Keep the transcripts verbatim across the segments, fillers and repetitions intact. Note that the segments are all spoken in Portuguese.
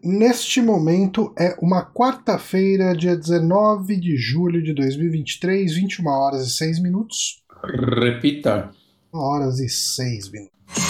neste momento é uma quarta-feira, dia dezenove de julho de dois mil e vinte e três, vinte e uma horas e seis minutos. Repita. Horas e seis minutos.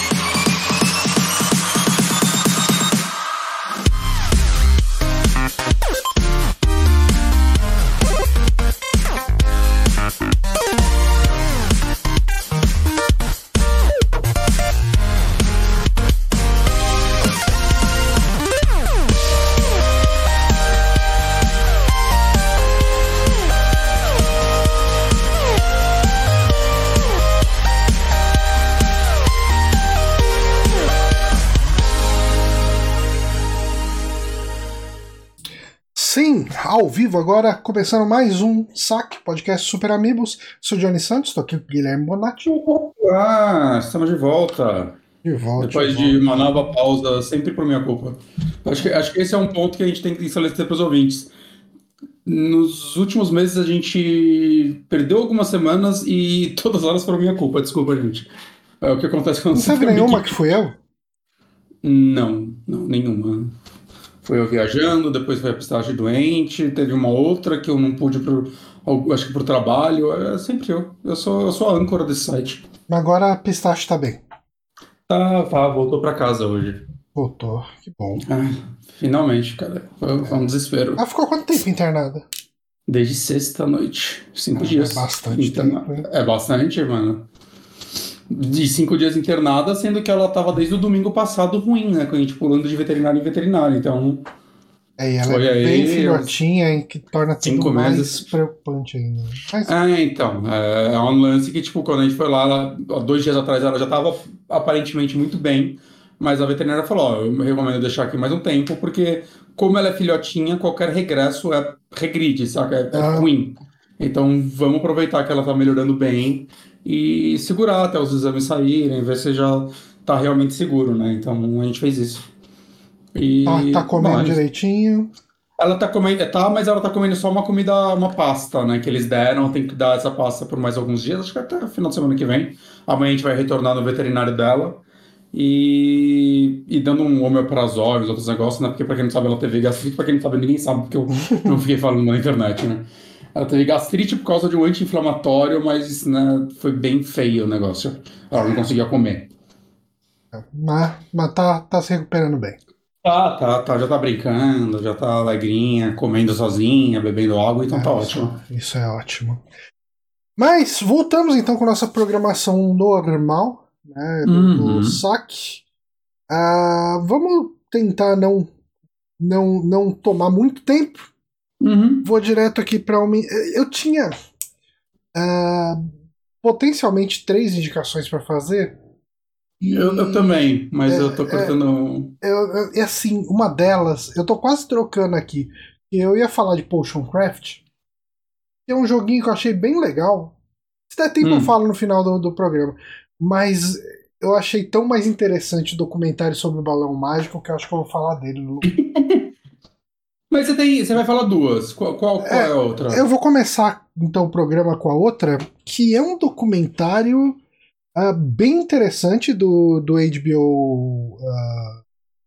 Sim, ao vivo agora, começando mais um Saque, podcast Super Amigos. Sou Johnny Santos, estou aqui com o Guilherme Bonatti. Ah, estamos de volta. De volta. Depois de, de volta. uma nova pausa, sempre por minha culpa. Acho que, acho que esse é um ponto que a gente tem que esclarecer para os ouvintes. Nos últimos meses a gente perdeu algumas semanas e todas elas foram minha culpa, desculpa, gente. É o que acontece quando Não você teve tem nenhuma que... que fui eu? Não, não, nenhuma. Foi eu viajando, depois foi a Pistache doente, teve uma outra que eu não pude, pro, acho que por trabalho, é sempre eu. Eu sou, eu sou a âncora desse site. Agora a Pistache tá bem. Tá, tá, voltou pra casa hoje. Voltou, que bom. Ah, finalmente, cara. Foi, foi um desespero. Ela ficou quanto tempo internada? Desde sexta-noite. Cinco Ah, dias. É bastante Interna... tempo, hein? É bastante, mano. De cinco dias internada, sendo que ela tava desde o domingo passado ruim, né? Com a gente pulando de veterinário em veterinário. Então. É, e ela Foi é aí, bem filhotinha, hein, que torna tudo cinco mais meses. preocupante ainda. Mas, É, então. É, é um lance que, tipo, quando a gente foi lá, ela, há dois dias atrás, ela já tava aparentemente muito bem. Mas a veterinária falou: ó, eu recomendo deixar aqui mais um tempo, porque, como ela é filhotinha, qualquer regresso é regride, saca? É, é Ah. ruim. Então vamos aproveitar que ela tá melhorando bem e segurar até os exames saírem, ver se já tá realmente seguro, né? Então a gente fez isso. E tá, tá comendo mas direitinho. ela tá comendo, tá, mas ela tá comendo só uma comida, uma pasta, né? Que eles deram, tem que dar essa pasta por mais alguns dias, acho que até o final de semana que vem. Amanhã a gente vai retornar no veterinário dela. E, e dando um omeprazol e os outros negócios, né? Porque pra quem não sabe, ela teve gastrite. Pra quem não sabe, ninguém sabe, porque eu não fiquei falando na internet, né? Ela teve gastrite por causa de um anti-inflamatório, mas, né, foi bem feio o negócio. Ela não conseguia comer. Mas, mas tá, tá se recuperando bem. Tá, tá, tá, já tá brincando, já tá alegrinha, comendo sozinha, bebendo água, então É, tá isso, ótimo. Isso é ótimo. Mas voltamos então com a nossa programação normal, né, do, Uhum. do saque. Ah, vamos tentar não, não, não tomar muito tempo. Uhum. Vou direto aqui para uma. Eu tinha ah, potencialmente três indicações para fazer. E Eu, eu também, mas é, eu tô cortando. eu, é assim, uma delas, eu tô quase trocando aqui. Eu ia falar de Potion Craft, que é um joguinho que eu achei bem legal. Se der tempo Hum. eu falo no final do, do programa. Mas eu achei tão mais interessante o documentário sobre o balão mágico que eu acho que eu vou falar dele. No... Mas você tem, você vai falar duas. Qual, qual, qual é, é a outra? Eu vou começar então o programa com a outra, que é um documentário uh, bem interessante do, do H B O uh,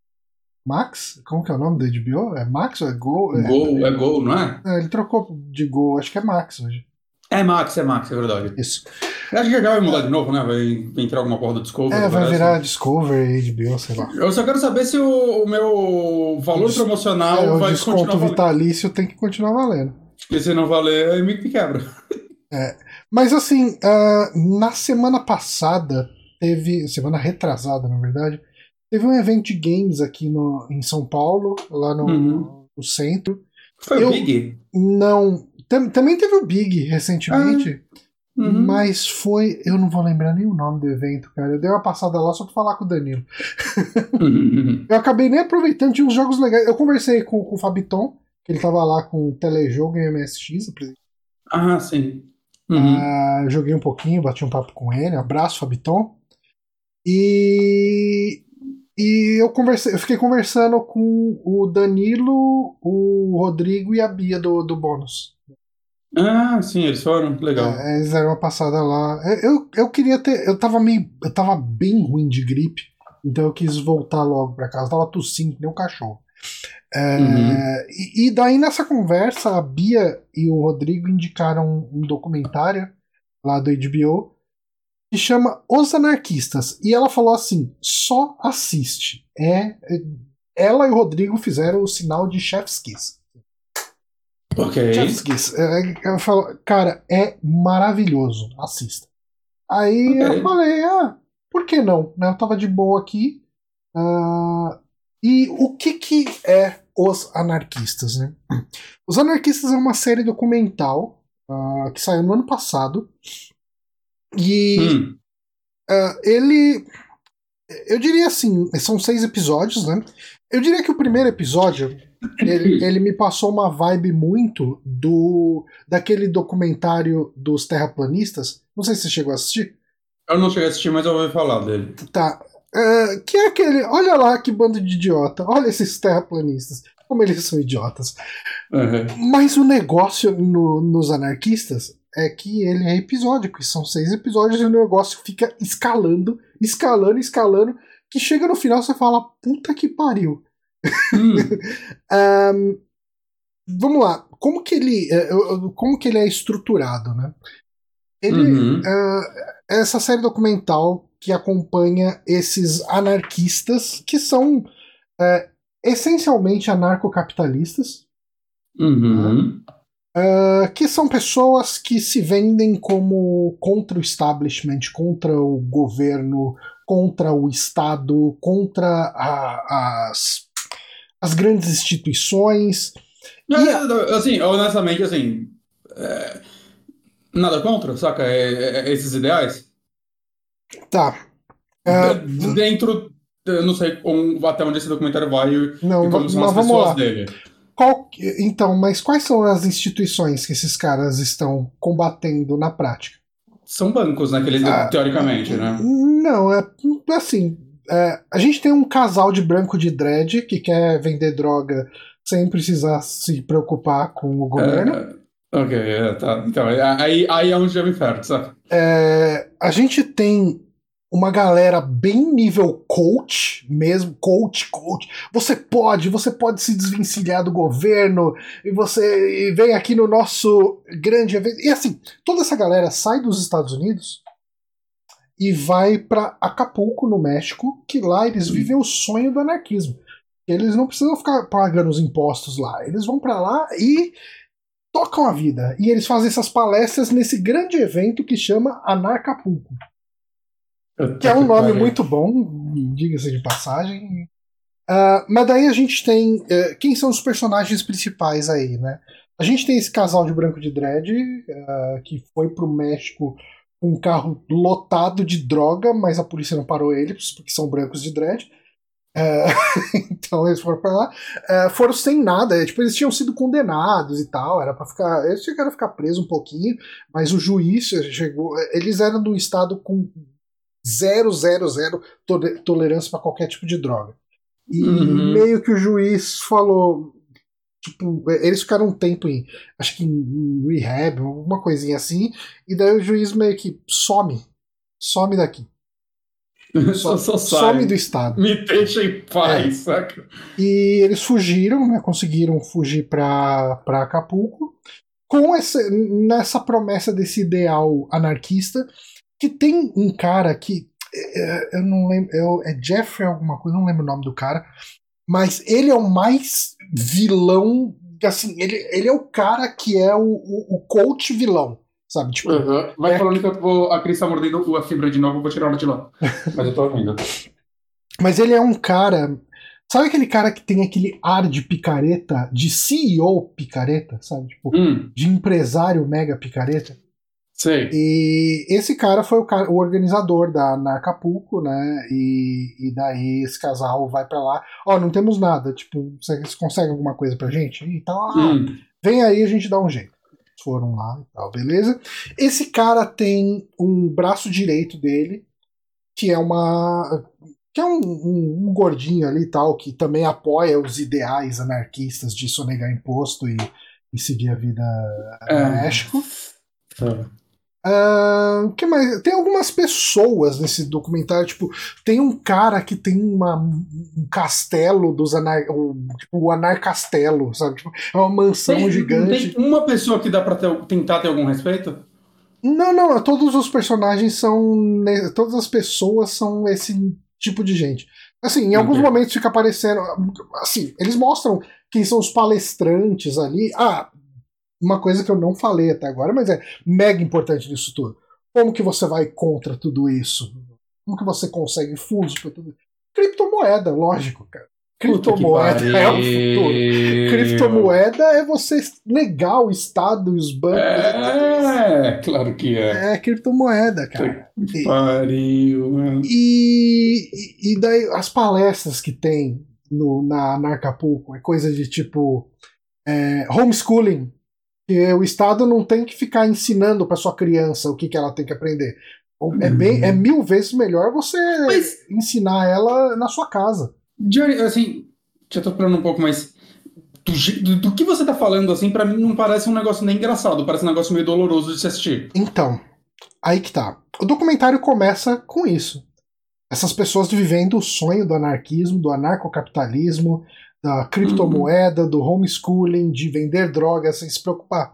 Max. Como que é o nome do H B O? É Max ou é Go? Gol, é, é Gol, não é? é? Ele trocou de Go, acho que é Max hoje. É Max, é Max, é verdade. Isso. Eu acho que já vai mudar de novo, né? Vai entrar alguma porra do Discovery. É, vai parece. virar Discovery, H B O, sei lá. Eu só quero saber se o, o meu valor promocional é, vai o desconto continuar vitalício tem que continuar valendo. Porque se não valer, aí me quebra. É. Mas assim, uh, na semana passada, teve. Semana retrasada, na verdade, teve um evento de games aqui no, em São Paulo, lá no, Uhum. no centro. Foi eu, o Big? Não. Tam, também teve o Big recentemente. Ah. Uhum. Mas foi. Eu não vou lembrar nem o nome do evento, cara. Eu dei uma passada lá só pra falar com o Danilo. Uhum. Eu acabei nem aproveitando, tinha uns jogos legais. Eu conversei com, com o Fabiton, que ele tava lá com o Telejogo e M S X. Ah, sim. Uhum. Ah, joguei um pouquinho, bati um papo com ele. Abraço, Fabiton. E. E eu conversei, eu fiquei conversando com o Danilo, o Rodrigo e a Bia do, do bônus. Ah, sim, eles foram, legal. É, eles deram uma passada lá. Eu, eu queria ter. Eu tava meio. Eu tava bem ruim de gripe, então eu quis voltar logo pra casa. Eu tava tossindo que nem um cachorro. É, Uhum. e, e daí nessa conversa, a Bia e o Rodrigo indicaram um documentário lá do H B O que chama Os Anarquistas. E ela falou assim: só assiste. É, é- ela e o Rodrigo fizeram o sinal de Chef's Kiss. Ok. Chef's Kiss. É, ela falou, cara, é maravilhoso. Assista. Aí eu Ok. falei, ah, por que não? Né, eu tava de boa aqui. ah, e o que que é Os Anarquistas, né? Os Anarquistas é uma série documental ah, que saiu no ano passado. E Hum. ah, ele eu diria assim, são seis episódios, né? Eu diria que o primeiro episódio ele, ele me passou uma vibe muito do daquele documentário dos terraplanistas. Não sei se você chegou a assistir. Eu não cheguei a assistir, mas eu ouvi falar dele. Tá. É, que é aquele. Olha lá que bando de idiota. Olha esses terraplanistas. Como eles são idiotas. Uhum. Mas o negócio no- nos anarquistas é que ele é episódico. E são seis episódios e o negócio fica escalando, escalando, escalando. Que chega no final você fala, puta que pariu. Hum. Ahn, vamos lá. Como que ele, é, eu- eu- como que ele é estruturado, né? Ele, Uhum. ah, essa série documental que acompanha esses anarquistas que são é, essencialmente anarcocapitalistas, né? Uhum. Ah, que são pessoas que se vendem como contra o establishment, contra o governo, contra o Estado, contra a- as, as grandes instituições. E a- É, assim, honestamente, assim, é, nada contra, saca? É- é- é esses ideais. tá. D- Ah, d- dentro, eu não sei um- até onde esse documentário vai e, e não, como são as mas vamos pessoas lá. dele. Qual que- então, mas quais são as instituições que esses caras estão combatendo na prática? São bancos, né? Que eles, Ah, teoricamente, né? não, é assim. É, a gente tem um casal de branco de dread que quer vender droga sem precisar se preocupar com o governo. É, ok, é, tá. Então, é- aí, aí é onde eu me inferno, sabe? É, a gente tem uma galera bem nível coach mesmo, coach, coach. Você pode, você pode se desvencilhar do governo e você e vem aqui no nosso grande evento. E assim, toda essa galera sai dos Estados Unidos e vai para Acapulco, no México, que lá eles vivem o sonho do anarquismo. Eles não precisam ficar pagando os impostos lá. Eles vão para lá e tocam a vida. E eles fazem essas palestras nesse grande evento que chama Anarcapulco. Que é Puta um que nome pariu. muito bom, diga-se de passagem. Uh, mas daí a gente tem. Uh, quem são os personagens principais aí, né? A gente tem esse casal de branco de dread uh, que foi pro México com um carro lotado de droga, mas a polícia não parou eles, porque são brancos de dread. Uh, então eles foram pra lá. Uh, foram sem nada, tipo, eles tinham sido condenados e tal, era para ficar. Eles chegaram a ficar presos um pouquinho, mas o juiz chegou. Eles eram de um estado com zero, zero, zero tolerância para qualquer tipo de droga. E Uhum. meio que o juiz falou. Tipo, eles ficaram um tempo em. Acho que em rehab, alguma coisinha assim. E daí o juiz meio que some. Some daqui. Só, So- só some do sai. estado. Me deixa em É. paz, saca? E eles fugiram, né? Conseguiram fugir pra, pra Acapulco. Com essa, nessa promessa desse ideal anarquista. Que tem um cara que. é, Eu não lembro. É Jeffrey alguma coisa, não lembro o nome do cara. Mas ele é o mais vilão. Assim, ele, ele é o cara que é o, o, o coach vilão. Sabe? Tipo, Uhum. Vai é- falando que eu vou, a Cris tá mordendo a fibra de novo, eu vou tirar ela de lá. Mas eu tô ouvindo. mas ele é um cara. Sabe aquele cara que tem aquele ar de picareta, de C E O picareta, sabe? Tipo, Hum, de empresário mega picareta? sei. E esse cara foi o, cara, o organizador da Narcapulco, né? E, e daí esse casal vai pra lá. Ó, não temos nada. Tipo, vocês conseguem alguma coisa pra gente? E tal, ah, Hum. vem aí, a gente dá um jeito. Foram lá e tal, beleza? Esse cara tem um braço direito dele, que é uma. Que é um, um, um gordinho ali e tal, que também apoia os ideais anarquistas de sonegar imposto e, e seguir a vida no É. México. Tá. Uh, que mais? Tem algumas pessoas nesse documentário, tipo, tem um cara que tem uma, um castelo dos anar, o, tipo, o Anar Castelo, sabe? Tipo, é uma mansão Tem, gigante. tem uma pessoa que dá pra ter, tentar ter algum respeito? Não, não, todos os personagens são. né, Todas as pessoas são esse tipo de gente. Assim, em alguns Ok. momentos fica aparecendo. Assim, eles mostram quem são os palestrantes ali. Ah, uma coisa que eu não falei até agora, mas é mega importante nisso tudo. Como que você vai contra tudo isso? Como que você consegue fundos para tudo isso? Criptomoeda, lógico, cara. Puta que Criptomoeda é o futuro. pariu. Criptomoeda é você negar o Estado e os bancos fazer tudo isso. É, claro que é. É criptomoeda, Puta cara. que E, pariu, mano. e, e daí as palestras que tem no, na, na Acapulco é coisa de tipo é, homeschooling. Que o Estado não tem que ficar ensinando para sua criança o que, que ela tem que aprender. É, bem, é Uhum. mil vezes melhor você Mas, ensinar ela na sua casa. Johnny, assim, já tô falando um pouco, mas do, je- do, do que você tá falando, assim, pra mim não parece um negócio nem engraçado, parece um negócio meio doloroso de se assistir. Então, aí que tá. O documentário começa com isso. Essas pessoas vivendo o sonho do anarquismo, do anarcocapitalismo, da Uhum. criptomoeda, do homeschooling, de vender drogas sem se preocupar.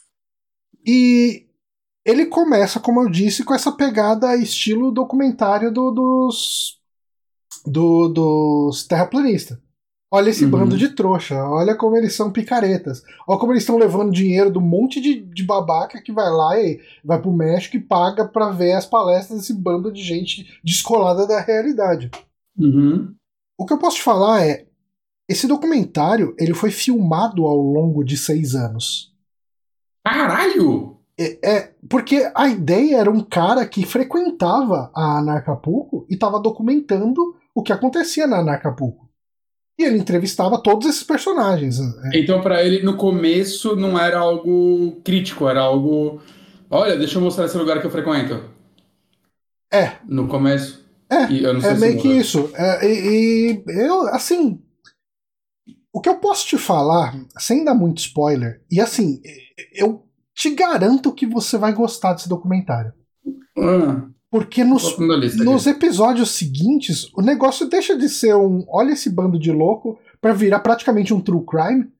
E ele começa, como eu disse, com essa pegada estilo documentário do- dos, do- dos terraplanistas. Olha esse bando de Uhum. trouxa, olha como eles são picaretas. Olha como eles estão levando dinheiro do monte de, de babaca que vai lá e vai pro México e paga pra ver as palestras desse bando de gente descolada da realidade. Uhum. O que eu posso te falar é, esse documentário ele foi filmado ao longo de seis anos. Caralho! É, é, porque a ideia era um cara que frequentava a Anarcapulco e estava documentando o que acontecia na Anarcapulco. E ele entrevistava todos esses personagens. É, Então, pra ele, no começo, não era algo crítico, era algo. Olha, deixa eu mostrar esse lugar que eu frequento. é, No começo. E eu não é, é sei se meio que muda. isso. É, e, e eu, assim, o que eu posso te falar, sem dar muito spoiler, e assim, eu te garanto que você vai gostar desse documentário. Ah, Porque tô nos, colocando na lista nos aqui. episódios seguintes, o negócio deixa de ser um olha esse bando de louco pra virar praticamente um true crime.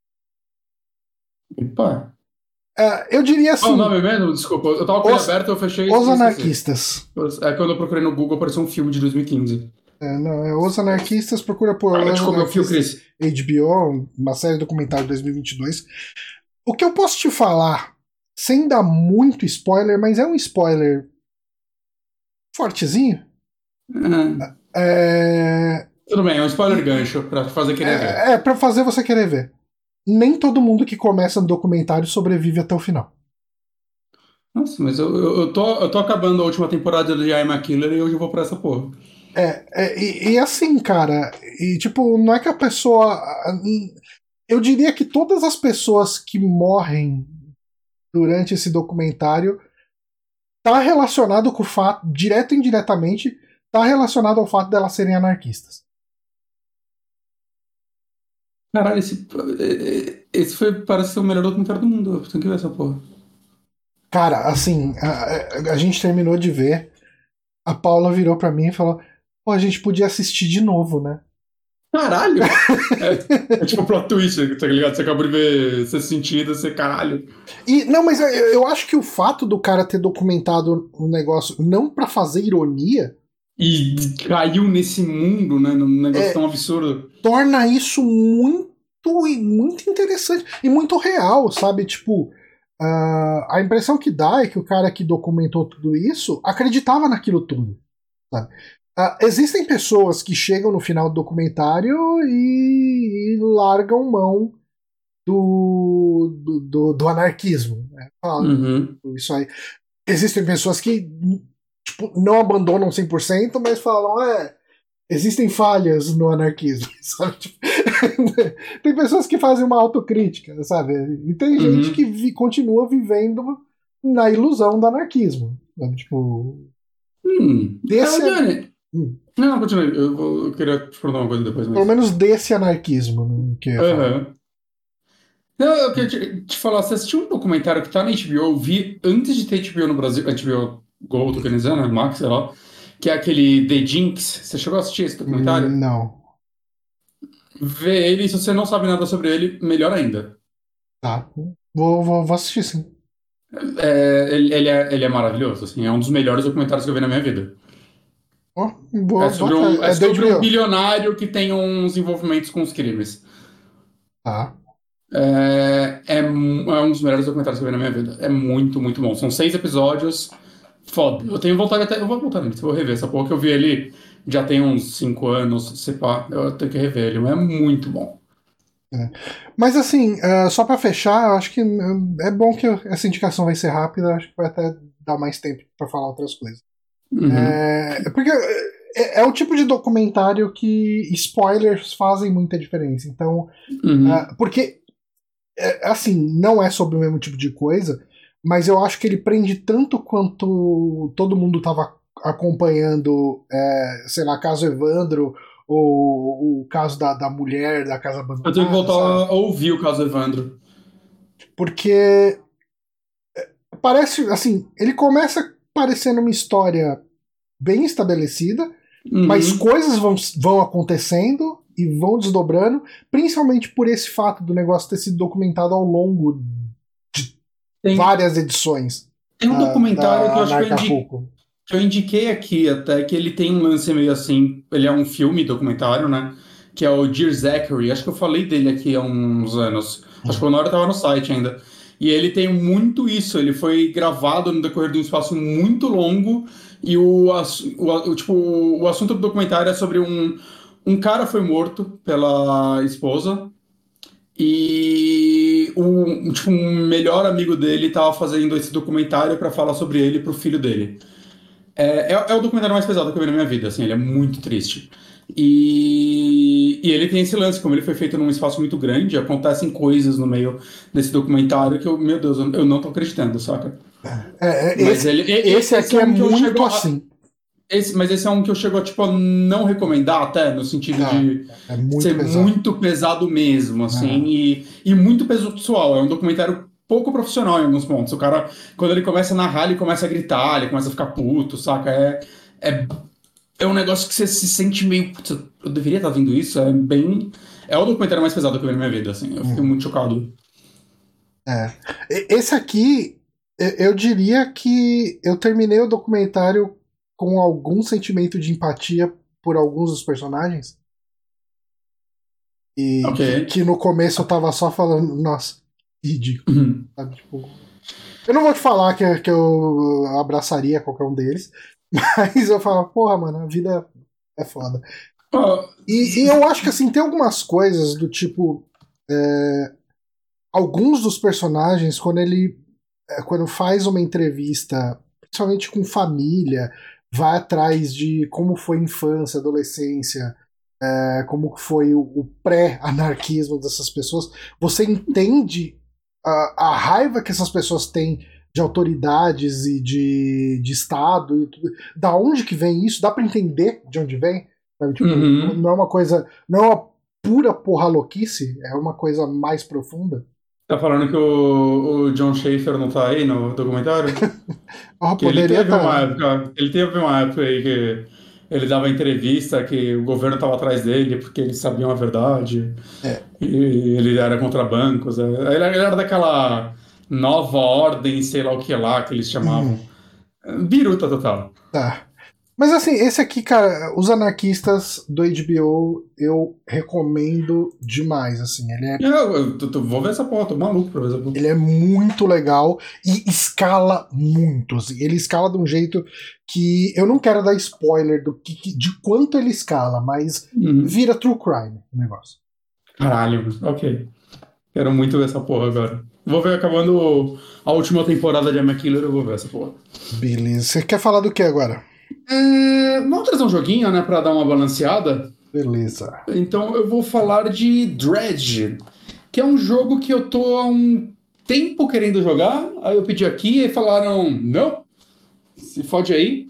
Opa. É, eu diria Qual o assim, nome mesmo? Desculpa, eu tava com ele os, aberto, eu fechei os e esqueci. anarquistas. É quando eu procurei no Google, apareceu um filme de dois mil e quinze. É, não, é Os Anarquistas, procura por Para de Os comer o fio, Anarquistas Chris. H B O, uma série documentária de dois mil e vinte e dois. O que eu posso te falar, sem dar muito spoiler, mas é um spoiler fortezinho, Ah, é, tudo bem, é um spoiler e- gancho pra te fazer querer ver. é, é para fazer você querer ver. Nem todo mundo que começa no documentário sobrevive até o final. Nossa, mas eu, eu, eu tô, eu tô acabando a última temporada de I Am a Killer e hoje eu vou pra essa porra. É, é e, e assim, cara, e tipo, não é que a pessoa. Eu diria que todas as pessoas que morrem durante esse documentário tá relacionado com o fato, direto ou indiretamente, tá relacionado ao fato delas serem anarquistas. Caralho, esse, esse foi, parece ser o melhor documentário do mundo. Eu tenho que ver essa porra. Cara, assim, a, a, a gente terminou de ver, a Paula virou pra mim e falou: pô, a gente podia assistir de novo, né? Caralho! É, é tipo plot twist, tá ligado? Você acabou de ver ser sentido, você caralho. E não, mas eu, eu acho que o fato do cara ter documentado um negócio não pra fazer ironia E caiu nesse mundo, né? Num negócio é, tão absurdo. torna isso muito muito interessante e muito real, sabe? Tipo, uh, a impressão que dá é que o cara que documentou tudo isso acreditava naquilo tudo, sabe? Uh, existem pessoas que chegam no final do documentário e, e largam mão do, do, do, do anarquismo. Né? Falam, Uhum. isso aí. Existem pessoas que tipo, não abandonam cem por cento, mas falam, é, existem falhas no anarquismo, sabe? Tipo, tem pessoas que fazem uma autocrítica, sabe? E tem gente que Uhum. vi, continua vivendo na ilusão do anarquismo, sabe? Tipo, Hum. É o desse, Johnny. hum, Não, não, continue. Eu, vou, eu queria te perguntar uma coisa depois, pelo mas. menos desse anarquismo, né, que eu ia falar. Aham. Não, eu queria te, te falar, você assistiu um documentário que tá na H B O, eu vi antes de ter H B O no Brasil, H B O Go, tô querendo dizer, né? Max, sei lá, que é aquele The Jinx. Você chegou a assistir esse Hum, documentário? Não. Vê ele, se você não sabe nada sobre ele, melhor ainda. Tá. Vou, vou, vou assistir sim. É, ele, ele é, ele é maravilhoso, assim, é um dos melhores documentários que eu vi na minha vida. Ó, É vou, vou sobre atrás. um, é É do sobre um H B O. bilionário que tem uns envolvimentos com os crimes. Tá. É, é, mu- é um dos melhores documentários que eu vi na minha vida. É muito, muito bom. São seis episódios. Foda. Eu tenho vontade até. Eu vou voltar nele, eu vou rever essa porra que eu vi ele já tem uns cinco anos, se pá. Eu tenho que rever ele. É muito bom. É. Mas assim, é, só pra fechar, eu acho que hum, é bom que eu- essa indicação vai ser rápida, acho que vai até dar mais tempo pra falar outras coisas. Uhum, É, porque é, é o tipo de documentário que spoilers fazem muita diferença. Então, uhum. é, porque, é, assim, não é sobre o mesmo tipo de coisa, mas eu acho que ele prende tanto quanto todo mundo tava acompanhando, é, sei lá, caso Evandro, ou o caso da, da mulher da casa Eu tenho que abandonada, voltar sabe? a ouvir o caso Evandro. Porque parece, assim, ele começa parecendo uma história bem estabelecida, mas Uhum. coisas vão, vão acontecendo e vão desdobrando, principalmente por esse fato do negócio ter sido documentado ao longo de Tem, várias edições tem um da, documentário que da eu acho que eu, indi, Anarcapulco. que eu indiquei aqui até, que ele tem um lance meio assim. Ele é um filme documentário, né? Que é o Dear Zachary. Acho que eu falei dele aqui há uns anos. Acho que o Nora estava no site ainda. E ele tem muito isso. Ele foi gravado no decorrer de um espaço muito longo. E o, ass- o, o, tipo, o assunto do documentário é sobre um, um cara foi morto pela esposa. E o tipo, um melhor amigo dele estava fazendo esse documentário para falar sobre ele pro filho dele. É, é, é o documentário mais pesado que eu vi na minha vida, assim, ele é muito triste. E, e ele tem esse lance, como ele foi feito num espaço muito grande, acontecem coisas no meio desse documentário que eu, meu Deus, eu, eu não tô acreditando, saca? É, é, Mas esse, ele, e- esse e- esse aqui é é um que eu chego muito a, assim. esse, mas esse é um que eu chego a, tipo, a não recomendar até, no sentido Ah, de é muito ser pesado. muito pesado mesmo, assim, Ah, e, e muito pessoal. É um documentário pouco profissional em alguns pontos. O cara, quando ele começa a narrar, ele começa a gritar, ele começa a ficar puto, saca? É, é, é um negócio que você se sente meio. "Putz, eu deveria estar vendo isso?" É bem. É o documentário mais pesado que eu vi na minha vida, assim. Eu fiquei uhum. muito chocado. É. E- Esse aqui, e- eu diria que eu terminei o documentário com algum sentimento de empatia por alguns dos personagens. E Ok. que, que no começo eu tava só falando, nossa, que ridículo. Uhum. Sabe? Tipo, eu não vou te falar que, que eu abraçaria qualquer um deles, mas eu falo, porra, mano, a vida é foda. Ó, E, e eu acho que assim, tem algumas coisas do tipo. Alguns dos personagens, quando ele é, quando faz uma entrevista, principalmente com família, vai atrás de como foi a infância, adolescência, é, como foi o, o pré-anarquismo dessas pessoas, você entende a, a raiva que essas pessoas têm de autoridades e de, de Estado e tudo. Da onde que vem isso? Dá para entender de onde vem? Sabe? Tipo, não, uhum. não é uma coisa. Não é uma pura porra louquice, é uma coisa mais profunda. Tá falando que o, o John Schaefer não tá aí no documentário? Oh, Que ele poderia teve uma estar. época, ele teve uma época aí que ele dava entrevista que o governo estava atrás dele porque eles sabiam a verdade É. e ele era contra bancos. é. Ele era ele era daquela nova ordem, sei lá o que lá que eles Hum, chamavam. É, biruta total. tá. Mas assim, esse aqui, cara, Os Anarquistas do H B O, eu recomendo demais, assim. Ele é, Eu, eu, tô- tô- vou ver essa porra, tô maluco pra ver essa porra. ele é muito legal e escala muito, assim. Ele escala de um jeito que eu não quero dar spoiler do que, que- de quanto ele escala, mas Uhum. vira true crime o negócio. Caralho, ok. Quero muito ver essa porra agora. Vou ver acabando a última temporada de Emmett Killer, eu vou ver essa porra. Beleza. Você quer falar do que agora? É, vamos trazer um joguinho, né, pra dar uma balanceada. Beleza. Então eu vou falar de Dredge, que é um jogo que eu tô há um tempo querendo jogar. Aí eu pedi aqui e falaram, não, se fode aí.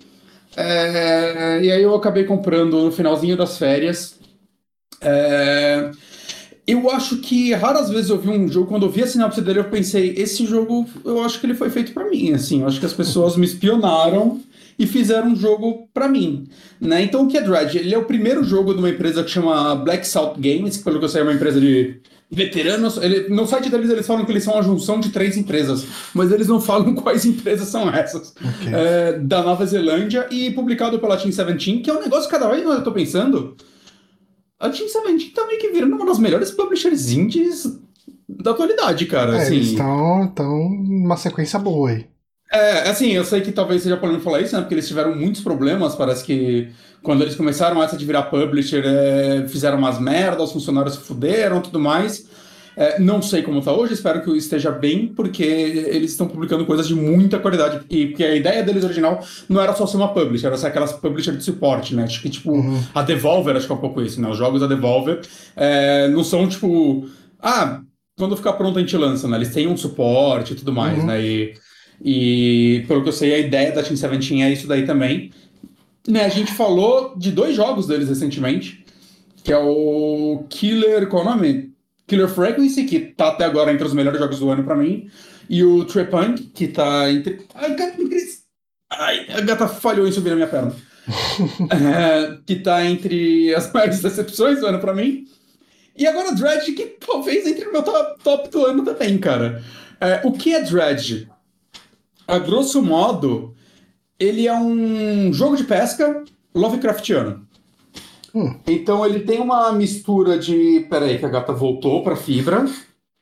É, e aí eu acabei comprando no finalzinho das férias. É, Eu acho que raras vezes eu vi um jogo, quando eu vi a sinopse dele, eu pensei, esse jogo, eu acho que ele foi feito pra mim, assim, eu acho que as pessoas me espionaram e fizeram um jogo pra mim, né? Então o que é Dredge? Ele é o primeiro jogo de uma empresa que chama Black Salt Games, que pelo que eu sei é uma empresa de veteranos. Ele, no site deles eles falam que eles são a junção de três empresas, mas eles não falam quais empresas são essas. Ok. É, da Nova Zelândia e publicado pela Team dezessete, que é um negócio que cada vez mais eu tô pensando. A Team dezessete tá meio que virando uma das melhores publishers indies da atualidade, cara. É, eles Assim, estão tão numa sequência boa aí. é, assim, eu sei que talvez seja polêmico falar isso, né? Porque eles tiveram muitos problemas. Parece que quando eles começaram essa de virar publisher, é, fizeram umas merdas, os funcionários se fuderam e tudo mais. É, não sei como tá hoje, espero que esteja bem, porque eles estão publicando coisas de muita qualidade. E porque a ideia deles original não era só ser uma publisher, era ser aquelas publisher de suporte, né? Acho que, tipo, Uhum. a Devolver, acho que é um pouco isso, né? Os jogos da Devolver é, não são, tipo, ah, quando ficar pronto a gente lança, né? Eles têm um suporte e tudo mais, Uhum. né? E, e pelo que eu sei, a ideia da Team dezessete é isso daí também. Né, a gente falou de dois jogos deles recentemente, que é o Killer, qual é o nome? Killer Frequency, que tá até agora entre os melhores jogos do ano pra mim, e o Trepunk, que tá entre... Ai, gata, Ai, a gata falhou em subir na minha perna. É, que tá entre as maiores decepções do ano pra mim. E agora Dredge, que talvez entre no meu top, top do ano também, cara. É, o que é Dredge? A grosso modo, ele é um jogo de pesca Lovecraftiano. Hum. Então ele tem uma mistura de. Peraí, que a gata voltou pra fibra. Meu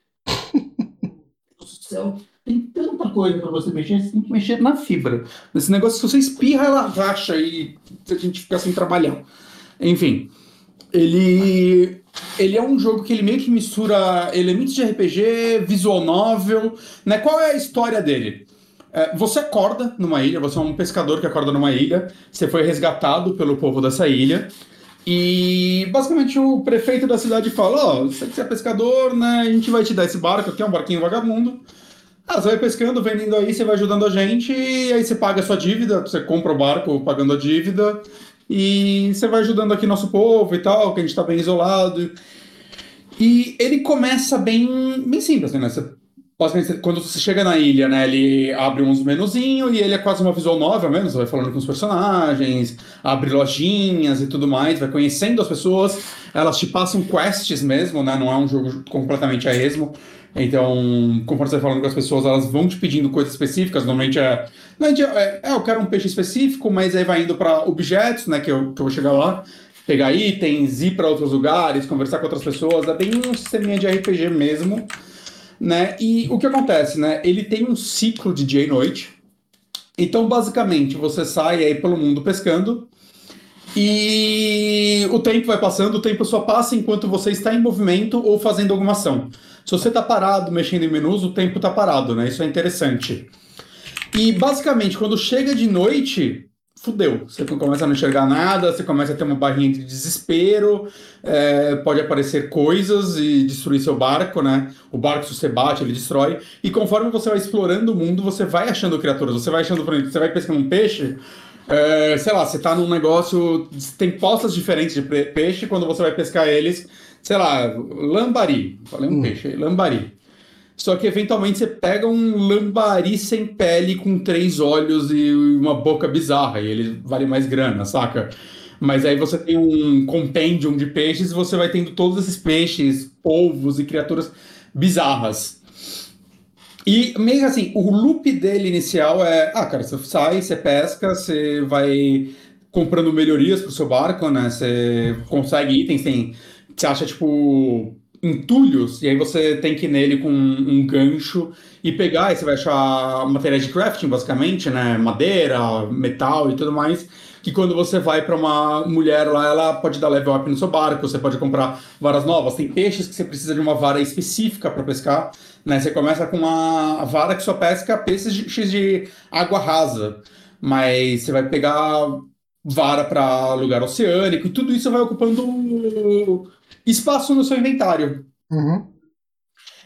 Deus do céu, tem tanta coisa pra você mexer, você tem que mexer na fibra. Esse negócio, se você espirra, ela racha e a gente fica sem trabalhar. Enfim, ele. Ele é um jogo que ele meio que mistura elementos de R P G, visual novel, né? Qual é a história dele? É, você acorda numa ilha, você é um pescador que acorda numa ilha, você foi resgatado pelo povo dessa ilha, e basicamente o prefeito da cidade fala: Ó, você que é pescador, né? A gente vai te dar esse barco aqui, é um barquinho vagabundo. Ah, você vai pescando, vendendo aí, você vai ajudando a gente, e aí você paga a sua dívida, você compra o barco pagando a dívida, e você vai ajudando aqui nosso povo e tal, que a gente tá bem isolado. E ele começa bem, bem simples, né? Você, basicamente, quando você chega na ilha, né? Ele abre uns menuzinhos e ele é quase uma visual novel mesmo. Você vai falando com os personagens, abre lojinhas e tudo mais, vai conhecendo as pessoas. Elas te passam quests mesmo, né? Não é um jogo completamente a esmo. Então, conforme você vai falando com as pessoas, elas vão te pedindo coisas específicas. Normalmente é, normalmente é, é eu quero um peixe específico, mas aí vai indo para objetos, né? Que eu, que eu vou chegar lá. Pegar itens, ir para outros lugares, conversar com outras pessoas, é bem um sisteminha de R P G mesmo, né? E o que acontece, né? Ele tem um ciclo de dia e noite. Então, basicamente, você sai aí pelo mundo pescando e o tempo vai passando, o tempo só passa enquanto você está em movimento ou fazendo alguma ação. Se você está parado, mexendo em menus, o tempo está parado, né? Isso é interessante. E basicamente, quando chega de noite, fudeu. Você começa a não enxergar nada, você começa a ter uma barrinha de desespero, é, pode aparecer coisas e destruir seu barco, né? O barco, se você bate, ele destrói. E conforme você vai explorando o mundo, você vai achando criaturas. Você vai achando, por exemplo, você vai pescando um peixe, é, sei lá, você tá num negócio, tem postas diferentes de pre- peixe, quando você vai pescar eles, sei lá, lambari. Falei um Hum. peixe aí, lambari. Só que eventualmente você pega um lambari sem pele com três olhos e uma boca bizarra, e ele vale mais grana, saca? Mas aí você tem um compêndio de peixes e você vai tendo todos esses peixes, polvos e criaturas bizarras. E meio que assim, o loop dele inicial é: ah, cara, você sai, você pesca, você vai comprando melhorias pro seu barco, né? Você consegue itens, tem, você acha tipo entulhos, e aí você tem que ir nele com um gancho e pegar, e você vai achar materiais de crafting, basicamente, né? Madeira, metal e tudo mais. Que quando você vai para uma mulher lá, ela pode dar level up no seu barco, você pode comprar varas novas. Tem peixes que você precisa de uma vara específica para pescar, né? Você começa com uma vara que só pesca peixes de, X de água rasa, mas você vai pegar vara para lugar oceânico e tudo isso vai ocupando espaço no seu inventário. Uhum.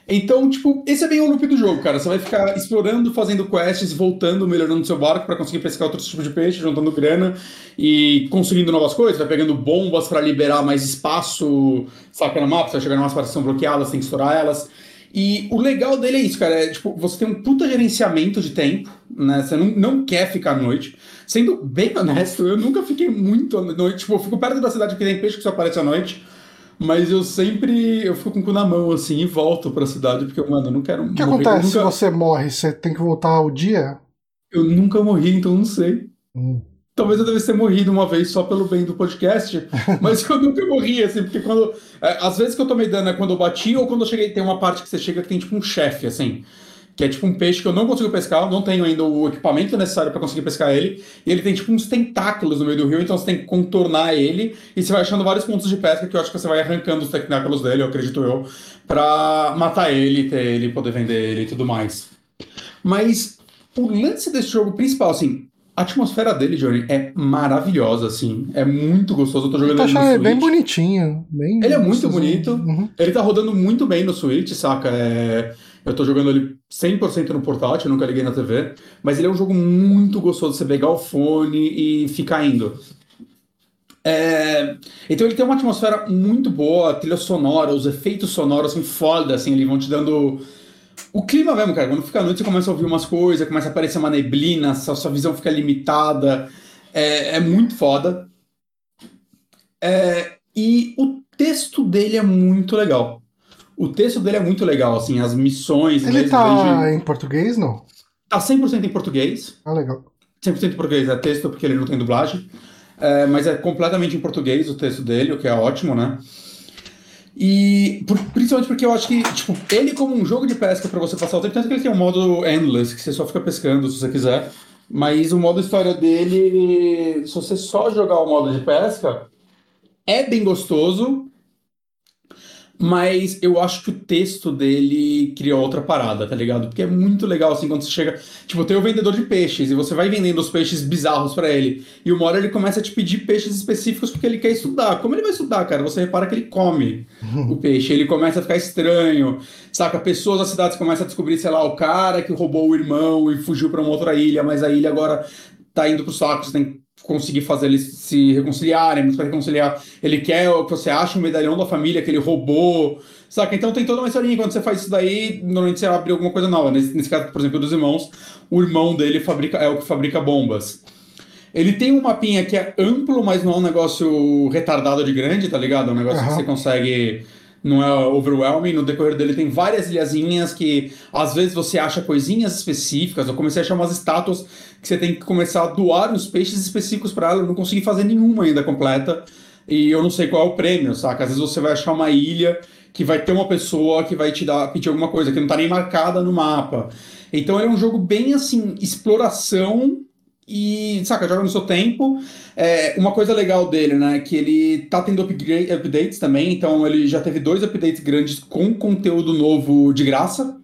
Então, tipo, esse é bem o loop do jogo, cara. Você vai ficar explorando, fazendo quests, voltando, melhorando seu barco pra conseguir pescar outros tipos de peixe, juntando grana e conseguindo novas coisas. Vai pegando bombas pra liberar mais espaço, saca, no mapa. Você vai chegar em umas partes que são bloqueadas, tem que estourar elas. E o legal dele é isso, cara. É, tipo, você tem um puta gerenciamento de tempo, né? Você não, não quer ficar à noite. Sendo bem honesto, eu nunca fiquei muito à noite. Tipo, eu fico perto da cidade porque tem peixe que só aparece à noite. Mas eu sempre, eu fico com o cu na mão, assim, e volto pra cidade, porque, mano, eu não quero O que morrer. Eu acontece se nunca, você morre? Você tem que voltar ao dia? eu nunca morri, então não sei. Hum. Talvez eu devesse ter morrido uma vez só pelo bem do podcast, mas eu nunca morri, assim, porque quando. É, às vezes que eu tomei dano é quando eu bati ou quando eu cheguei. Tem uma parte que você chega que tem tipo um chefe, assim. Que é tipo um peixe que eu não consigo pescar, eu não tenho ainda o equipamento necessário pra conseguir pescar ele. E ele tem tipo uns tentáculos no meio do rio, então você tem que contornar ele. E você vai achando vários pontos de pesca que eu acho que você vai arrancando os tentáculos dele, eu acredito eu, pra matar ele, ter ele, poder vender ele e tudo mais. Mas o lance desse jogo principal, assim, a atmosfera dele, Johnny, é maravilhosa, assim. É muito gostoso. Eu tô Eu jogando tô ele no achando ele bem Switch. bonitinho. Bem Ele é muito gostosinho. bonito. Uhum. Ele tá rodando muito bem no Switch, saca? É, eu tô jogando ele cem por cento no portátil, nunca liguei na T V. Mas ele é um jogo muito gostoso de você pegar o fone e ficar indo. É, Então ele tem uma atmosfera muito boa, a trilha sonora, os efeitos sonoros assim, foda, assim, eles vão te dando o clima mesmo, cara. Quando fica à noite você começa a ouvir umas coisas, começa a aparecer uma neblina, sua, sua visão fica limitada. É, é muito foda. É, E o texto dele é muito legal. O texto dele é muito legal, assim, as missões Ele mesmo, desde. tá em português, não? Tá cem por cento em português. Ah, legal. cem por cento em português é texto, porque ele não tem dublagem. É, mas é completamente em português o texto dele, o que é ótimo, né? E por- principalmente porque eu acho que, tipo, ele como um jogo de pesca pra você passar o tempo, tanto que ele tem um modo endless, que você só fica pescando se você quiser. Mas o modo história dele, se você só jogar o modo de pesca, é bem gostoso. Mas eu acho que o texto dele cria outra parada, tá ligado? Porque é muito legal, assim, quando você chega. Tipo, tem o vendedor de peixes e você vai vendendo os peixes bizarros pra ele. E uma hora ele começa a te pedir peixes específicos porque ele quer estudar. Como ele vai estudar, cara? Você repara que ele come o peixe. Ele começa a ficar estranho, saca? Pessoas da cidade começam a descobrir, sei lá, o cara que roubou o irmão e fugiu pra uma outra ilha, mas a ilha agora tá indo pro saco. Você tem que conseguir fazer eles se reconciliarem, mas para reconciliar, ele quer que você ache o medalhão da família que ele roubou, saca? Então tem toda uma historinha. Quando você faz isso daí, normalmente você abre alguma coisa nova. Nesse, nesse caso, por exemplo, dos irmãos, o irmão dele fabrica, é o que fabrica bombas. Ele tem um mapinha que é amplo, mas não é um negócio retardado de grande, tá ligado? É um negócio que você Aham. consegue. Não é overwhelming. No decorrer dele tem várias ilhazinhas que às vezes você acha coisinhas específicas. Eu comecei a achar umas estátuas que você tem que começar a doar uns peixes específicos pra ela. Eu não consegui fazer nenhuma ainda completa. E eu não sei qual é o prêmio, saca? Às vezes você vai achar uma ilha que vai ter uma pessoa que vai te dar, pedir alguma coisa que não tá nem marcada no mapa. Então ele é um jogo bem assim, exploração e, saca, joga no seu tempo. É, uma coisa legal dele, né, que ele tá tendo upgrade, updates também, então ele já teve dois updates grandes com conteúdo novo de graça.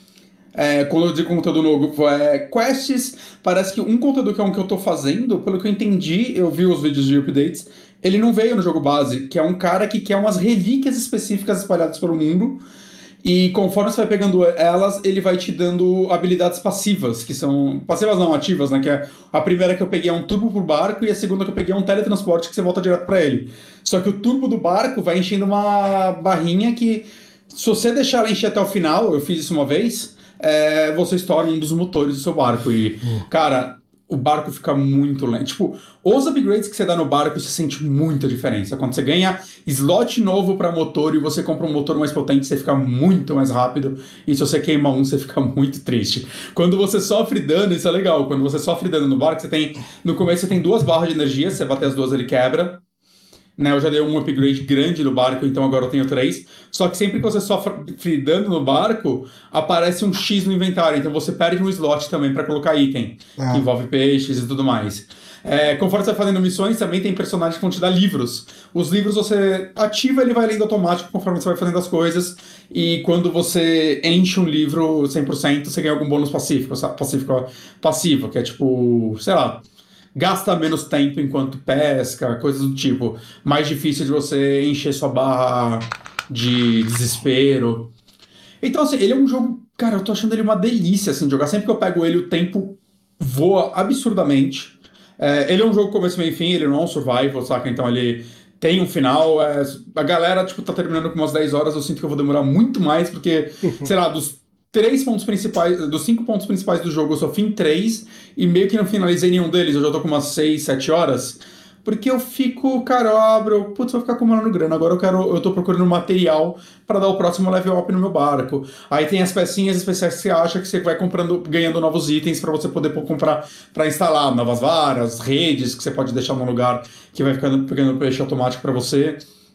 É, quando eu digo conteúdo novo, é quests, parece que um conteúdo que é um que eu tô fazendo, pelo que eu entendi, eu vi os vídeos de updates, ele não veio no jogo base, que é um cara que quer umas relíquias específicas espalhadas pelo mundo, e conforme você vai pegando elas, ele vai te dando habilidades passivas, que são. Passivas não, ativas, né? Que é a primeira que eu peguei é um turbo pro barco e a segunda que eu peguei é um teletransporte que você volta direto pra ele. Só que o turbo do barco vai enchendo uma barrinha que, se você deixar ela encher até o final, eu fiz isso uma vez, é, você estoura um dos motores do seu barco. E, Hum. cara, o barco fica muito lento. Tipo, os upgrades que você dá no barco, você sente muita diferença. Quando você ganha slot novo para motor e você compra um motor mais potente, você fica muito mais rápido. E se você queima um, você fica muito triste. Quando você sofre dano, isso é legal. Quando você sofre dano no barco, você tem. No começo você tem duas barras de energia, se você bater as duas, ele quebra. Né, eu já dei um upgrade grande no barco, então agora eu tenho três. Só que sempre que você sofre dano no barco, aparece um X no inventário. Então você perde um slot também para colocar item, que Ah. envolve peixes e tudo mais. É, conforme você vai fazendo missões, também tem personagens que vão te dar livros. Os livros você ativa, ele vai lendo automático conforme você vai fazendo as coisas. E quando você enche um livro cem por cento, você ganha algum bônus pacífico, sabe? Pacífico, passivo, que é tipo, sei lá, gasta menos tempo enquanto pesca, coisas do tipo. Mais difícil de você encher sua barra de desespero. Então, assim, ele é um jogo. Cara, eu tô achando ele uma delícia, assim, de jogar. Sempre que eu pego ele, o tempo voa absurdamente. É, ele é um jogo começo, meio e fim, ele não é um survival, saca? Então ele tem um final. É, a galera, tipo, tá terminando com umas dez horas. Eu sinto que eu vou demorar muito mais, porque, sei lá, dos três pontos principais, dos cinco pontos principais do jogo, eu só fim em três, e meio que não finalizei nenhum deles. Eu já tô com umas seis, sete horas. Porque eu fico, cara, eu abro, putz, vou ficar acumulando grana. Agora eu quero, eu tô procurando material para dar o próximo level up no meu barco. Aí tem as pecinhas especiais que você acha que você vai comprando, ganhando novos itens para você poder pô- comprar para instalar novas varas, redes que você pode deixar num lugar que vai ficando pegando peixe automático para você.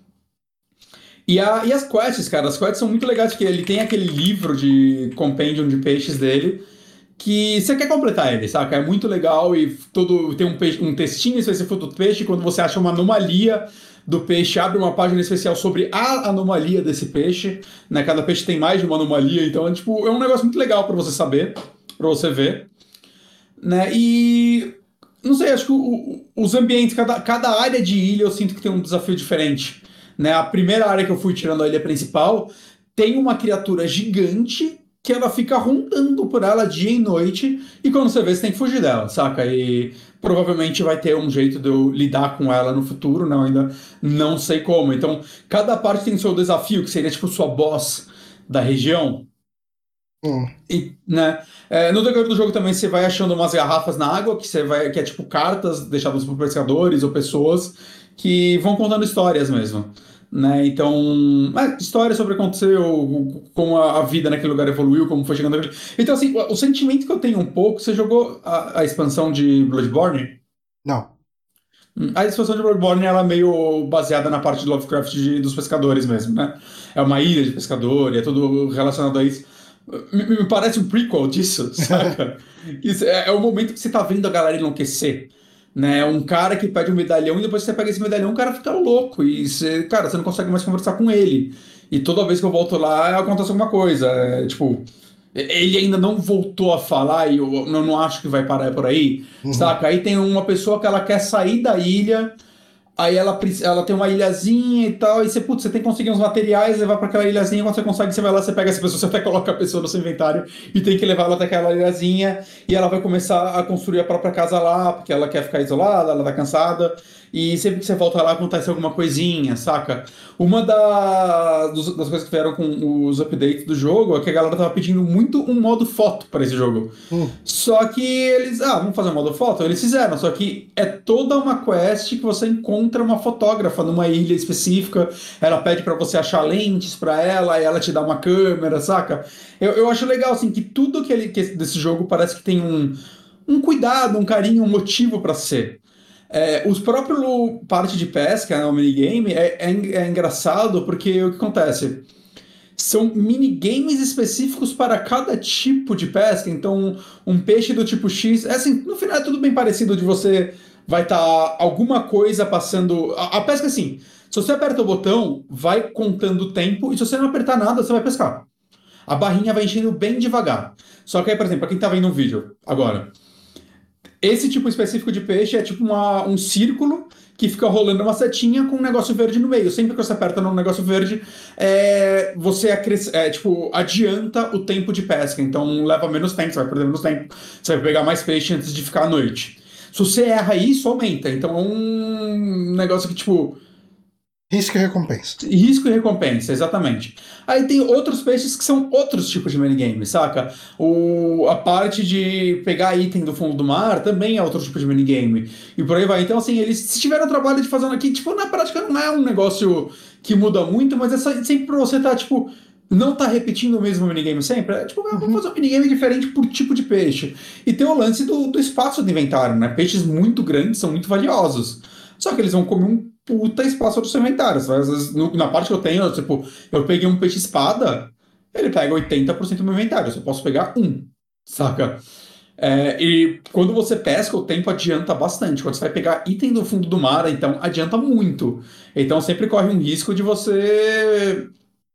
E, a, e as quests, cara, as quests são muito legais, porque ele tem aquele livro de compendium de peixes dele, que você quer completar ele, saca? É muito legal e todo tem um, peixe, um textinho específico do peixe. Quando você acha uma anomalia do peixe, abre uma página especial sobre a anomalia desse peixe, né? Cada peixe tem mais de uma anomalia, então é, tipo, é um negócio muito legal pra você saber, pra você ver, né? E não sei, acho que o- o- os ambientes, cada, cada área de ilha eu sinto que tem um desafio diferente, né? A primeira área que eu fui tirando a ilha principal tem uma criatura gigante que ela fica rondando por ela dia e noite, e quando você vê, você tem que fugir dela, saca? E provavelmente vai ter um jeito de eu lidar com ela no futuro, né? Eu ainda não sei como. Então, cada parte tem o seu desafio, que seria tipo sua boss da região. Hum. E, né, é, no decorrer do jogo também você vai achando umas garrafas na água que você vai, que é tipo cartas deixadas por pescadores ou pessoas que vão contando histórias mesmo, né? Então, é, histórias sobre o que aconteceu, como a, a vida naquele lugar evoluiu, como foi chegando. Então, assim, o, o sentimento que eu tenho um pouco, você jogou a, a expansão de Bloodborne? Não. Hum, A expansão de Bloodborne ela é meio baseada na parte de Lovecraft de- dos pescadores mesmo, né? É uma ilha de pescador e é tudo relacionado a isso. Me, me parece um prequel disso, saca? Isso é, é o momento que você tá vendo a galera enlouquecer, né? Um cara que pede um medalhão e depois você pega esse medalhão, o cara fica louco e você, cara, você não consegue mais conversar com ele. E toda vez que eu volto lá, acontece alguma coisa. É, tipo, ele ainda não voltou a falar e eu não, não acho que vai parar por aí, Uhum. saca? Aí tem uma pessoa que ela quer sair da ilha. Aí ela, preci- ela tem uma ilhazinha e tal, e você, putz, você tem que conseguir uns materiais, levar para aquela ilhazinha, quando você consegue, você vai lá, você pega essa pessoa, você até coloca a pessoa no seu inventário e tem que levar ela até aquela ilhazinha, e ela vai começar a construir a própria casa lá, porque ela quer ficar isolada, ela tá cansada, e sempre que você volta lá acontece alguma coisinha, saca? Uma da, dos- das coisas que vieram com os updates do jogo é que a galera tava pedindo muito um modo foto para esse jogo. Hum. Só que eles, ah, vamos fazer um modo foto? Eles fizeram, só que é toda uma quest que você encontra uma fotógrafa numa ilha específica, ela pede pra você achar lentes pra ela, e ela te dá uma câmera, saca? Eu, eu acho legal, assim, que tudo que ele, que esse- desse jogo parece que tem um, um cuidado, um carinho, um motivo pra ser. É, os próprios parte de pesca, né, o minigame, é, é, en- é engraçado porque o que acontece? São minigames específicos para cada tipo de pesca. Então, um peixe do tipo X, é assim, no final é tudo bem parecido de você vai estar alguma coisa passando. A, a pesca, assim, se você aperta o botão, vai contando o tempo, e se você não apertar nada, você vai pescar. A barrinha vai enchendo bem devagar. Só que aí, por exemplo, para quem tá vendo um vídeo agora, esse tipo específico de peixe é tipo uma, um círculo que fica rolando uma setinha com um negócio verde no meio. Sempre que você aperta no negócio verde, é, você acres- é, tipo, adianta o tempo de pesca. Então leva menos tempo, você vai perder menos tempo. Você vai pegar mais peixe antes de ficar à noite. Se você erra isso, aumenta. Então é um negócio que, tipo, Risco e recompensa. risco e recompensa, exatamente. Aí tem outros peixes que são outros tipos de minigame, saca? O, a parte de pegar item do fundo do mar também é outro tipo de minigame. E por aí vai. Então, assim, eles se tiveram o trabalho de fazer aqui, tipo, na prática não é um negócio que muda muito, mas é só- sempre pra você tá, tipo, não tá repetindo o mesmo minigame sempre. É tipo, ah, vamos Uhum. fazer um minigame diferente por tipo de peixe. E tem o lance do, do espaço do inventário, né? Peixes muito grandes são muito valiosos. Só que eles vão comer um puta espaço do seu inventário. Às vezes, no- na parte que eu tenho, eu, tipo, eu peguei um peixe-espada, ele pega oitenta por cento do meu inventário, eu só posso pegar um, saca? É, e quando você pesca, o tempo adianta bastante. Quando você vai pegar item do fundo do mar, então adianta muito. Então sempre corre um risco de você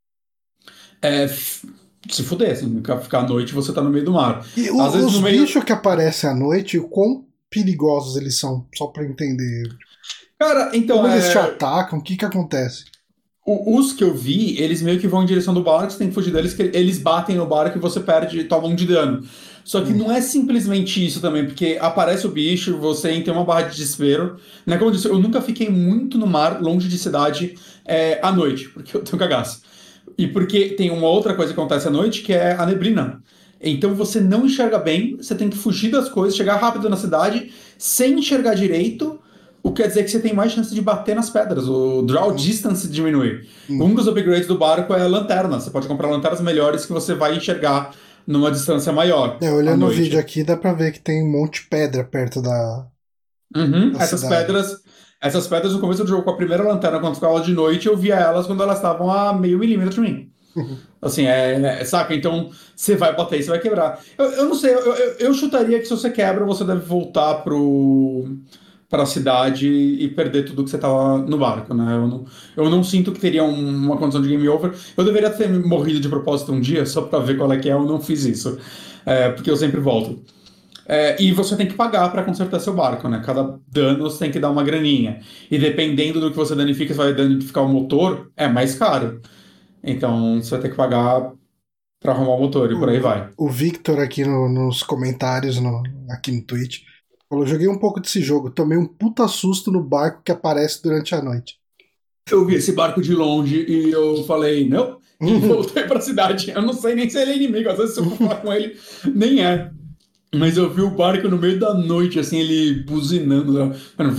é, f- se fuder, assim, ficar ficar à noite e você tá no meio do mar. E Às o- vezes os no meio. bichos que aparecem à noite, o quão perigosos eles são, só pra eu entender? Cara, então, Como eles te é. atacam? O que que acontece? o- os que eu vi, eles meio que vão em direção do barco, você tem que fugir deles, que eles batem no barco e você perde, toma um de dano. Só que Hum. não é simplesmente isso também, porque aparece o bicho, você tem uma barra de desespero. Né? Como eu disse, eu nunca fiquei muito no mar, longe de cidade, é, à noite, porque eu tenho cagaço. E porque tem uma outra coisa que acontece à noite, que é a neblina. Então você não enxerga bem, você tem que fugir das coisas, chegar rápido na cidade, sem enxergar direito, o que quer dizer que você tem mais chance de bater nas pedras. O draw Hum. distance diminui. Hum. Um dos upgrades do barco é a lanterna. Você pode comprar lanternas melhores que você vai enxergar numa distância maior. É, à olhando o noite. vídeo aqui, dá pra ver que tem um monte de pedra perto da, Uhum. da Essas cidade. pedras, essas pedras no começo do jogo, com a primeira lanterna, quando ficava de noite, eu via elas quando elas estavam a meio milímetro de mim. Assim, é, é- saca? Então, você vai bater e você vai quebrar. Eu, eu não sei, eu, eu, eu chutaria que se você quebra, você deve voltar pro, pra cidade e perder tudo que você tava no barco, né? Eu não, eu não sinto que teria um- uma condição de game over. Eu deveria ter morrido de propósito um dia, só pra ver qual é que é, eu não fiz isso. É, porque eu sempre volto. É, e você tem que pagar para consertar seu barco, né? Cada dano você tem que dar uma graninha. E dependendo do que você danifica, se vai danificar o motor, é mais caro. Então você vai ter que pagar para arrumar o motor e por aí vai. O, o Victor aqui no- nos comentários, no- aqui no Twitch, falou: joguei um pouco desse jogo, tomei um puta susto no barco que aparece durante a noite. Eu vi esse barco de longe e eu falei, não, e voltei pra cidade. Eu não sei nem se ele é inimigo, às vezes se eu for falar com ele, nem é. Mas eu vi o barco no meio da noite, assim, ele buzinando. Né?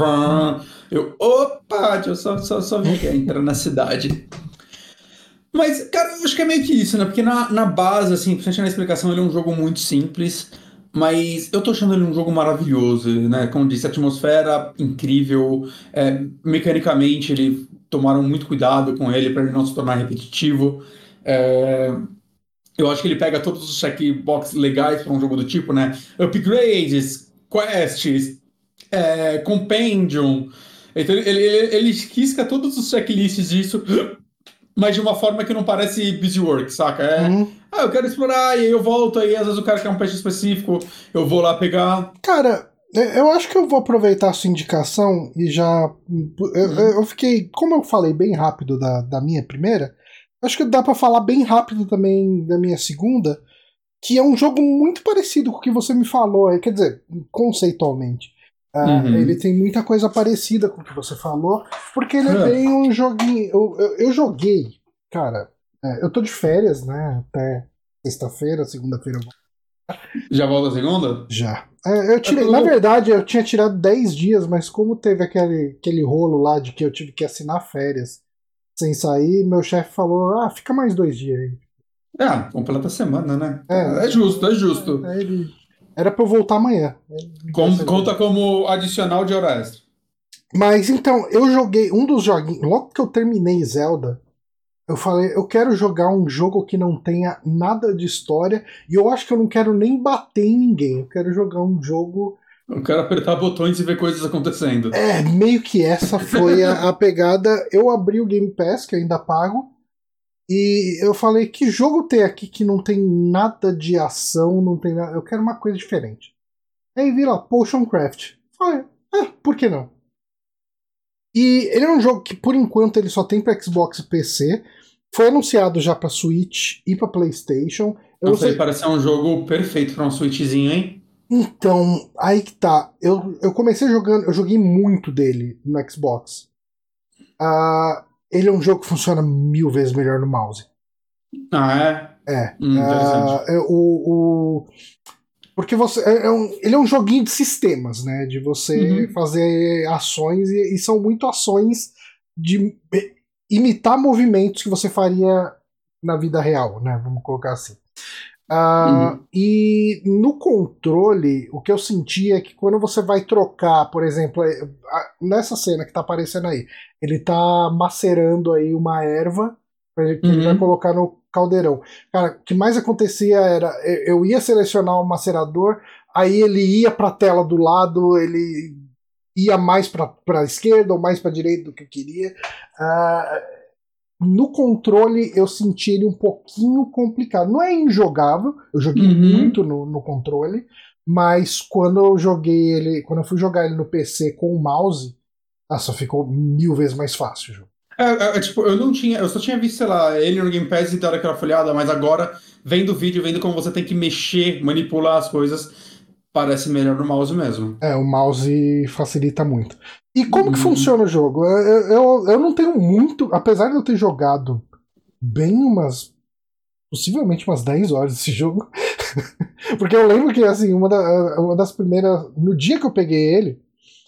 Eu, opa, deixa eu só, só, só vir aqui, entrar na cidade. Mas, cara, eu acho que é meio que isso, né? Porque na, na base, assim, principalmente na explicação, ele é um jogo muito simples, mas eu tô achando ele um jogo maravilhoso, né? Como disse, a atmosfera incrível, é, mecanicamente, ele tomaram muito cuidado com ele para ele não se tornar repetitivo. É, eu acho que ele pega todos os checkbox legais para um jogo do tipo, né? Upgrades, quests, é, compendium. Então ele, ele, ele risca todos os checklists disso, mas de uma forma que não parece busy work, saca? É, Uhum. ah, eu quero explorar, e aí eu volto, aí às vezes o cara quer um peixe específico, eu vou lá pegar. Cara, é, eu acho que eu vou aproveitar a sua indicação e já. Eu, Uhum. eu fiquei. Como eu falei bem rápido da, da minha primeira, acho que dá pra falar bem rápido também da minha segunda, que é um jogo muito parecido com o que você me falou. é, Quer dizer, conceitualmente. Ah, Uhum. ele tem muita coisa parecida com o que você falou, porque ele é É. bem um joguinho. Eu, eu, eu joguei, cara. é, eu tô de férias, né? Até sexta-feira, segunda-feira eu vou. Já volta a segunda? Já. É, eu tirei, tudo na bem. verdade, eu tinha tirado dez dias, mas como teve aquele, aquele rolo lá de que eu tive que assinar férias sem sair, meu chefe falou: ah, fica mais dois dias aí. É, completa a semana, né? É, É justo, é justo. Aí ele. Era pra eu voltar amanhã. Ele me Com- percebeu. conta como adicional de hora extra. Mas então, eu joguei um dos joguinhos. Logo que eu terminei Zelda, eu falei, eu quero jogar um jogo que não tenha nada de história. E eu acho que eu não quero nem bater em ninguém. Eu quero jogar um jogo. Eu quero apertar botões e ver coisas acontecendo. É, meio que essa foi a, a pegada. Eu abri o Game Pass, que eu ainda pago. E eu falei, que jogo tem aqui que não tem nada de ação, não tem nada. Eu quero uma coisa diferente. Aí vi lá, Potion Craft. Falei, ah, por que não? E ele é um jogo que, por enquanto, ele só tem para Xbox e P C. Foi anunciado já para Switch e para PlayStation. Eu não Nossa, ele sei. parece ser um jogo perfeito pra um Switchzinho, hein? Então, aí que tá. Eu, eu comecei jogando, eu joguei muito dele no Xbox. Ah, ele é um jogo que funciona mil vezes melhor no mouse. Ah, é? É. Hum, interessante. ah, é, o, o- porque você. É, é um, ele é um joguinho de sistemas, né? De você Uhum. fazer ações, e, e são muito ações de eh, imitar movimentos que você faria na vida real, né? Vamos colocar assim. Ah, Uhum. e no controle, o que eu senti é que quando você vai trocar, por exemplo, eh, a- nessa cena que tá aparecendo aí, ele tá macerando aí uma erva pra ele- que ele vai Uhum. colocar no caldeirão. Cara, o que mais acontecia era eh, eu ia selecionar o macerador, aí ele ia pra tela do lado, ele ia mais pra, pra esquerda ou mais pra direita do que eu queria. Ah, no controle eu senti ele um pouquinho complicado. Não é injogável, eu joguei Uhum. muito no, no controle, mas quando eu joguei ele, quando eu fui jogar ele no P C com o mouse, nossa, ficou mil vezes mais fácil o jogo. É, é, é, tipo, eu não tinha, eu só tinha visto, sei lá, ele no Game Pass e dado aquela folhada, mas agora, vendo o vídeo, vendo como você tem que mexer, manipular as coisas, parece melhor no mouse mesmo. É, o mouse facilita muito. E como que Uhum. funciona o jogo? Eu, eu, eu não tenho muito, apesar de eu ter jogado bem umas, possivelmente umas dez horas desse jogo, porque eu lembro que, assim, uma, da, uma das primeiras, no dia que eu peguei ele,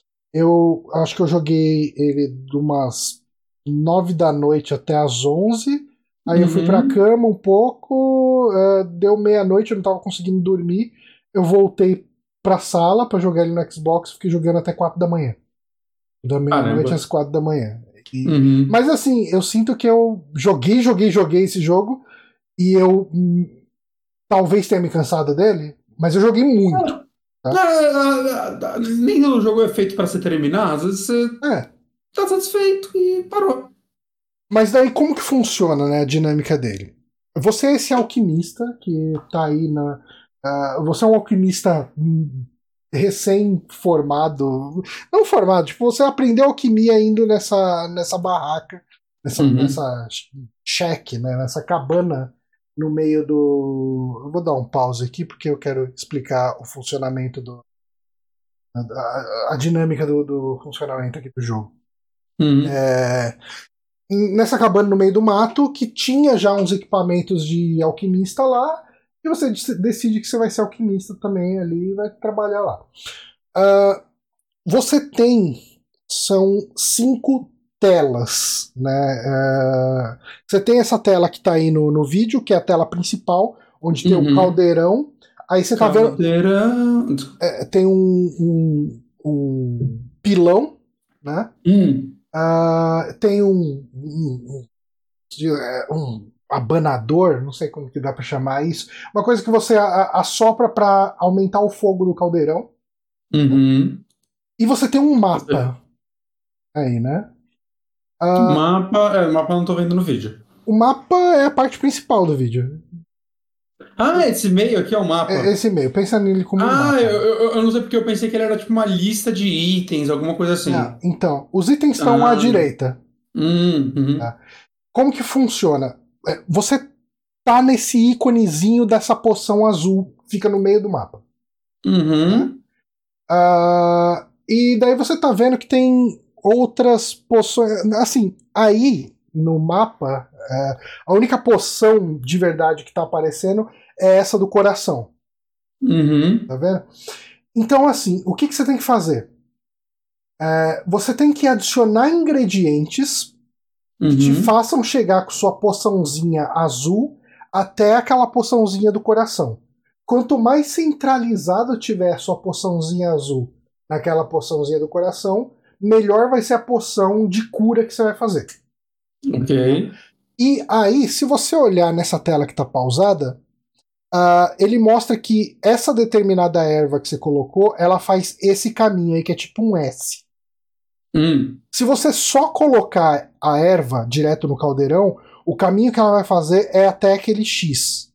eu acho que eu joguei ele de umas nove da noite até as onze. Aí eu fui pra Uhum. cama um pouco, eh, deu meia-noite, eu não tava conseguindo dormir. Eu voltei pra sala pra jogar ele no Xbox, fiquei jogando até quatro da manhã. Da meia-noite Caramba. às quatro da manhã. E- Uhum. mas assim, eu sinto que eu joguei, joguei, joguei esse jogo e eu hum, talvez tenha me cansado dele, mas eu joguei muito, Ah, tá? ah, ah, nem o jogo é feito pra se terminar, às vezes você É. tá satisfeito e parou. Mas daí como que funciona, né, a dinâmica dele? Você é esse alquimista que tá aí na. Uh, você é um alquimista hum, recém-formado. Não formado, tipo, você aprendeu alquimia indo nessa, nessa barraca, nessa, Uhum. nessa cheque, né, nessa cabana no meio do. Eu vou dar um pause aqui porque eu quero explicar o funcionamento do. A, a, a dinâmica do, do funcionamento aqui do jogo. Uhum. É, nessa cabana no meio do mato que tinha já uns equipamentos de alquimista lá e você decide que você vai ser alquimista também ali e vai trabalhar lá. Uh, você tem são cinco telas, né? Uh, você tem essa tela que está aí no, no vídeo, que é a tela principal, onde tem o Uhum. caldeirão. Aí você tá vendo Caldeirão. é, tem um, um, um pilão, né? Hum. Uh, tem um, um, de, é, um abanador, não sei como que dá para chamar isso, uma coisa que você a, assopra para aumentar o fogo do caldeirão. Uhum. E você tem um mapa aí, né? Uh, Mapa, é, mapa eu não tô vendo no vídeo. o mapa é a parte principal do vídeo. Ah, esse meio aqui é o É mapa. esse meio, pensa nele como um Ah, eu, mapa. eu, eu não sei porque eu pensei que ele era tipo uma lista de itens, alguma coisa Não, assim. então, os itens estão à Ah, direita. hum, uhum, Tá? Como que funciona? É, você tá nesse íconezinho dessa poção azul, fica no meio do mapa. Né? uhum, Uh, e daí você tá vendo que tem outras poções. Assim, aí no mapa, uh, a única poção de verdade que tá aparecendo é essa do coração. uhum, Tá vendo? Então, assim, o que, que você tem que fazer? Uh, você tem que adicionar ingredientes que te uhum, façam chegar com sua poçãozinha azul até aquela poçãozinha do coração. Quanto mais centralizado tiver a sua poçãozinha azul naquela poçãozinha do coração, melhor vai ser a poção de cura que você vai fazer. ok. E aí, se você olhar nessa tela que está pausada, uh, ele mostra que essa determinada erva que você colocou, ela faz esse caminho aí que é tipo um S. Hum, Se você só colocar a erva direto no caldeirão, o caminho que ela vai fazer é até aquele X.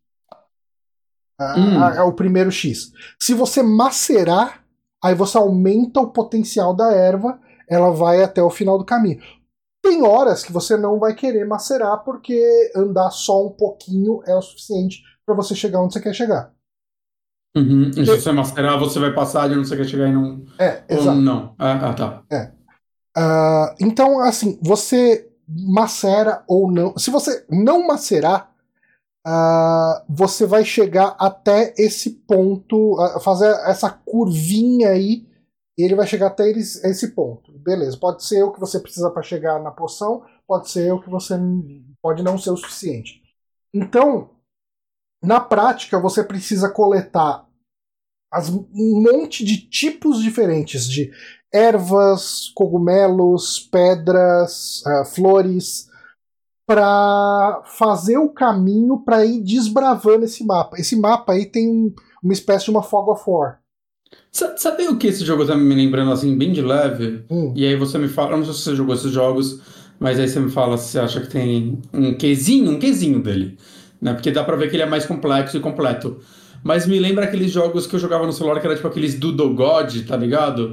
É hum, o primeiro X. Se você macerar, aí você aumenta o potencial da erva, ela vai até o final do caminho. Tem horas que você não vai querer macerar porque andar só um pouquinho é o suficiente para você chegar onde você quer chegar. uhum. E se E- você macerar, você vai passar de não sei o que chegar e não. é, Ou exato. não. Ah, ah, tá. É. Uh, então, assim, você macera ou não. Se você não macerar, uh, você vai chegar até esse ponto, uh, fazer essa curvinha aí, e ele vai chegar até eles, esse ponto. Beleza, pode ser o que você precisa para chegar na poção, pode ser o que você pode não ser o suficiente. Então, na prática, você precisa coletar as, um monte de tipos diferentes de ervas, cogumelos, pedras, uh, flores, para fazer o caminho para ir desbravando esse mapa. Esse mapa aí tem um, uma espécie de uma fog of war. Sa- Sabe o que esse jogo tá me lembrando assim, bem de leve? Hum. E aí você me fala, eu não sei se você jogou esses jogos, mas aí você me fala se você acha que tem um quezinho, um quezinho dele, né? Porque dá pra ver que ele é mais complexo e completo. Mas me lembra aqueles jogos que eu jogava no celular que era tipo aqueles Doodle God, tá ligado?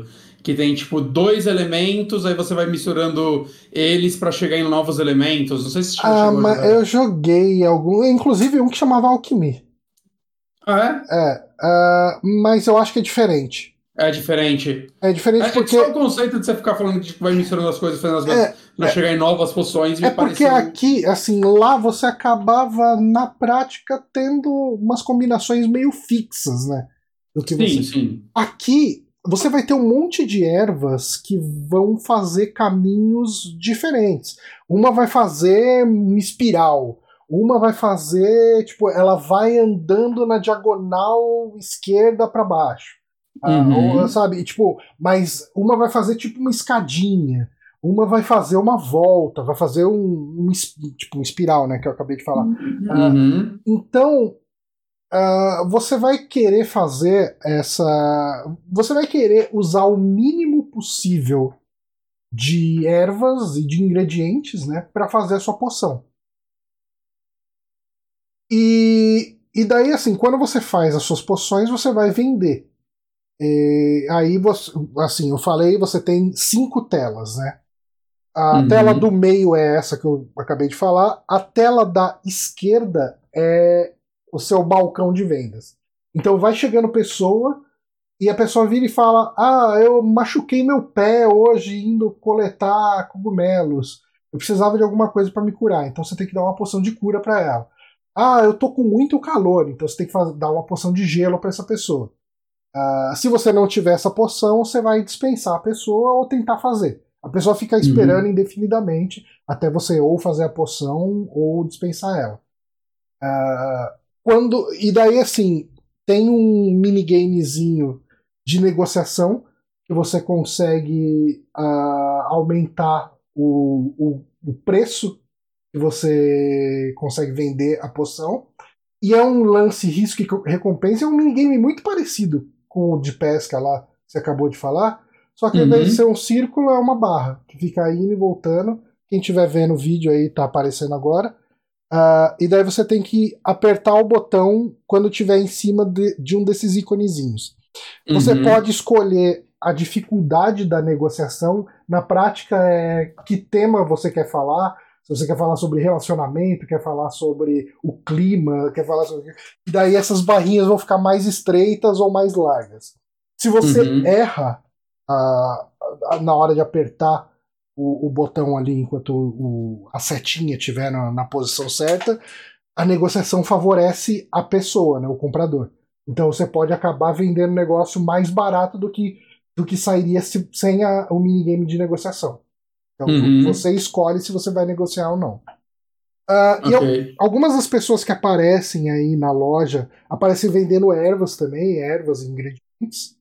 que tem tipo dois elementos, aí você vai misturando eles pra chegar em novos elementos. Não sei se você já Ah, chegou a mas jogar. eu joguei algum, inclusive um que chamava Alchemy. Ah, É, ah, mas eu acho que é diferente. é? É diferente. É diferente É, é que só o porque conceito de você ficar falando que tipo, vai misturando as coisas, fazendo as coisas é, pra chegar em novas poções é me porque pareceu. aqui, assim, lá você acabava na prática tendo umas combinações meio fixas, né? Do que Sim, você. sim. Aqui você vai ter um monte de ervas que vão fazer caminhos diferentes. Uma vai fazer uma espiral, uma vai fazer, tipo, ela vai andando na diagonal esquerda para baixo. Ah, ou, Uhum. sabe, tipo, mas uma vai fazer tipo uma escadinha, uma vai fazer uma volta, vai fazer um, um es- tipo um espiral, né, que eu acabei de falar. Ah, Uhum. então, ah, você vai querer fazer essa. Você vai querer usar o mínimo possível de ervas e de ingredientes, né, para fazer a sua poção. E, e daí, assim, quando você faz as suas poções, você vai vender. E aí, você, assim, eu falei, você tem cinco telas, né? A tela do Uhum. meio é essa que eu acabei de falar. A tela da esquerda é o seu balcão de vendas. Então vai chegando pessoa e a pessoa vira e fala: Ah, eu machuquei meu pé hoje indo coletar cogumelos. Eu precisava de alguma coisa para me curar. Então você tem que dar uma poção de cura para ela. Ah, eu tô com muito calor. Então você tem que fazer, dar uma poção de gelo para essa pessoa. Ah, se você não tiver essa poção, você vai dispensar a pessoa ou tentar fazer. A pessoa fica esperando Uhum. indefinidamente até você ou fazer a poção ou dispensar ela. Ah, quando e daí assim tem um minigamezinho de negociação que você consegue ah, aumentar o, o, o preço que você consegue vender a poção. E é um lance risco e recompensa, é um minigame muito parecido com o de pesca lá que você acabou de falar. Só que ao invés de ser Uhum. um círculo, é uma barra que fica indo e voltando. Quem estiver vendo o vídeo aí tá aparecendo agora. Uh, e daí você tem que apertar o botão quando estiver em cima de, de um desses iconezinhos. Você Uhum. pode escolher a dificuldade da negociação. Na prática, é que tema você quer falar. Se você quer falar sobre relacionamento, quer falar sobre o clima, quer falar sobre. E daí essas barrinhas vão ficar mais estreitas ou mais largas. Se você Uhum. erra a, a, na hora de apertar o, o botão ali enquanto o, a setinha estiver na, na posição certa, a negociação favorece a pessoa, né, o comprador. Então você pode acabar vendendo negócio mais barato do que, do que sairia se, sem a, o minigame de negociação. Então Uhum. você escolhe se você vai negociar ou não. Uh, e Ok. eu, algumas das pessoas que aparecem aí na loja aparecem vendendo ervas também, ervas e ingredientes.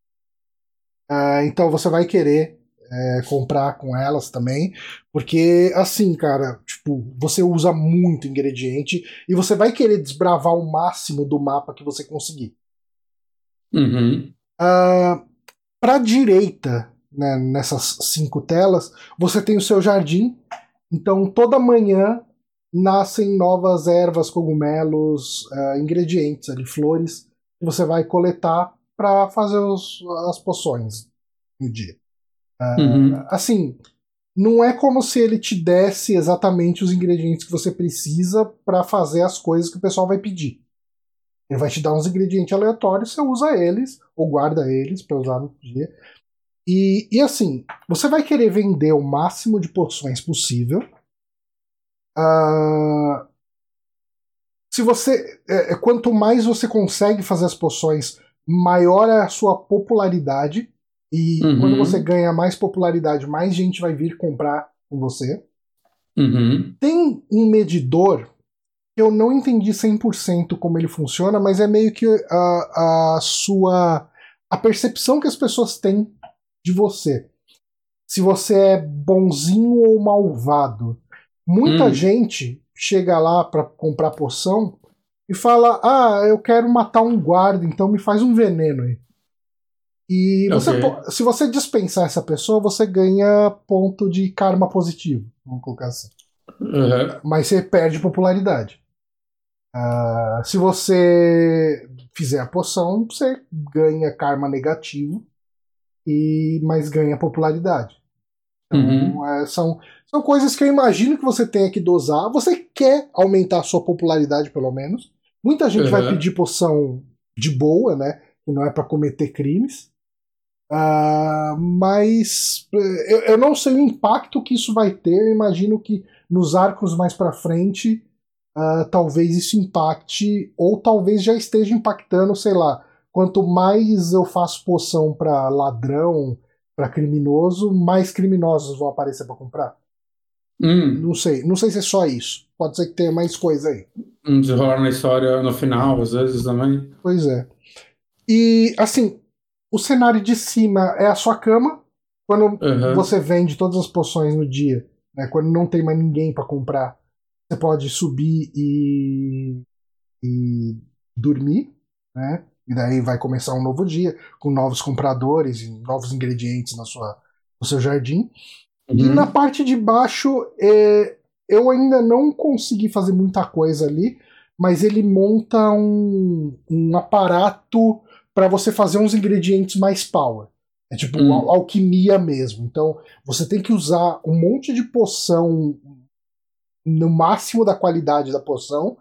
Uh, então você vai querer é, comprar com elas também, porque assim, cara, tipo, você usa muito ingrediente e você vai querer desbravar o máximo do mapa que você conseguir. Uhum. Uh, Para a direita, né, nessas cinco telas, você tem o seu jardim. Então toda manhã nascem novas ervas, cogumelos, uh, ingredientes ali, flores que você vai coletar para fazer os, as poções no dia. Uhum. Assim, não é como se ele te desse exatamente os ingredientes que você precisa para fazer as coisas que o pessoal vai pedir. Ele vai te dar uns ingredientes aleatórios, você usa eles ou guarda eles para usar no dia. E, e assim, você vai querer vender o máximo de porções possível. Uh, se você, é, é, quanto mais você consegue fazer as poções, maior é a sua popularidade. E quando você Uhum. ganha mais popularidade, mais gente vai vir comprar com você. Uhum. Tem um medidor que eu não entendi cem por cento como ele funciona, mas é meio que a, a sua a percepção que as pessoas têm de você. Se você é bonzinho ou malvado. Muita Uhum. gente chega lá para comprar poção e fala: "Ah, eu quero matar um guarda, então me faz um veneno aí". E Ok. você, se você dispensar essa pessoa, você ganha ponto de karma positivo, vamos colocar assim. Uhum. Mas você perde popularidade. Uh, se você fizer a poção, você ganha karma negativo. e mas ganha popularidade. Então, Uhum. é, são, são coisas que eu imagino que você tenha que dosar. Você quer aumentar a sua popularidade, pelo menos. Muita gente vai Uhum. pedir poção de boa, né? Que não é para cometer crimes. Uh, mas eu, eu não sei o impacto que isso vai ter. Eu imagino que nos arcos mais para frente, uh, talvez isso impacte, ou talvez já esteja impactando, sei lá. Quanto mais eu faço poção para ladrão, para criminoso, mais criminosos vão aparecer para comprar. Hum. Não sei, não sei se é só isso. Pode ser que tenha mais coisa aí. Um desenrolar na história no final, às vezes também. Pois é. E assim, o cenário de cima é a sua cama. Quando Uhum. você vende todas as poções no dia, né, quando não tem mais ninguém para comprar, você pode subir e, e dormir, né? E daí vai começar um novo dia com novos compradores e novos ingredientes na sua, no seu jardim. E na Uhum. parte de baixo, é, eu ainda não consegui fazer muita coisa ali, mas ele monta um, um aparato para você fazer uns ingredientes mais power. É tipo al- Hum. alquimia mesmo. Então você tem que usar um monte de poção no máximo da qualidade da poção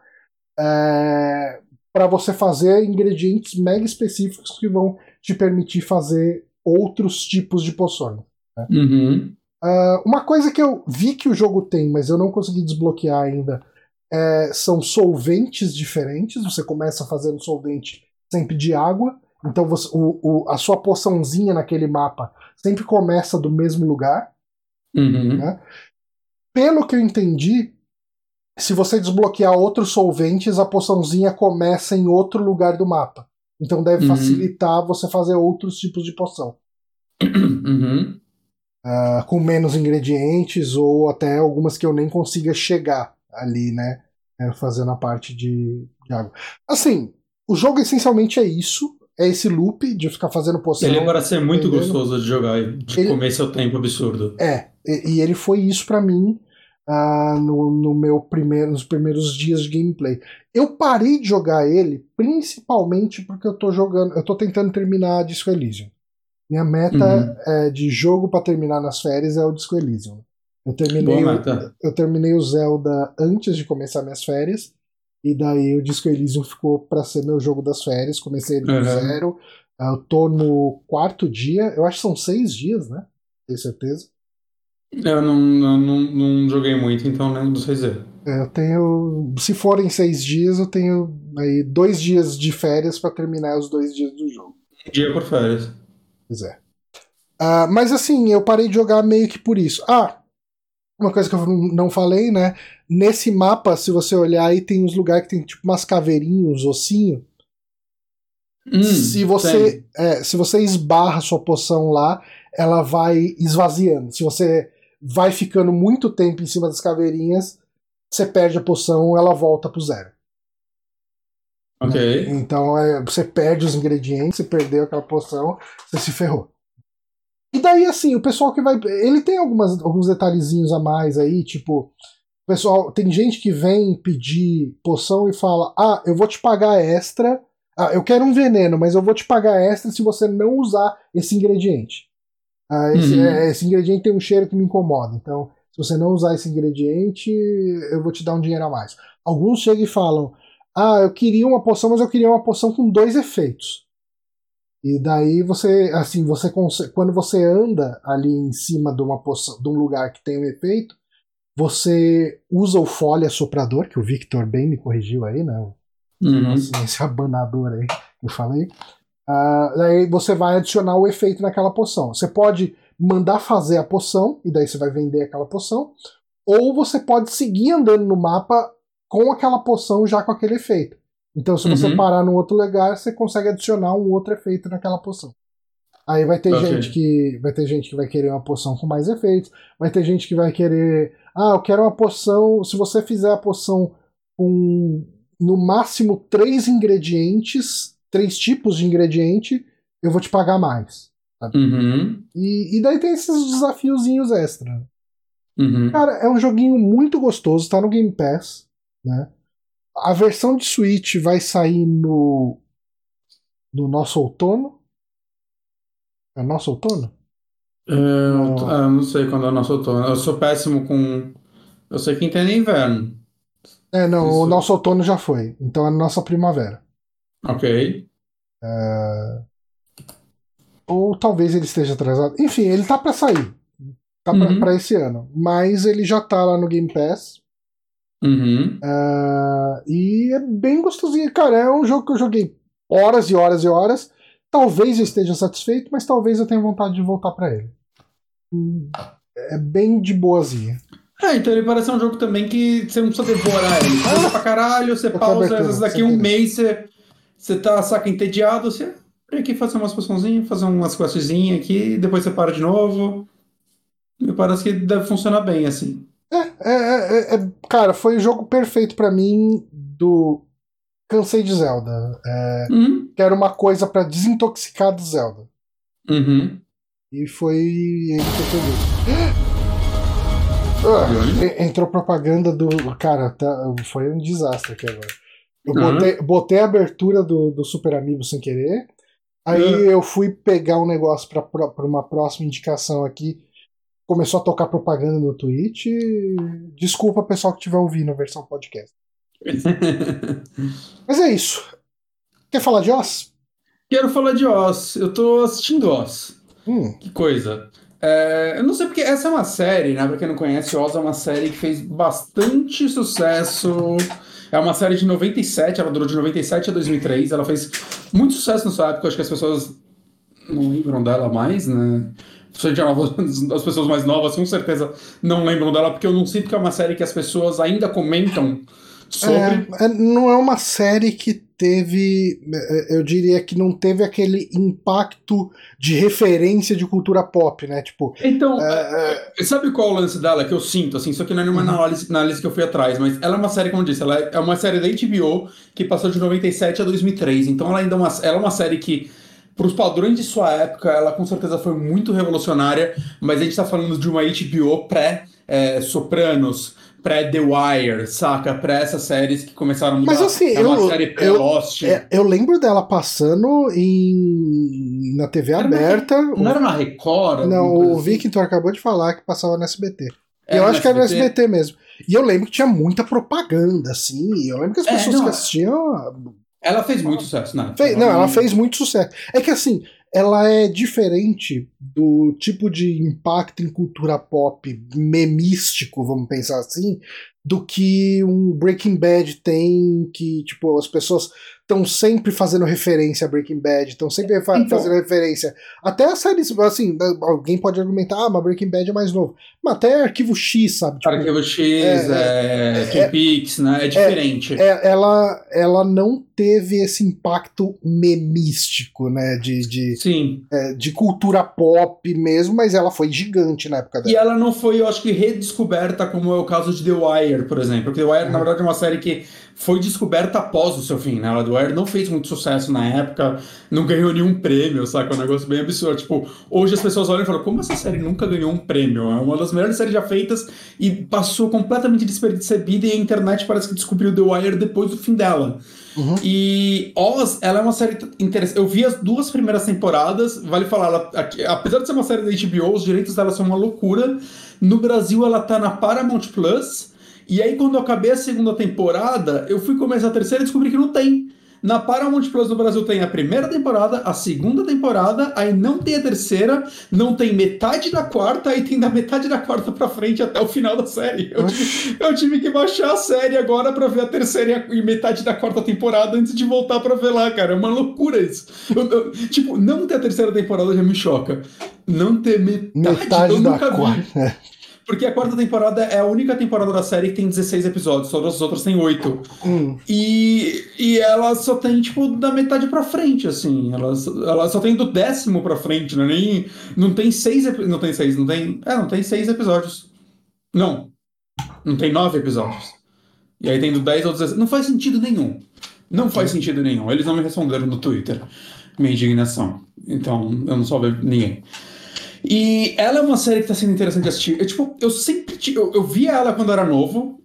é, para você fazer ingredientes mega específicos que vão te permitir fazer outros tipos de poções. Né? Uhum. Uh, uma coisa que eu vi que o jogo tem, mas eu não consegui desbloquear ainda, é, são solventes diferentes. Você começa fazendo solvente sempre de água, então você, o, o, a sua poçãozinha naquele mapa sempre começa do mesmo lugar. Uhum. Né? Pelo que eu entendi, se você desbloquear outros solventes, a poçãozinha começa em outro lugar do mapa. Então deve Uhum. facilitar você fazer outros tipos de poção. Uhum. Uh, com menos ingredientes ou até algumas que eu nem consiga chegar ali, né? É, fazendo a parte de, de água. Assim, o jogo essencialmente é isso. É esse loop de ficar fazendo Ele poção, parece ser muito vendendo. gostoso de jogar, de Ele comer seu tempo absurdo. é, e, e ele foi isso pra mim uh, no, no meu primeiro, nos primeiros dias de gameplay. Eu parei de jogar ele principalmente porque eu tô jogando, eu tô tentando terminar Disco Elysium. Minha meta Uhum. é, de jogo para terminar nas férias é o Disco Elysium. Eu Boa terminei, o, meta. eu terminei o Zelda antes de começar minhas férias, e daí o Disco Elysium ficou para ser meu jogo das férias. Comecei ele do Uhum. zero. Eu tô no quarto dia, eu acho que são seis dias, né? Tenho certeza. Eu não, não, não, não joguei muito, então não sei dizer. É, eu tenho. Se forem seis dias, eu tenho aí dois dias de férias para terminar os dois dias do jogo. Um dia por férias. Pois é. Ah, mas assim, eu parei de jogar meio que por isso. Ah, uma coisa que eu não falei, né? Nesse mapa, se você olhar aí, tem uns lugares que tem tipo umas caveirinhas, uns ossinhos. Se Hum, você, tem. é, se você esbarra sua poção lá, ela vai esvaziando. Se você vai ficando muito tempo em cima das caveirinhas, você perde a poção, ela volta pro zero. Ok. Né? Então é, você perde os ingredientes, você perdeu aquela poção, você se ferrou. E daí, assim, o pessoal que vai. Ele tem algumas, alguns detalhezinhos a mais aí, tipo. Pessoal, tem gente que vem pedir poção e fala: Ah, eu vou te pagar extra. Ah, eu quero um veneno, mas eu vou te pagar extra se você não usar esse ingrediente. Ah, esse, é, Uhum. esse ingrediente tem um cheiro que me incomoda. Então, se você não usar esse ingrediente, eu vou te dar um dinheiro a mais. Alguns chegam e falam: Ah, eu queria uma poção, mas eu queria uma poção com dois efeitos. E daí você, assim, você consegue, quando você anda ali em cima de uma poção, de um lugar que tem um efeito, você usa o fole assoprador, que o Victor bem me corrigiu aí, né? Esse Uhum. negocinho, esse abanador aí que eu falei. Uh, daí você vai adicionar o efeito naquela poção. Você pode mandar fazer a poção, e daí você vai vender aquela poção, ou você pode seguir andando no mapa com aquela poção já com aquele efeito. Então, se você Uhum. parar num outro lugar, você consegue adicionar um outro efeito naquela poção. Aí vai ter Ok. gente que vai ter gente que vai querer uma poção com mais efeitos, vai ter gente que vai querer, ah, eu quero uma poção, se você fizer a poção com no máximo três ingredientes, três tipos de ingrediente, eu vou te pagar mais. Sabe? Uhum. E, e daí tem esses desafiozinhos extra. Uhum. Cara, é um joguinho muito gostoso, tá no Game Pass, né? A versão de Switch vai sair no, no nosso outono. É nosso outono? É, Não. eu, ah, não sei quando é o nosso outono. Eu sou péssimo com. Eu sei que entende inverno. É, não, o Isso. nosso outono já foi. Então é nossa primavera. Ok. É, ou talvez ele esteja atrasado. Enfim, ele tá pra sair. Tá pra, pra Uhum. esse ano. Mas ele já tá lá no Game Pass. Uhum. É, e é bem gostosinho. Cara, é um jogo que eu joguei horas e horas e horas. Talvez eu esteja satisfeito, mas talvez eu tenha vontade de voltar pra ele. Hum, É bem de boazinha. Ah, então ele parece um jogo também que você não precisa devorar ele. Você joga pra caralho, você Outra pausa, às vezes abertura, daqui sem um querer. mês você, você tá, saca, entediado, você vem aqui fazer umas poçãozinhas, fazer umas questzinhas aqui, depois você para de novo. Me parece que deve funcionar bem, assim. É, é, é, é- cara, foi o jogo perfeito pra mim do cansei de Zelda. É, Uhum. quero uma coisa pra desintoxicar do Zelda. Uhum. E foi ele que eu peguei. Ah, Johnny? e- entrou propaganda do. Cara, tá- foi um desastre aqui agora. Eu botei, Ah, botei a abertura do, do Super Amiibo sem querer. Aí ah. eu fui pegar um negócio pra, pra pra uma próxima indicação aqui. Começou a tocar propaganda no Twitch. Desculpa, pessoal que estiver ouvindo a versão podcast. Mas é isso. Quer falar de Oz? Quero falar de Oz. Eu tô assistindo Oz. Hum. Que coisa. É, eu não sei porque essa é uma série, né? Pra quem não conhece, Oz é uma série que fez bastante sucesso. É uma série de noventa e sete, ela durou de noventa e sete a dois mil e três. Ela fez muito sucesso na sua época, acho que as pessoas não lembram dela mais, né? As pessoas mais novas com certeza não lembram dela, porque eu não sinto que é uma série que as pessoas ainda comentam sobre. É, é, não é uma série que teve. é, Eu diria que não teve aquele impacto de referência de cultura pop, né? Tipo. Então, é, é, é, sabe qual é o lance dela que eu sinto, assim, só que não é nenhuma uhum. análise, análise que eu fui atrás, mas ela é uma série, como eu disse, ela é é uma série da H B O que passou de noventa e sete a dois mil e três, então ela ainda é uma, ela é uma série que, para os padrões de sua época, ela com certeza foi muito revolucionária, mas a gente tá falando de uma H B O pré-Sopranos, pré-The Wire, saca? Pré essas séries que começaram a Mas mudar, assim, é uma eu, série eu, pré-Lost. é, eu lembro dela passando em, na T V Era na, Re- aberta. não O, era na Record, não, alguma coisa o assim? Victor acabou de falar que passava no S B T. E eu Era no acho que era no S B T? S B T mesmo. E eu lembro que tinha muita propaganda, assim. E eu lembro que as É, pessoas que não, assistiam. ela fez muito sucesso na época. Fe- Ela Não, ela não. fez muito sucesso. É que assim, ela é diferente do tipo de impacto em cultura pop memístico, vamos pensar assim, do que um Breaking Bad tem, que tipo as pessoas estão sempre fazendo referência a Breaking Bad, estão sempre fa- fazendo Então, referência. Até as séries, assim, alguém pode argumentar, ah, mas Breaking Bad é mais novo. Mas até Arquivo X, sabe? Tipo, Arquivo X, é, é, é, Twin é, Peaks, né? É é, diferente. é, ela, ela não teve esse impacto memístico, né? De, de, Sim. é, de cultura pop mesmo, mas ela foi gigante na época E dela. ela não foi, eu acho que, redescoberta, como é o caso de The Wire, por exemplo. Porque The Wire, na Uhum. verdade, é uma série que foi descoberta após o seu fim, né? The Wire não fez muito sucesso na época, não ganhou nenhum prêmio, saca? É um negócio bem absurdo. Tipo, hoje as pessoas olham e falam, como essa série nunca ganhou um prêmio? É uma das melhores séries já feitas e passou completamente despercebida e a internet parece que descobriu The Wire depois do fim dela. Uhum. E Oz, ela é uma série interessante. Eu vi as duas primeiras temporadas, vale falar, ela, aqui- apesar de ser uma série da H B O, os direitos dela são uma loucura. No Brasil, ela tá na Paramount Plus. E aí, quando eu acabei a segunda temporada, eu fui começar a terceira e descobri que não tem. Na Paramount Plus no Brasil tem a primeira temporada, a segunda temporada, aí não tem a terceira, não tem metade da quarta, aí tem da metade da quarta pra frente até o final da série. Eu tive, eu tive que baixar a série agora pra ver a terceira e, a, e metade da quarta temporada antes de voltar pra ver lá, cara. É uma loucura isso. Eu, eu, tipo, não ter a terceira temporada já me choca. Não ter metade, Metade eu da nunca vi. quarta. Porque a quarta temporada é a única temporada da série que tem dezesseis episódios, todas as outras têm oito. Hum. E, e ela só tem, tipo, da metade pra frente, assim. Ela, ela só tem do décimo pra frente, né? Nem, não tem seis. epi- Não tem seis, não tem. É, não tem seis episódios. Não, não tem nove episódios. E aí tem do dez ao dezesseis. Não faz sentido nenhum. Não faz sentido nenhum. Eles não me responderam no Twitter. Minha indignação. Então, eu não salvei ninguém. E ela é uma série que tá sendo interessante de assistir. Eu, tipo, eu sempre. ti- Eu, eu via ela quando era novo.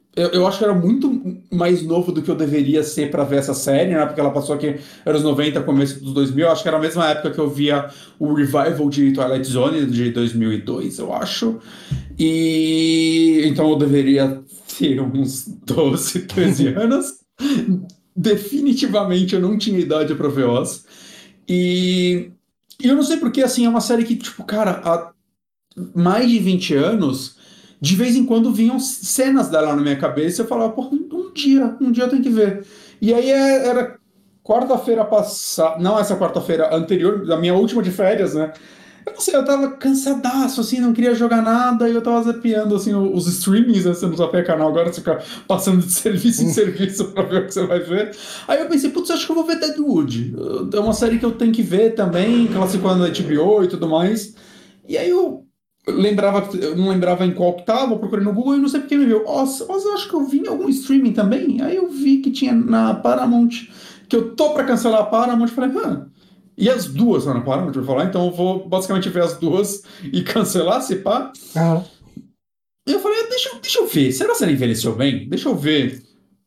Eu, eu acho que eu era muito mais novo do que eu deveria ser pra ver essa série, né? Porque ela passou aqui anos noventa, começo dos dois mil. Eu acho que era a mesma época que eu via o revival de Twilight Zone de dois mil e dois, eu acho. E então eu deveria ter uns doze, treze anos. Definitivamente eu não tinha idade pra ver Oz. E, e eu não sei porque, assim, é uma série que, tipo, cara, há mais de vinte anos, de vez em quando vinham cenas dela na minha cabeça e eu falava, pô, um dia, um dia eu tenho que ver. E aí é- era quarta-feira passada, não essa quarta-feira anterior, da minha última de férias, né? Eu não sei, eu tava cansadaço, assim, não queria jogar nada, e eu tava zapeando, assim, o- os streamings, né? Você não zapeia canal agora, você fica passando de serviço em serviço pra ver o que você vai ver. Aí eu pensei, putz, acho que eu vou ver Deadwood. É uma série que eu tenho que ver também, classificando na H B O e tudo mais. E aí eu lembrava, eu não lembrava em qual que tava, eu procurei no Google e não sei porque me viu. Nossa, mas eu acho que eu vi em algum streaming também. Aí eu vi que tinha na Paramount, que eu tô pra cancelar a Paramount, falei, ah, e as duas lá na Paramount, eu vou falar, então eu vou basicamente ver as duas e cancelar, se pá. Ah, E eu falei, ah, deixa, eu- deixa eu ver, será que ela envelheceu bem? Deixa eu ver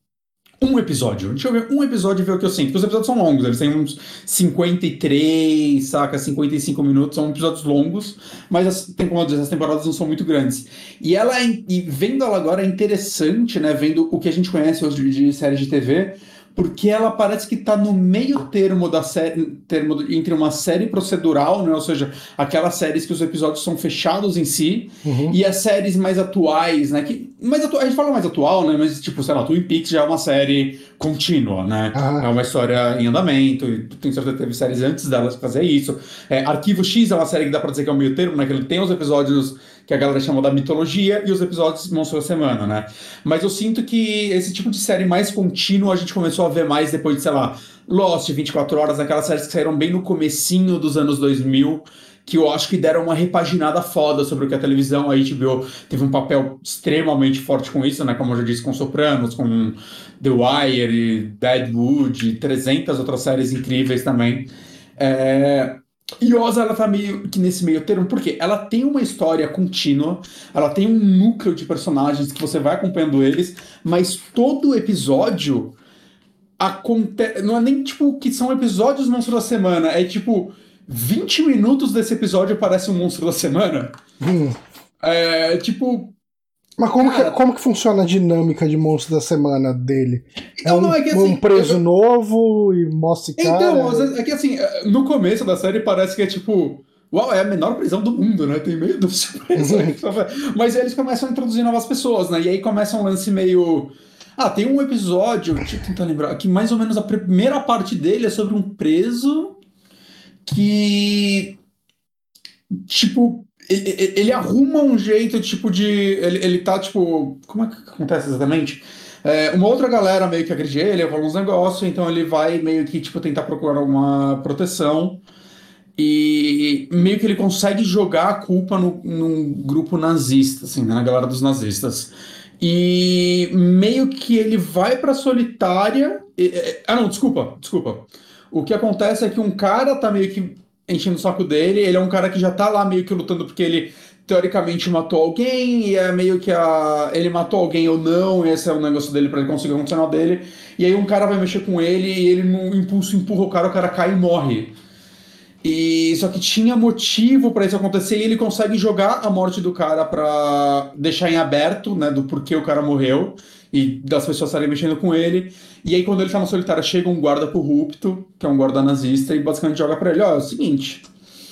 um episódio. Deixa eu ver um episódio e ver o que eu sinto. Porque os episódios são longos, eles têm uns cinquenta e três, saca? cinquenta e cinco minutos, são episódios longos, mas as, tem como eu dizer, as temporadas não são muito grandes. E ela, é- e vendo ela agora é interessante, né? Vendo o que a gente conhece hoje de, de séries de T V, porque ela parece que tá no meio termo da série, termo do- entre uma série procedural, né? Ou seja, aquelas séries que os episódios são fechados em si, uhum. e as séries mais atuais, né? Que, mais atu- a gente fala mais atual, né? Mas, tipo, sei lá, Twin Peaks já é uma série contínua, né? É Ah, uma história em andamento, e tenho certeza que teve séries antes delas que fazer isso. É, Arquivo X é uma série que dá pra dizer que é um meio termo, né? Que ele tem os episódios que a galera chama da mitologia e os episódios Monstro da Semana, né? Mas eu sinto que esse tipo de série mais contínua a gente começou a ver mais depois de, sei lá, Lost, vinte e quatro horas, aquelas séries que saíram bem no comecinho dos anos dois mil, que eu acho que deram uma repaginada foda sobre o que a televisão, a H B O teve um papel extremamente forte com isso, né? Como eu já disse, com Sopranos, com The Wire, Deadwood, e trezentas outras séries incríveis também. É... E Oz, ela tá meio que nesse meio termo, porque ela tem uma história contínua, ela tem um núcleo de personagens que você vai acompanhando eles, mas todo episódio acontece. Não é nem tipo que são episódios monstro da semana, é tipo vinte minutos desse episódio parece um monstro da semana. hum. É tipo, Mas como que, cara. como que funciona a dinâmica de monstro da semana dele? É Então, não, um, é que um assim. preso eu- novo e mostra esse Então, cara? às vezes, é que assim, no começo da série parece que é tipo. Uau, é a menor prisão do mundo, né? Tem meio dúzia de presos aí. Mas aí eles começam a introduzir novas pessoas, né? E aí começa um lance meio. Ah, tem um episódio, deixa eu tentar lembrar, que mais ou menos a primeira parte dele é sobre um preso que, tipo, ele, ele- ele arruma um jeito, tipo, de. Ele, ele tá, tipo. Como é que acontece exatamente? É, uma outra galera meio que agride ele, rola uns negócios, então ele vai meio que, tipo, tentar procurar alguma proteção. E meio que ele consegue jogar a culpa no, num grupo nazista, assim, né, na galera dos nazistas. E meio que ele vai pra solitária. e- e- ah, não, desculpa, desculpa. O que acontece é que um cara tá meio que enchendo o saco dele. Ele é um cara que já tá lá meio que lutando porque ele teoricamente matou alguém. E é meio que a. Ele matou alguém ou não. Esse é o negócio dele pra ele conseguir o condicional dele. E aí um cara vai mexer com ele e ele, no impulso, empurra o cara, o cara cai e morre. E só que tinha motivo pra isso acontecer e ele consegue jogar a morte do cara pra deixar em aberto, né, do porquê o cara morreu e das pessoas estarem mexendo com ele. E aí quando ele tá no solitário chega um guarda corrupto, que é um guarda nazista, e basicamente joga pra ele, ó, é o seguinte,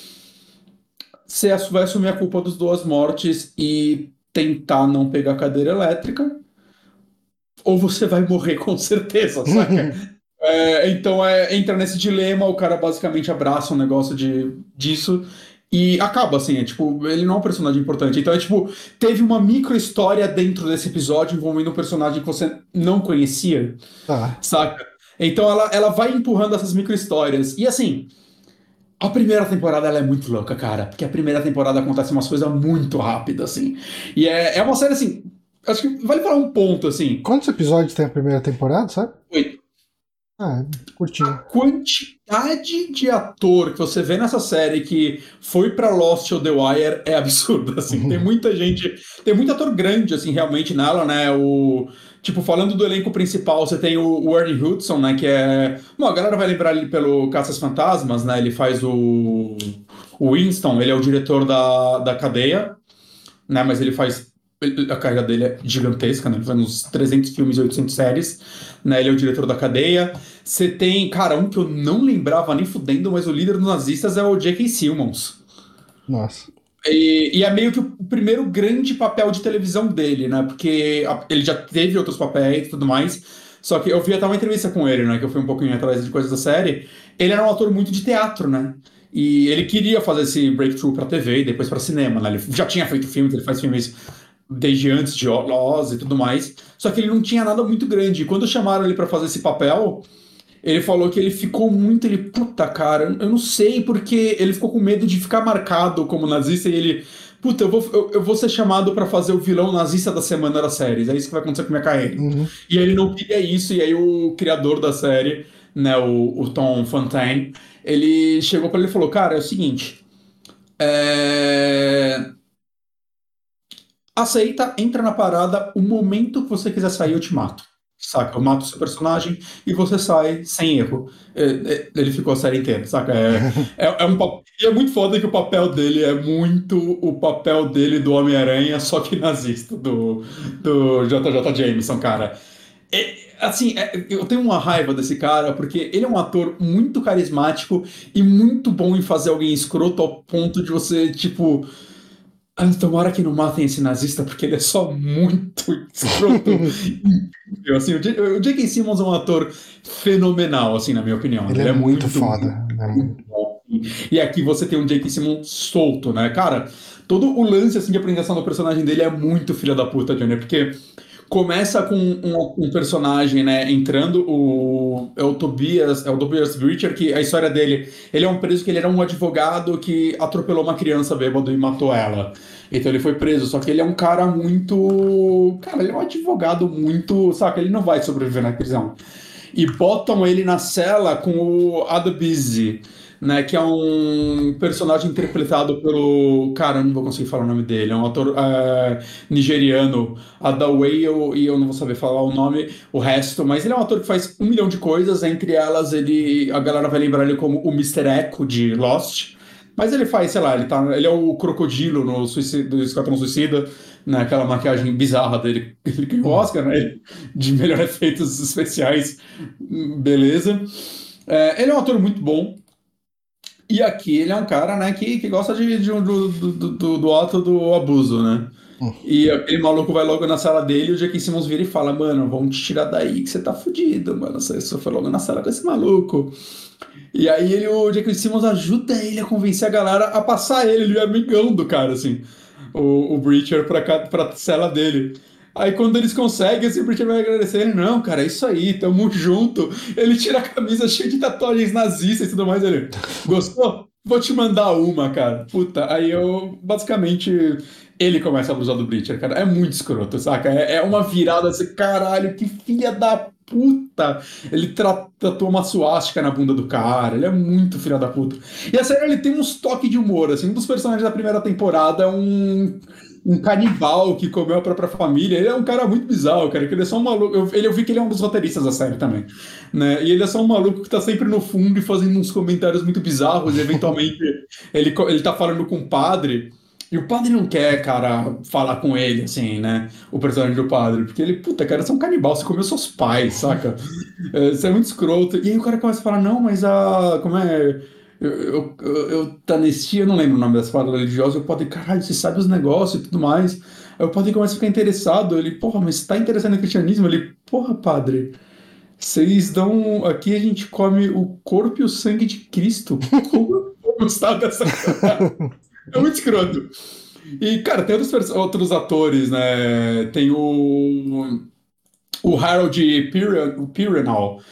você vai assumir a culpa das duas mortes e tentar não pegar a cadeira elétrica, ou você vai morrer com certeza, saca? É, então é, entra nesse dilema, o cara basicamente abraça um negócio de, disso e acaba assim, é tipo, ele não é um personagem importante. Então é tipo, teve uma micro história dentro desse episódio envolvendo um personagem que você não conhecia, Tá. saca? Então ela, ela vai empurrando essas micro histórias. E assim, a primeira temporada ela é muito louca, cara, porque a primeira temporada acontece umas coisas muito rápidas, assim. E é, é uma série assim, acho que vale falar um ponto, assim. Quantos episódios tem a primeira temporada, sabe? Oito. Ah, curtinho. Quantidade de ator que você vê nessa série que foi pra Lost ou The Wire é absurda, assim. Tem muita gente, tem muito ator grande, assim, realmente nela, né? O, tipo, falando do elenco principal, você tem o, o Ernie Hudson, né? Que é... Bom, a galera vai lembrar ele pelo Caças Fantasmas, né? Ele faz o, o Winston, ele é o diretor da, da cadeia, né? Mas ele faz... A carreira dele é gigantesca, né? Ele faz uns trezentos filmes e oitocentas séries, né? Ele é o diretor da cadeia. Você tem, cara, um que eu não lembrava nem fudendo, mas o líder dos nazistas é o J K. Simmons. Nossa. E, e é meio que o primeiro grande papel de televisão dele, né? Porque a- ele já teve outros papéis e tudo mais. Só que eu vi até uma entrevista com ele, né? Que eu fui um pouquinho atrás de coisas da série. Ele era um ator muito de teatro, né? E ele queria fazer esse breakthrough pra T V e depois pra cinema, né? Ele já tinha feito filmes, ele faz filmes desde antes de Oz e tudo mais. Só que ele não tinha nada muito grande. E quando chamaram ele pra fazer esse papel, ele falou que ele ficou muito, ele, puta, cara, eu não sei, porque ele ficou com medo de ficar marcado como nazista e ele, puta, eu vou, eu, eu vou ser chamado pra fazer o vilão nazista da semana da série, é isso que vai acontecer com a minha carreira. Uhum. E aí ele não queria isso, e aí o criador da série, né, o, o Tom Fontaine, ele chegou pra ele e falou, cara, é o seguinte, é... aceita, entra na parada, o momento que você quiser sair eu te mato. Saca? Eu mato o seu personagem e você sai sem erro. É, é, ele ficou a série inteira, saca? É, é, é um, pa- e é muito foda que o papel dele é muito o papel dele do Homem-Aranha, só que nazista, do, do J J. Jameson, cara. É, assim, é, eu tenho uma raiva desse cara, porque ele é um ator muito carismático e muito bom em fazer alguém escroto ao ponto de você, tipo. Ah, tomara que não matem esse nazista, porque ele é só muito escroto. Incrível, assim, o J- o J K. Simmons é um ator fenomenal, assim, na minha opinião. Ele Ele é é muito muito, foda. muito, Ele é muito muito- bom. E aqui você tem um J K. Simmons solto, né? Cara, todo o lance, assim, de apresentação do personagem dele é muito filha da puta, Johnny, porque começa com um, um personagem, né, entrando, o, é o Tobias, é o Tobias Breacher, que a história dele, ele é um preso que ele era um advogado que atropelou uma criança bêbado e matou ela. Então ele foi preso, só que ele é um cara muito... Cara, ele é um advogado muito... Saca, ele não vai sobreviver na prisão. E botam ele na cela com o Adebisi, né, que é um personagem interpretado pelo... Cara, eu não vou conseguir falar o nome dele. É um ator é, nigeriano, Adawale, e eu não vou saber falar o nome, o resto, mas ele é um ator que faz um milhão de coisas, entre elas ele, a galera vai lembrar ele como o mister Echo de Lost, mas ele faz, sei lá, ele, tá, ele é o crocodilo no suicida, do Esquadrão Suicida, naquela maquiagem bizarra dele, ele ganhou o Oscar, né, ele- de melhor efeitos especiais, beleza. É, ele é um ator muito bom, e aqui ele é um cara, né, que, que gosta de, de um- do, do, do, do ato do abuso, né? E aquele maluco vai logo na sala dele e o J K. Simmons vira e fala: Mano, vamos te tirar daí que você tá fudido, mano. Você só foi logo na sala com esse maluco. E aí ele, o J K. Simmons ajuda ele a convencer a galera a passar ele, ele é amigão do cara, assim, o, o Breacher pra, cá- pra cela dele. Aí quando eles conseguem, assim, o Breacher vai agradecer ele, não, cara, é isso aí, tamo junto. Ele tira a camisa cheia de tatuagens nazistas e tudo mais, ele, gostou? Vou te mandar uma, cara. Puta, aí eu, basicamente, ele começa a abusar do Breacher, cara. É muito escroto, saca? É, é uma virada assim, caralho, que filha da puta. Ele tra- tatuou uma suástica na bunda do cara. Ele é muito filha da puta. E a série ele tem uns toques de humor, assim. Um dos personagens da primeira temporada é um, um canibal que comeu a própria família. Ele é um cara muito bizarro, cara. Que ele é só um maluco. Eu, ele, eu vi que ele é um dos roteiristas da série também, né? E ele é só um maluco que tá sempre no fundo e fazendo uns comentários muito bizarros. E eventualmente ele, co- ele tá falando com o padre. E o padre não quer, cara, falar com ele, assim, né? O personagem do padre. Porque ele, puta, cara, você é um canibal, você comeu seus pais, saca? É, você é muito escroto. E aí o cara começa a falar, não, mas a. Como é? Eu, eu, eu, Eutanestia, eu não lembro o nome dessa palavra religiosa. O padre, caralho, você sabe os negócios e tudo mais. Aí o padre começa a ficar interessado. Ele, porra, mas você tá interessado no cristianismo? Ele, porra, padre, vocês dão. Aqui a gente come o corpo e o sangue de Cristo. Como eu vou gostar dessa. É muito escroto. E, cara, tem outros, perso- outros atores, né? Tem o, o Harold Piran- Piranhal,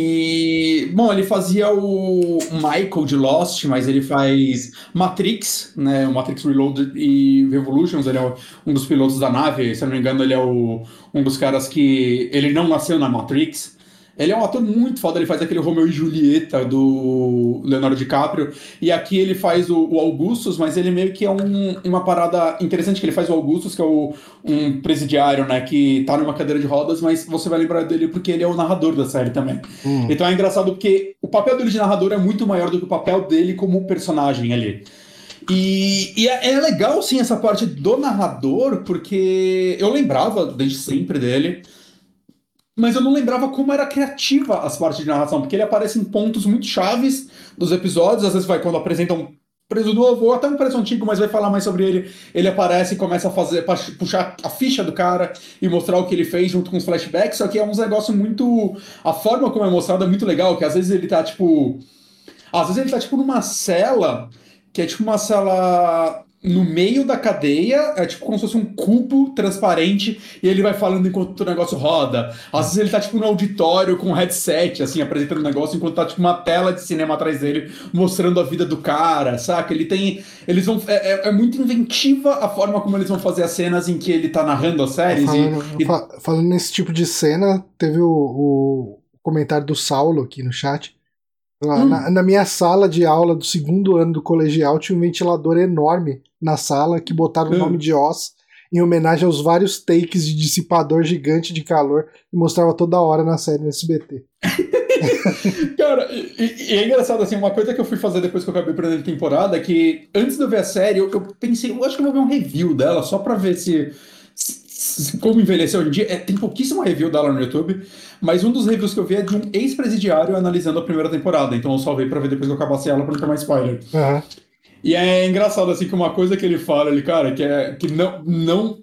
que, bom, ele fazia o Michael de Lost, mas ele faz Matrix, né? O Matrix Reloaded e Revolutions, ele é um dos pilotos da nave, se eu não me engano, ele é o, um dos caras que... Ele não nasceu na Matrix, Ele é um ator muito foda, ele faz aquele Romeu e Julieta do Leonardo DiCaprio, e aqui ele faz o, o Augustus, mas ele meio que é um, uma parada interessante que ele faz o Augustus, que é o, um presidiário, né, que tá numa cadeira de rodas, mas você vai lembrar dele porque ele é o narrador da série também. Hum. Então é engraçado porque o papel dele de narrador é muito maior do que o papel dele como personagem ali. E, e é, é legal, sim, essa parte do narrador, porque eu lembrava desde sempre dele, mas eu não lembrava como era criativa as partes de narração, porque ele aparece em pontos muito chaves dos episódios, às vezes vai quando apresentam preso novo, ou até um preso antigo, mas vai falar mais sobre ele, ele aparece e começa a fazer, puxar a ficha do cara e mostrar o que ele fez junto com os flashbacks, só que é uns negócios muito... A forma como é mostrado é muito legal, que às vezes ele tá, tipo... Às vezes ele tá, tipo, numa cela... que é tipo uma sala no meio da cadeia, é tipo como se fosse um cubo transparente, e ele vai falando enquanto o negócio roda. Às vezes ele tá tipo no auditório com um headset, assim, apresentando o negócio, enquanto tá tipo uma tela de cinema atrás dele, mostrando a vida do cara, saca? Ele tem... Eles vão... É, é, é muito inventiva a forma como eles vão fazer as cenas em que ele tá narrando as séries. Falando, e, fa falando nesse tipo de cena, teve o, o comentário do Saulo aqui no chat. Lá, hum. na, na minha sala de aula do segundo ano do colegial tinha um ventilador enorme na sala que botaram hum. o nome de Oz em homenagem aos vários takes de dissipador gigante de calor e mostrava toda hora na série no S B T. Cara, e, e é engraçado, assim, uma coisa que eu fui fazer depois que eu acabei a primeira temporada é que antes de eu ver a série, eu, eu pensei, eu acho que eu vou ver um review dela só pra ver se... como envelheceu hoje em dia, é, tem pouquíssima review dela no YouTube, mas um dos reviews que eu vi é de um ex-presidiário analisando a primeira temporada, então eu salvei pra ver depois que eu acabasse ela pra não ter mais spoiler. Uhum. E é engraçado, assim, que uma coisa que ele fala ali, cara, que, é, que não, não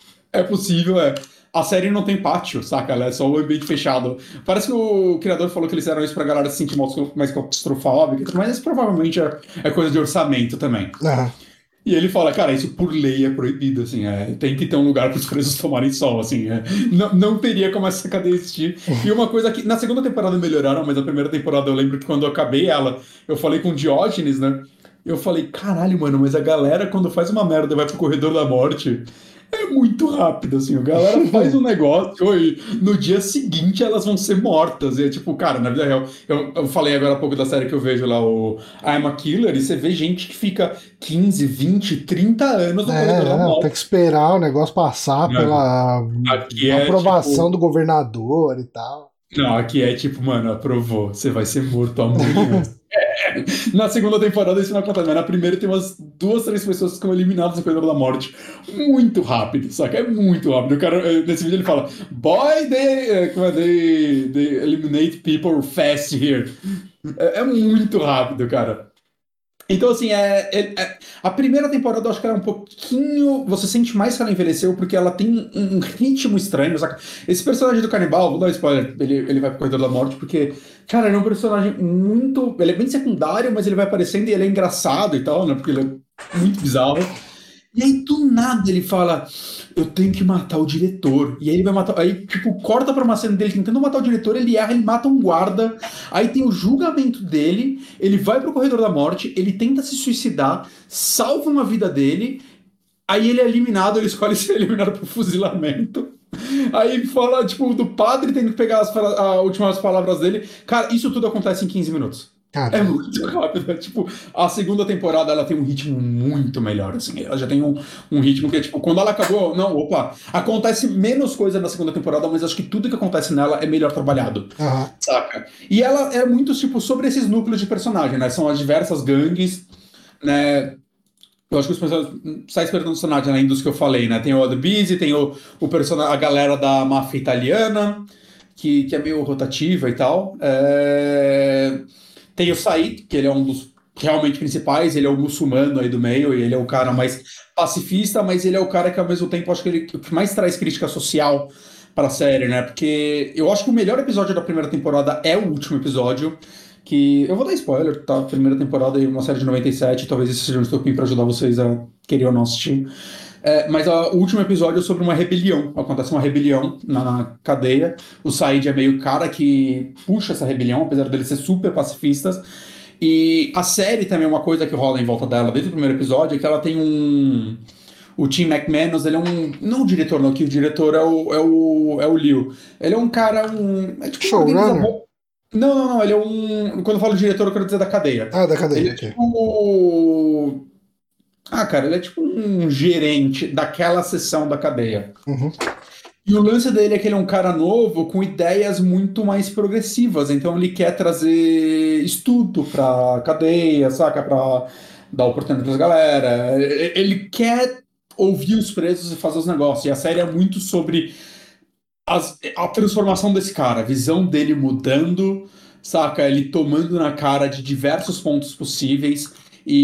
é possível é... A série não tem pátio, saca? Ela é só um ambiente fechado. Parece que o criador falou que eles fizeram isso pra galera se sentir mais claustrofóbica, mas isso provavelmente é, é coisa de orçamento também. Uhum. E ele fala, cara, isso por lei é proibido, assim, é, tem que ter um lugar para os presos tomarem sol, assim, é, não, não teria como essa cadeia existir. E uma coisa que, na segunda temporada melhoraram, mas na primeira temporada eu lembro que quando eu acabei ela, eu falei com o Diógenes, né, eu falei, caralho, mano, mas a galera quando faz uma merda e vai pro corredor da morte... É muito rápido, assim, a galera faz um negócio e no dia seguinte elas vão ser mortas. E é tipo, cara, na vida real, eu, eu falei agora há pouco da série que eu vejo lá, o I'm a Killer, e você vê gente que fica quinze, vinte, trinta anos no é, corredor da morte. Tem que esperar o negócio passar é. pela aqui aprovação é, tipo... do governador e tal. Não, aqui é tipo, mano, aprovou, você vai ser morto amanhã. É. Na segunda temporada isso não acontece, mas na primeira tem umas duas, três pessoas que ficam eliminadas no corredor da morte. Muito rápido, saca? É muito rápido. O cara, nesse vídeo ele fala, boy, they, they, they eliminate people fast here. É, é muito rápido, cara. Então, assim, é, é, é, a primeira temporada eu acho que ela é um pouquinho... Você sente mais que ela envelheceu porque ela tem um, um ritmo estranho, saca? Esse personagem do canibal, vou dar um spoiler, ele, ele vai pro Corredor da Morte porque, cara, ele é um personagem muito... Ele é bem secundário, mas ele vai aparecendo e ele é engraçado e tal, né? Porque ele é muito bizarro. E aí, do nada, ele fala... Eu tenho que matar o diretor. E aí ele vai matar... Aí, tipo, corta pra uma cena dele tentando matar o diretor, ele erra, ele mata um guarda. Aí tem o julgamento dele, ele vai pro Corredor da Morte, ele tenta se suicidar, salva uma vida dele, aí ele é eliminado, ele escolhe ser eliminado pro fuzilamento. Aí fala, tipo, do padre tendo que pegar as, as últimas palavras dele. Cara, isso tudo acontece em quinze minutos. Caramba. É muito rápido. É, tipo, a segunda temporada ela tem um ritmo muito melhor, assim. Ela já tem um, um ritmo que é tipo, quando ela acabou, não, opa, acontece menos coisa na segunda temporada, mas acho que tudo que acontece nela é melhor trabalhado. Uhum. Saca? E ela é muito, tipo, sobre esses núcleos de personagem, né? São as diversas gangues, né? Eu acho que os personagens sai esperando o personagem além dos que eu falei, né? Tem o The Busy, tem o, o personagem, a galera da máfia italiana, que, que é meio rotativa e tal. É... Tem o Said, que ele é um dos realmente principais, ele é o muçulmano aí do meio, e ele é o cara mais pacifista, mas ele é o cara que ao mesmo tempo acho que ele que mais traz crítica social pra série, né? Porque eu acho que o melhor episódio da primeira temporada é o último episódio, que eu vou dar spoiler, tá? Primeira temporada é uma série de noventa e sete, talvez esse seja um estopim pra ajudar vocês a querer ou não assistir. É, mas a, o último episódio é sobre uma rebelião. Acontece uma rebelião na cadeia. O Said é meio o cara que puxa essa rebelião, apesar dele ser super pacifistas. E a série também é uma coisa que rola em volta dela desde o primeiro episódio, é que ela tem um, o Tim McManus, ele é um... Não o diretor, não, que o diretor é o, é o, é o Liu. Ele é um cara, um... É tipo um Showrunner? organizador... Não, não, não, ele é um... Quando eu falo diretor, eu quero dizer da cadeia. Ah, da Ele cadeia, é ok. tipo... Ah, cara, ele é tipo um gerente daquela seção da cadeia. Uhum. E o lance dele é que ele é um cara novo com ideias muito mais progressivas. Então ele quer trazer estudo pra cadeia, saca? Pra dar oportunidade pra galera. Ele quer ouvir os presos e fazer os negócios. E a série é muito sobre as- a transformação desse cara, a visão dele mudando, saca? Ele tomando na cara de diversos pontos possíveis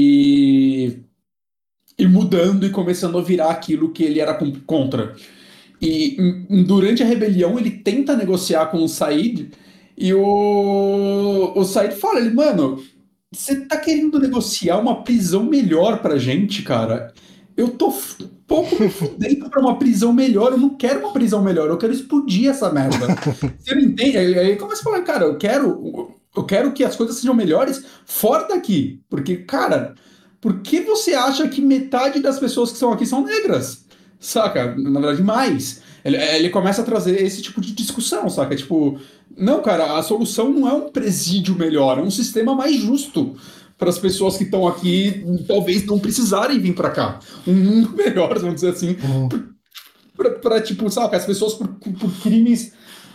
e, e mudando e começando a virar aquilo que ele era com- contra. E em- durante a rebelião ele tenta negociar com o Said e o, o Said fala, ele, mano, você tá querendo negociar uma prisão melhor pra gente, cara? Eu tô f- um pouco me fudendo pra uma prisão melhor, eu não quero uma prisão melhor, eu quero explodir essa merda. Você não entende? Aí aí começa a falar, cara, eu quero, eu quero que as coisas sejam melhores fora daqui. Porque, cara, por que você acha que metade das pessoas que estão aqui são negras? Saca? Na verdade, mais. Ele, ele começa a trazer esse tipo de discussão, saca? Tipo, não, cara, a solução não é um presídio melhor, é um sistema mais justo para as pessoas que estão aqui, talvez não precisarem vir para cá. Um mundo melhor, vamos dizer assim, Uhum. para, tipo, sabe, as pessoas por, por crimes,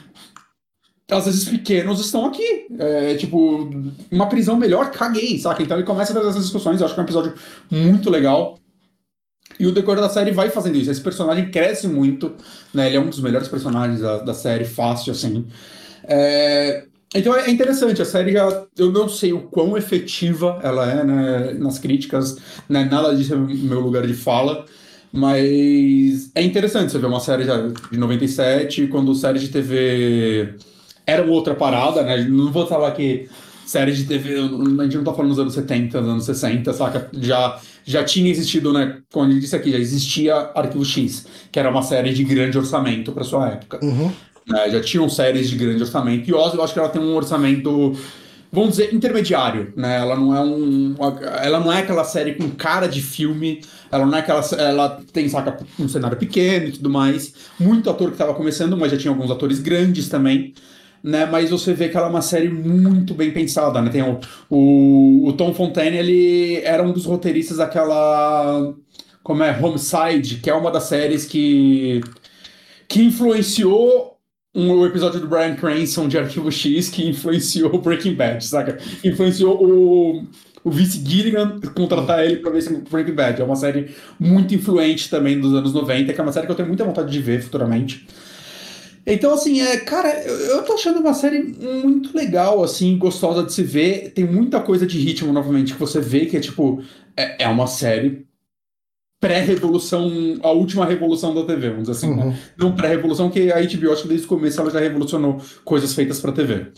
às vezes pequenos, estão aqui. É, tipo, uma prisão melhor, caguei, saca? Então ele começa a trazer essas discussões, eu acho que é um episódio muito legal. E o decorrer da série vai fazendo isso. Esse personagem cresce muito, né? Ele é um dos melhores personagens da, da série, fácil, assim. É, então é interessante, a série já. Eu não sei o quão efetiva ela é, né, nas críticas, né, nada disso é meu lugar de fala, mas é interessante você ver uma série já de noventa e sete, quando séries de T V eram outra parada, né? Não vou falar que séries de T V, a gente não tá falando dos anos setenta, dos anos sessenta, saca? Já, já tinha existido, né? Como eu disse aqui, já existia Arquivo X, que era uma série de grande orçamento para sua época, Uhum. né? Já tinham séries de grande orçamento. E Oz, eu acho que ela tem um orçamento, vamos dizer, intermediário, né? Ela não é um, ela não é aquela série com cara de filme. Ela não é aquela, ela tem, saca, um cenário pequeno e tudo mais. Muito ator que estava começando, mas já tinha alguns atores grandes também. Né, mas você vê que ela é uma série muito bem pensada, né? Tem o, o, o Tom Fontaine, ele era um dos roteiristas daquela, como é, Homicide, que é uma das séries que que influenciou um episódio do Bryan Cranston de Arquivo X, que influenciou Breaking Bad, saca? Influenciou o, o Vince Gilligan contratar ele pra ver esse Breaking Bad. É uma série muito influente também dos anos noventa, que é uma série que eu tenho muita vontade de ver futuramente. Então, assim, é, cara, eu, eu tô achando uma série muito legal, assim, gostosa de se ver. Tem muita coisa de ritmo, novamente, que você vê que é tipo. É, é uma série pré-revolução, a última revolução da T V, vamos dizer assim, né? Uhum. Não pré-revolução, que a H B O, acho que desde o começo ela já revolucionou coisas feitas pra T V.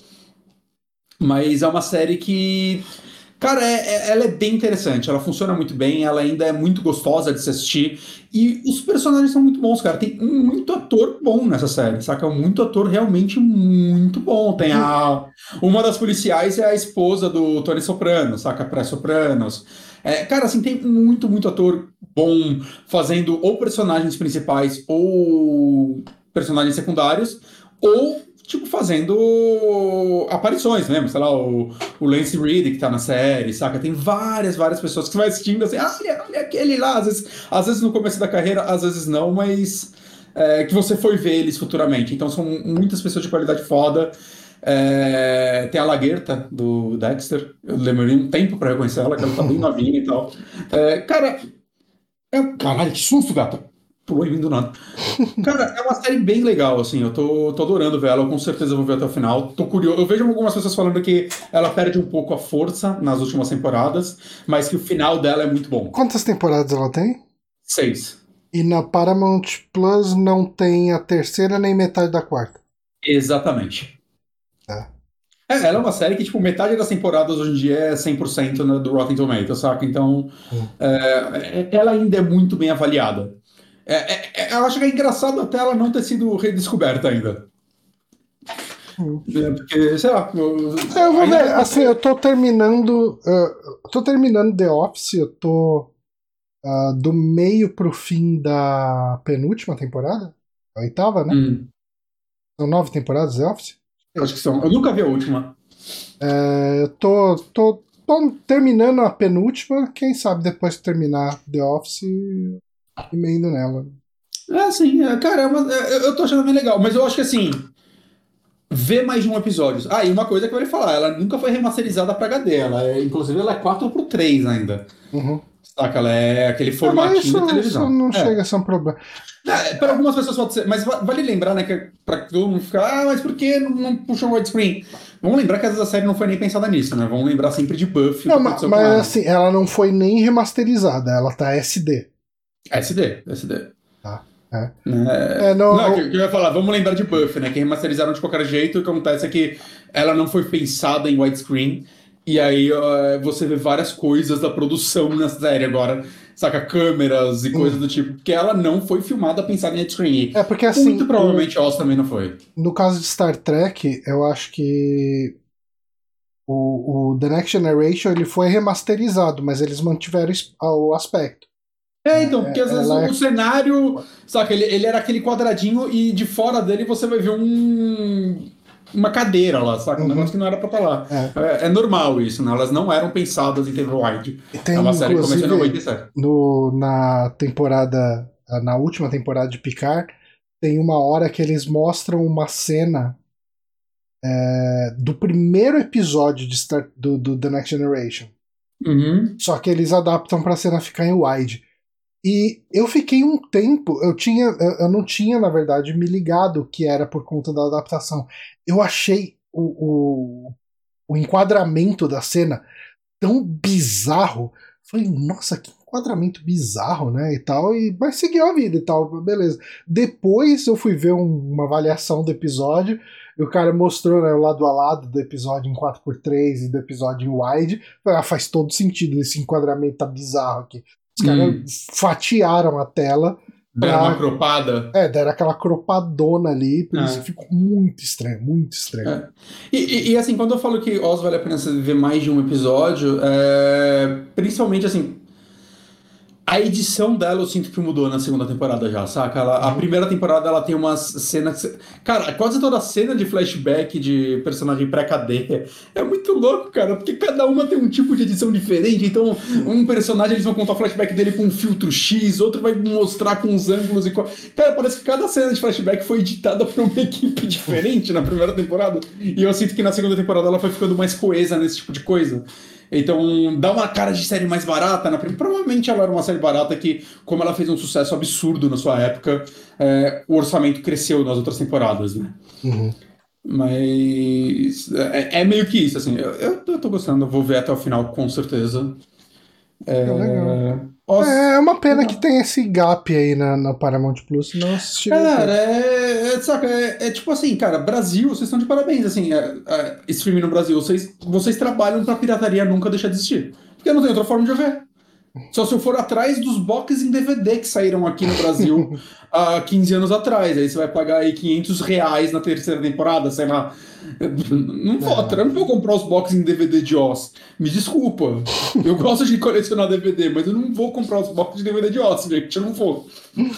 Mas é uma série que, cara, é, é- ela é bem interessante, ela funciona muito bem, ela ainda é muito gostosa de se assistir, e os personagens são muito bons, cara. Tem muito ator bom nessa série, saca? Muito ator realmente muito bom. Tem a... Uma das policiais é a esposa do Tony Soprano, saca? Pré-Sopranos. É, cara, assim, tem muito, muito ator bom fazendo ou personagens principais ou personagens secundários, ou, tipo, fazendo aparições mesmo, sei lá, o, o Lance Reed que tá na série, saca? Tem várias, várias pessoas que você vai assistindo assim, ah, olha, olha aquele lá, às vezes, às vezes no começo da carreira, às vezes não, mas é, que você foi ver eles futuramente. Então são muitas pessoas de qualidade foda. É, tem a Laguerta do Dexter, eu demorei um tempo pra reconhecer ela, que ela tá bem novinha e tal. É, cara, é... caralho, que susto, gata! Pulou em mim do nada. Cara, é uma série bem legal, assim, eu tô, tô adorando ver ela, eu com certeza vou ver até o final. Tô curioso, eu vejo algumas pessoas falando que ela perde um pouco a força nas últimas temporadas, mas que o final dela é muito bom. Quantas temporadas ela tem? Seis. E na Paramount Plus não tem a terceira nem metade da quarta. Exatamente. Tá. É, ela é uma série que, tipo, metade das temporadas hoje em dia é cem por cento né, do Rotten Tomatoes, saca? Então, Hum. é, ela ainda é muito bem avaliada. É, é, é, eu acho que é engraçado até ela não ter sido redescoberta ainda. Hum. É, porque, sei lá, eu, Eu vou ainda ver, mais uma assim, série- eu tô terminando. Uh, tô terminando The Office, eu tô. uh, do meio pro fim da penúltima temporada, a oitava, né? Hum. São nove temporadas The Office? Eu acho que são. Eu nunca vi a última. É, eu tô, tô, tô terminando a penúltima, quem sabe depois que terminar The Office, emendo nela. É, sim, é, cara, é uma- é, eu tô achando bem legal, mas eu acho que assim, ver mais de um episódio. Ah, e uma coisa que eu ia falar, ela nunca foi remasterizada pra H D, ela é, inclusive ela é quatro por três ainda. Uhum. Saca? Ela é aquele Ah, mas formatinho isso, de televisão. isso não É. chega a ser um problema. É, para algumas pessoas pode ser, mas va- vale lembrar, né, que pra todo mundo ficar, ah, mas por que não, não puxou widescreen? Vamos lembrar que às vezes a série não foi nem pensada nisso, né? Vamos lembrar sempre de Buffy. Não, o que mas, aconteceu com mas ela. assim, ela não foi nem remasterizada, ela tá S D. S D, S D. Tá? É. É, É, não, não, o- que, que eu ia falar, vamos lembrar de Buffy, né? Que remasterizaram de qualquer jeito. O que acontece é que ela não foi pensada em widescreen. E aí uh, você vê várias coisas da produção na série agora, saca? Câmeras e coisas do tipo, porque ela não foi filmada pensada em widescreen. É porque assim, Muito provavelmente Oz também não foi. no caso de Star Trek, eu acho que o, o The Next Generation ele foi remasterizado, mas eles mantiveram es- o aspecto. É, então, porque às vezes ela o é- cenário, saca, ele, ele era aquele quadradinho e de fora dele você vai ver um uma cadeira lá, saca? Um Uhum. negócio que não era pra estar lá. É. É, é normal isso, né? Elas não eram pensadas em T V wide. E tem, É uma série que começou em inclusive, noventa e sete. no, na temporada, na última temporada de Picard, tem uma hora que eles mostram uma cena é, do primeiro episódio de Star, do, do The Next Generation. Uhum. Só que eles adaptam pra cena ficar em wide. E eu fiquei um tempo, eu tinha, eu eu não tinha, na verdade, me ligado que era por conta da adaptação. Eu achei o, o, o enquadramento da cena tão bizarro. Falei, nossa, que enquadramento bizarro, né? E tal, e, mas seguiu a vida e tal, beleza. Depois eu fui ver um- uma avaliação do episódio, e o cara mostrou, né, o lado a lado do episódio em quatro por três e do episódio em wide. Falei, ah, faz todo sentido, esse enquadramento tá bizarro aqui. Os caras Hum. fatiaram a tela. Deram pra- uma cropada. É, deram aquela cropadona ali, por É. isso que ficou muito estranho, muito estranho. É. E, e- e, assim, quando eu falo que Oz vale a pena você ver mais de um episódio, é, principalmente assim, a edição dela eu sinto que mudou na segunda temporada já, saca? Ela- a primeira temporada ela tem umas cenas. Cara, quase toda cena de flashback de personagem pré-cadeia é muito louco, cara, porque cada uma tem um tipo de edição diferente. Então, um personagem eles vão contar o flashback dele com um filtro X, outro vai mostrar com os ângulos e. co- Cara, parece que cada cena de flashback foi editada por uma equipe diferente na primeira temporada. E eu sinto que na segunda temporada ela foi ficando mais coesa nesse tipo de coisa. Então, dá uma cara de série mais barata. Na prim- Provavelmente ela era uma série barata que, como ela fez um sucesso absurdo na sua época, é, o orçamento cresceu nas outras temporadas, né? Uhum. Mas é, é meio que isso, assim. Eu, eu, eu tô gostando, eu vou ver até o final, com certeza. É, É legal. Oz- É uma pena que tem esse gap aí na, na Paramount Plus, não assisti. Cara, é, é, saca, é, é tipo assim, cara, Brasil, vocês estão de parabéns, assim, é, é, streaming no Brasil, vocês, vocês trabalham pra pirataria nunca deixar de existir. Porque não tem outra forma de eu ver. Só se eu for atrás dos boxes em D V D que saíram aqui no Brasil há quinze anos atrás. Aí você vai pagar aí quinhentos reais na terceira temporada, sei lá. Não vou, É. eu não vou comprar os boxes em D V D de Oz. Me desculpa. Eu gosto de colecionar D V D, mas eu não vou comprar os boxes de D V D de Oz, gente. Eu não vou.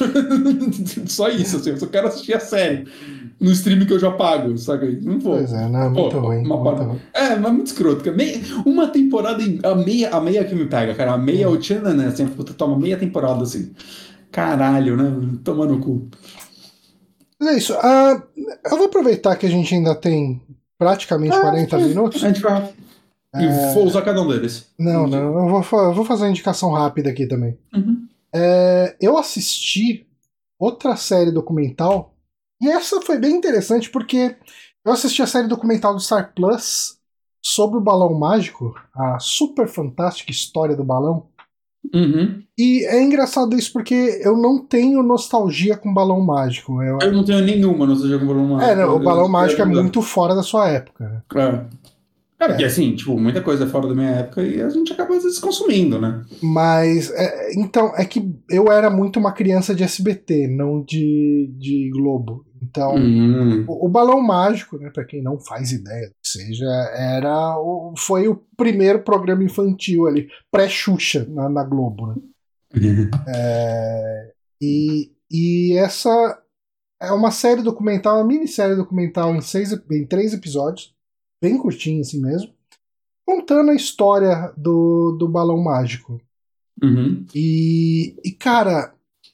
Só isso, assim. Eu só quero assistir a série no stream que eu já pago, sabe? Não vou. Pois é, não, é muito Pô, ruim. uma muito parada- ruim. É, mas muito escroto. Cara. Meia- uma temporada, em- a meia, a meia que me pega, cara. A meia, o Tchan, né? Assim, puta, toma meia temporada, assim. Caralho, né? Toma no cu. Mas é isso. Ah, eu vou aproveitar que a gente ainda tem praticamente Ah, quarenta minutos. A gente vai... E vou usar cada um deles. Não, não, eu vou, fa- eu vou fazer uma indicação rápida aqui também. Uhum. É, eu assisti outra série documental, e essa foi bem interessante porque eu assisti a série documental do Star Plus sobre o balão mágico, a super fantástica história do balão. Uhum. E é engraçado isso porque eu não tenho nostalgia com balão mágico. Eu, Eu não tenho nenhuma no seja com balão mágico. é, não, o balão Eu- mágico é eu- muito fora da sua época. Né? É. É, porque assim, tipo, muita coisa é fora da minha época e a gente acaba às vezes consumindo, né? Mas, é, então, é que eu era muito uma criança de S B T, não de, de Globo. Então, Hum. o, o balão mágico, né, pra quem não faz ideia do que seja, era o, foi o primeiro programa infantil ali, pré-Xuxa na, na Globo, né? É, e, e essa é uma série documental, uma minissérie documental em, seis, em três episódios, bem curtinho assim mesmo, contando a história do, do balão mágico. Uhum. E, e cara,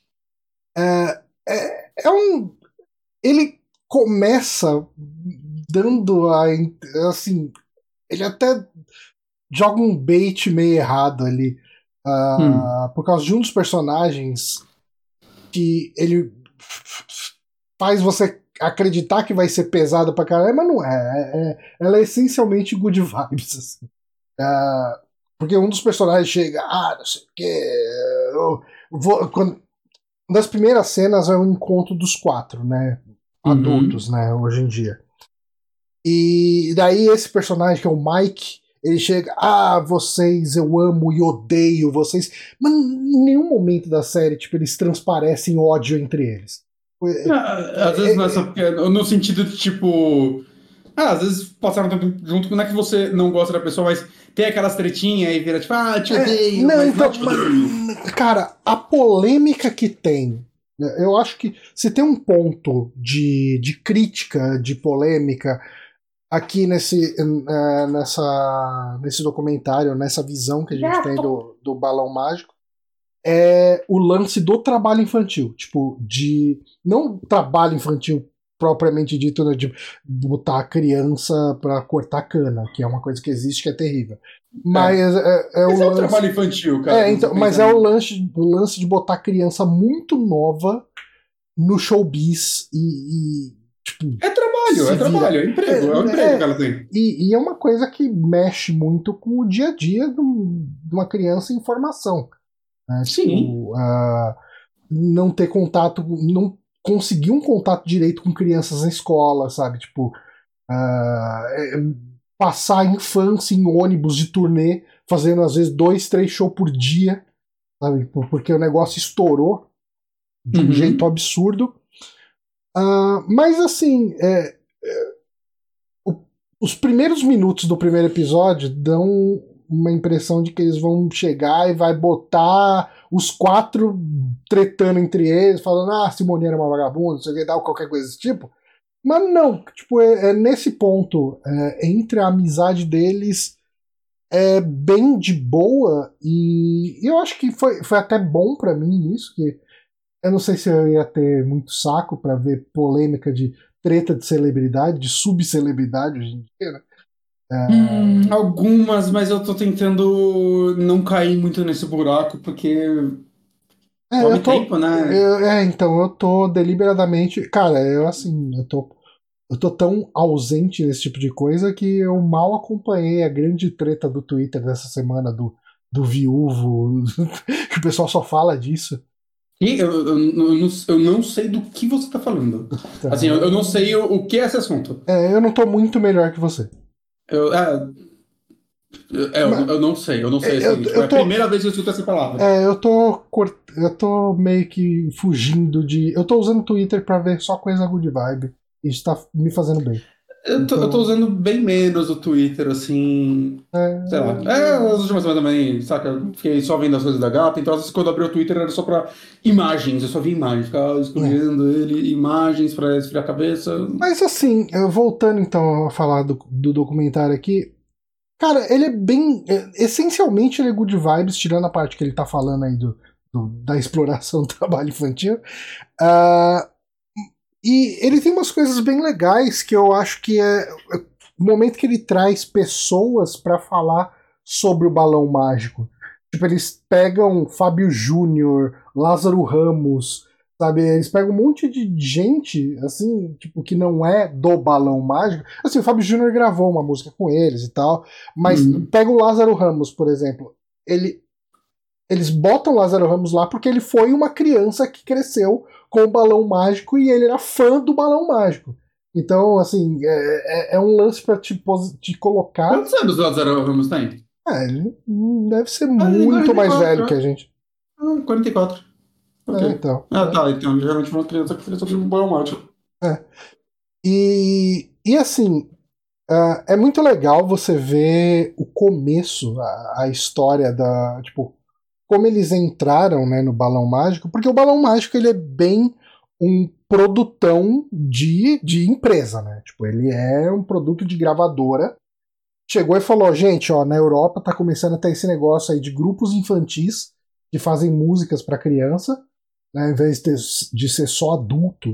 é, é, é um. Ele começa dando a. Assim, ele até joga um bait meio errado ali. Hum. Uh, por causa de um dos personagens que ele faz você acreditar que vai ser pesado pra caralho, mas não é. é, é ela é essencialmente good vibes. Assim. Uh, porque um dos personagens chega, ah, não sei o que. Vou, quando, uma das primeiras cenas é o encontro dos quatro, né? Adultos, Uhum. né? Hoje em dia. E daí esse personagem, que é o Mike, ele chega, ah, vocês, eu amo e odeio vocês. Mas em nenhum momento da série, tipo, eles transparecem ódio entre eles. Ah, às vezes É, é, nessa, no sentido de tipo. Ah, às vezes passaram tempo junto, não é que você não gosta da pessoa, mas tem aquelas tretinhas e vira tipo, ah, te é, odeio, não, mas não é então, te odeio. mas, cara, a polêmica que tem, né, eu acho que se tem um ponto de, de crítica, de polêmica, aqui nesse, uh, nessa, nesse documentário, nessa visão que a gente tem do, do balão mágico, é o lance do trabalho infantil. Tipo, de. Não trabalho infantil propriamente dito, né, de botar a criança pra cortar cana, que é uma coisa que existe que é terrível. Mas É. é, é o Mas é um lance. trabalho infantil, cara, É, quando você então, mas pensa é o nisso. lance, o lance de botar criança muito nova no showbiz e, e tipo, É trabalho, se é vira. trabalho, é emprego, é o É, emprego que é, ela tem. e, e é uma coisa que mexe muito com o dia a dia do- de uma criança em formação. Né? Sim. Tipo, uh, não ter contato, não conseguir um contato direito com crianças na escola, sabe? Tipo, uh, é, passar a infância em ônibus de turnê, fazendo às vezes dois, três shows por dia, sabe? Porque o negócio estourou de um jeito Uhum. absurdo. Uh, mas assim, é, o, os primeiros minutos do primeiro episódio dão uma impressão de que eles vão chegar e vai botar os quatro tretando entre eles, falando, ah, Simone era uma vagabunda, não sei o que, tal, qualquer coisa desse tipo. Mas não, tipo, é, é nesse ponto, é, entre a amizade deles é bem de boa e eu acho que foi, foi até bom para mim isso, que eu não sei se eu ia ter muito saco para ver polêmica de treta de celebridade, de subcelebridade hoje em dia, né? Hum, algumas, mas eu tô tentando não cair muito nesse buraco, porque É, eu come tô. tempo, né? Eu- é, então, eu tô deliberadamente. Cara, eu assim, eu tô. Eu tô tão ausente nesse tipo de coisa que eu mal acompanhei a grande treta do Twitter dessa semana do, do viúvo, que o pessoal só fala disso. E eu, eu, eu não, eu não sei do que você tá falando. Assim, eu, eu não Então. sei o, o que é esse assunto. É, eu não tô muito melhor que você. Eu, é, eu, é, eu, Mas, não eu não sei, eu não sei, é, eu, assim, tipo, é eu a tô. primeira vez que eu escuto essa palavra. É, eu tô. cort- Eu tô meio que fugindo de. Eu tô usando o Twitter pra ver só coisa good vibe. Isso tá me fazendo bem. Eu tô, eu tô Então. usando bem menos o Twitter, assim, sei lá. É, É, as últimas semanas também, saca? Eu fiquei só vendo as coisas da gata, então às vezes quando eu abri o Twitter era só pra imagens, eu só via imagens, ficava é. escolhendo ele, imagens pra esfriar a cabeça. Mas assim, eu- voltando então a falar do, do documentário aqui, cara, ele é bem. é, essencialmente ele é good vibes, tirando a parte que ele tá falando aí do, do- da exploração do trabalho infantil. Ah, e ele tem umas coisas bem legais que eu acho que é o momento que ele traz pessoas pra falar sobre o balão mágico. Tipo, eles pegam Fábio Júnior, Lázaro Ramos, sabe? Eles pegam um monte de gente, assim, tipo, que não é do balão mágico. Assim, o Fábio Júnior gravou uma música com eles e tal, mas Uhum. pega o Lázaro Ramos, por exemplo. Ele, eles botam o Lázaro Ramos lá porque ele foi uma criança que cresceu com o balão mágico e ele era fã do balão mágico. Então, assim, é, é, é um lance pra te, pos- te colocar. Quantos anos o Lázaro Ramos tem? Ah, ele deve ser Ah, ele tem muito mais velho que a quarenta e quatro. gente. Ah, quarenta e quatro. É, Ok. então. Ah, É, tá. Então, geralmente uma criança que cresceu de um banho mágico. é. E, e assim, ah, é muito legal você ver o começo, a, a história da. Tipo, como eles entraram, né, no Balão Mágico, porque o Balão Mágico ele é bem um produtão de, de empresa, né? Tipo, ele é um produto de gravadora. Chegou e falou, gente, ó, na Europa tá começando a ter esse negócio aí de grupos infantis que fazem músicas para criança, né, ao invés de, ter, de ser só adulto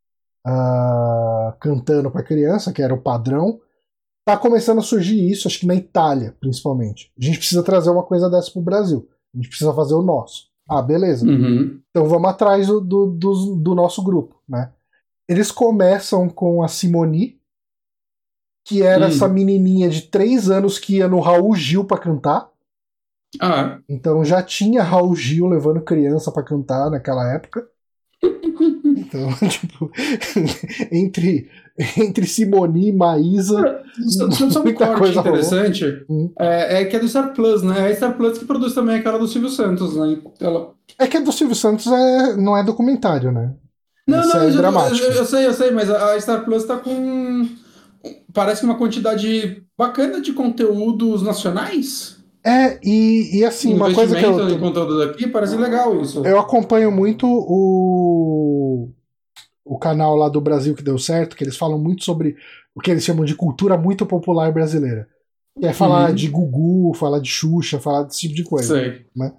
uh, cantando para criança, que era o padrão. Tá começando a surgir isso, acho que na Itália, principalmente. A gente precisa trazer uma coisa dessa pro Brasil. A gente precisa fazer o nosso. Ah, beleza. Uhum. Então vamos atrás do, do, do, do nosso grupo, né? Eles começam com a Simone, que era Hum. essa menininha de três anos que ia no Raul Gil pra cantar. Ah, Então já tinha Raul Gil levando criança pra cantar naquela época. Então, tipo, entre, entre Simone e Maísa. Sabe um corte coisa interessante? Hum. É, é que é do Star Plus, né? É a Star Plus que produz também aquela do Silvio Santos, né? Ela... É que a do Silvio Santos é, não é documentário, né? Não, Essa não, é eu, já- dramática. eu, eu sei, eu sei, mas a Star Plus tá com. Parece uma quantidade bacana de conteúdos nacionais. É, e, e assim, uma coisa que eu, Investimento em conteúdo daqui, parece legal isso. eu acompanho muito o, o canal lá do Brasil que deu certo, que eles falam muito sobre o que eles chamam de cultura muito popular brasileira. Que é falar Uhum. de Gugu, falar de Xuxa, falar desse tipo de coisa. Sei. Né?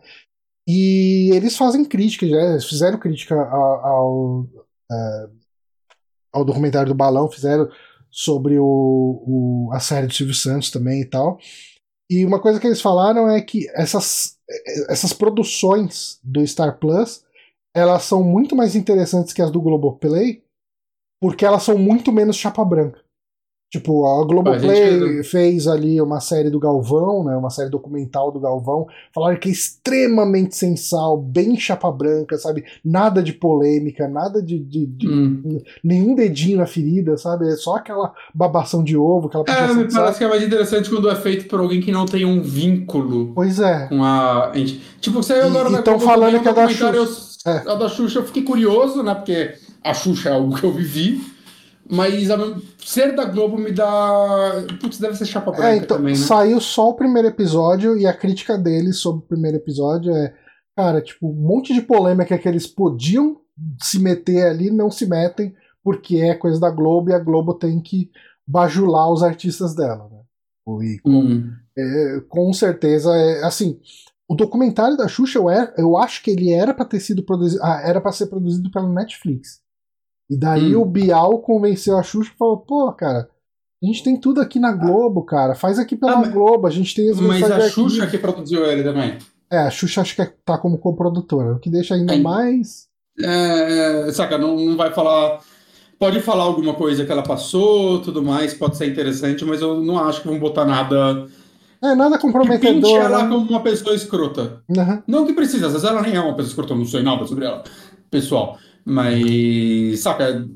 E eles fazem crítica, já eles fizeram crítica ao, ao, é, ao documentário do Balão, fizeram sobre o, o, a série do Silvio Santos também e tal. E uma coisa que eles falaram é que essas, essas produções do Star Plus, elas são muito mais interessantes que as do Globoplay, porque elas são muito menos chapa branca. Tipo, a Globoplay fez ali uma série do Galvão, né, uma série documental do Galvão, falaram que é extremamente sensal, bem chapa branca, sabe? Nada de polêmica, nada de, de, de Hum. nenhum dedinho na ferida, sabe? É só aquela babação de ovo, aquela É, puxação me de saco. parece que é mais interessante quando é feito por alguém que não tem um vínculo Pois é. com a. gente- Tipo, você E- agora e na tão Globo falando tem um que é da documentário, Xuxa. É. A da Xuxa eu fiquei curioso, né? Porque a Xuxa é algo que eu vivi. Mas a- ser da Globo me dá. Putz, deve ser chapa branca É, então, também, né? saiu só o primeiro episódio e a crítica deles sobre o primeiro episódio é, cara, tipo, um monte de polêmica que eles podiam se meter ali, não se metem, porque é coisa da Globo e a Globo tem que bajular os artistas dela, né? E com, Hum. é, com certeza, é, assim, o documentário da Xuxa, eu, é, eu acho que ele era para ter sido produzido, ah, era para ser produzido pela Netflix. E daí Hum. o Bial convenceu a Xuxa e falou, pô, cara, a gente tem tudo aqui na Globo, cara. Faz aqui pela Ah, mas- Globo, a gente tem as Mas mensagens a de arquivo. Xuxa que produziu ele também. É, a Xuxa acho que é- tá como coprodutora, o que deixa ainda Ai. mais... É, saca, não, não vai falar. Pode falar alguma coisa que ela passou, tudo mais, pode ser interessante, mas eu não acho que vão botar nada É, nada que pinte comprometedor, ela né? como uma pessoa escrota. Uhum. Não que precisa, às vezes ela nem é uma pessoa escrota, eu não sei nada sobre ela, pessoal. Mas, saca,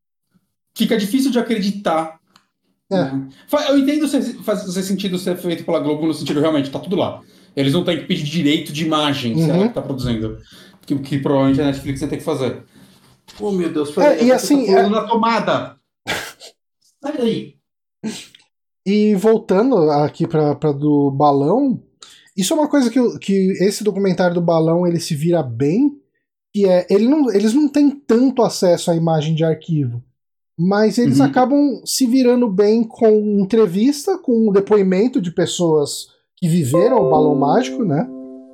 fica difícil de acreditar. É. Né? Fa- Eu entendo se fazer sentido ser feito pela Globo no sentido realmente, tá tudo lá. Eles não têm que pedir direito de imagem se Uhum. ela que tá produzindo. Que, que provavelmente a Netflix vai ter que fazer. Oh, meu Deus, É, peraí, e eu tô assim, pulando é- na tomada. Sai daí. E voltando aqui pra, pra do Balão, isso é uma coisa que, o- que esse documentário do Balão ele se vira bem, que é, ele não, eles não têm tanto acesso à imagem de arquivo, mas eles Uhum. acabam se virando bem com entrevista, com depoimento de pessoas que viveram o Balão Mágico, né?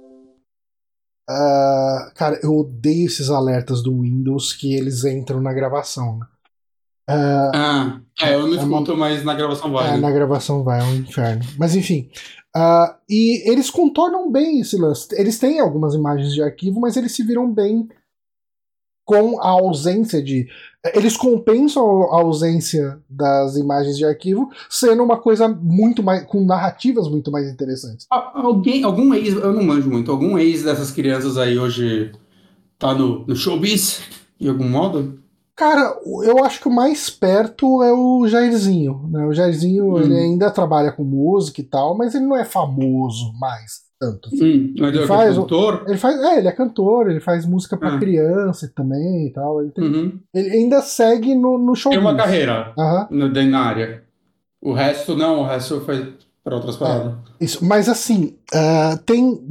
Ah, cara, eu odeio esses alertas do Windows que eles entram na gravação, né? Ah, é, eu não É uma- escuto, mas na gravação É, vai. na gravação vai, é um inferno. Mas enfim. ah, e eles contornam bem esse lance. Eles têm algumas imagens de arquivo, mas eles se viram bem com a ausência de. Eles compensam a ausência das imagens de arquivo, sendo uma coisa muito mais. Com narrativas muito mais interessantes. Al- Alguém, algum ex, eu não manjo muito, algum ex dessas crianças aí hoje tá no, no showbiz, de algum modo? Cara, eu acho que o mais perto é o Jairzinho. Né? O Jairzinho Hum. ele ainda trabalha com música e tal, mas ele não é famoso mais tanto. Hum, mas Ele ele faz é cantor? Ele faz, é, ele é cantor, ele faz música pra Ah. criança também e tal. Ele, tem- Uhum. ele ainda segue no, no show. Tem uma carreira Aham. no- na área. O resto não, o resto foi pra outras paradas. Isso, mas assim, ah, tem.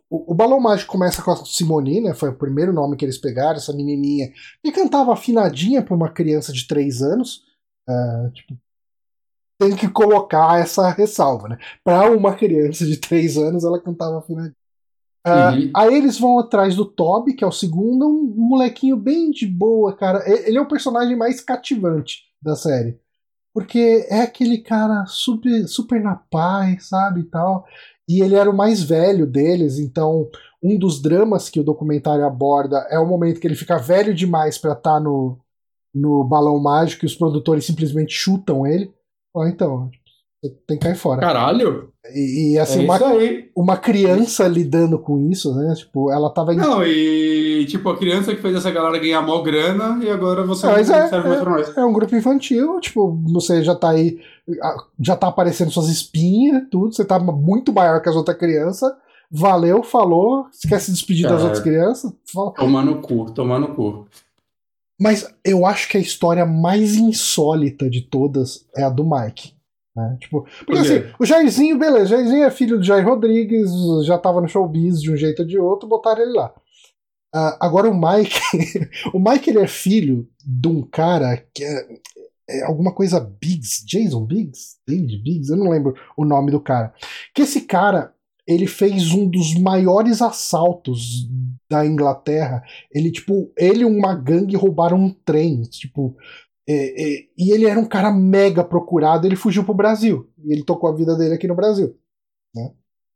o, o Balão Mágico começa com a Simone, né? Foi o primeiro nome que eles pegaram, essa menininha que cantava afinadinha pra uma criança de três anos. Uh, tipo, tem que colocar essa ressalva, né? Pra uma criança de três anos, ela cantava afinadinha. Uh, uhum. Aí eles vão atrás do Toby, que é o segundo, um molequinho bem de boa, cara. Ele é o personagem mais cativante da série. Porque é aquele cara super, super na paz, sabe, e tal. E ele era o mais velho deles, então um dos dramas que o documentário aborda é o momento que ele fica velho demais pra estar no, no balão mágico e os produtores simplesmente chutam ele. Ó, então, você tem que cair fora. Caralho! E, e assim, é uma, aí. uma criança lidando com isso, né? Tipo, ela tava... Em... Não, e tipo, a criança que fez essa galera ganhar mó grana e agora você não, não é, serve mais é, pra nós. É um grupo infantil, tipo, você já tá aí, já tá aparecendo suas espinhas, tudo, você tá muito maior que as outras crianças, valeu, falou, você quer se despedir Cara, das outras crianças? Fala. Tomar no cu, tomar no cu. Mas eu acho que a história mais insólita de todas é a do Mike. Né? Tipo, porque assim, o Jairzinho, beleza, o Jairzinho é filho do Jair Rodrigues, já tava no showbiz de um jeito ou de outro, botaram ele lá. Uh, agora o Mike, o Mike ele é filho de um cara que é, é alguma coisa Biggs, Jason Biggs? David Biggs? Eu não lembro o nome do cara. Que esse cara, ele fez um dos maiores assaltos da Inglaterra. Ele, tipo, ele e uma gangue roubaram um trem, tipo... É, é, e ele era um cara mega procurado, ele fugiu pro Brasil. E ele tocou a vida dele aqui no Brasil. Né?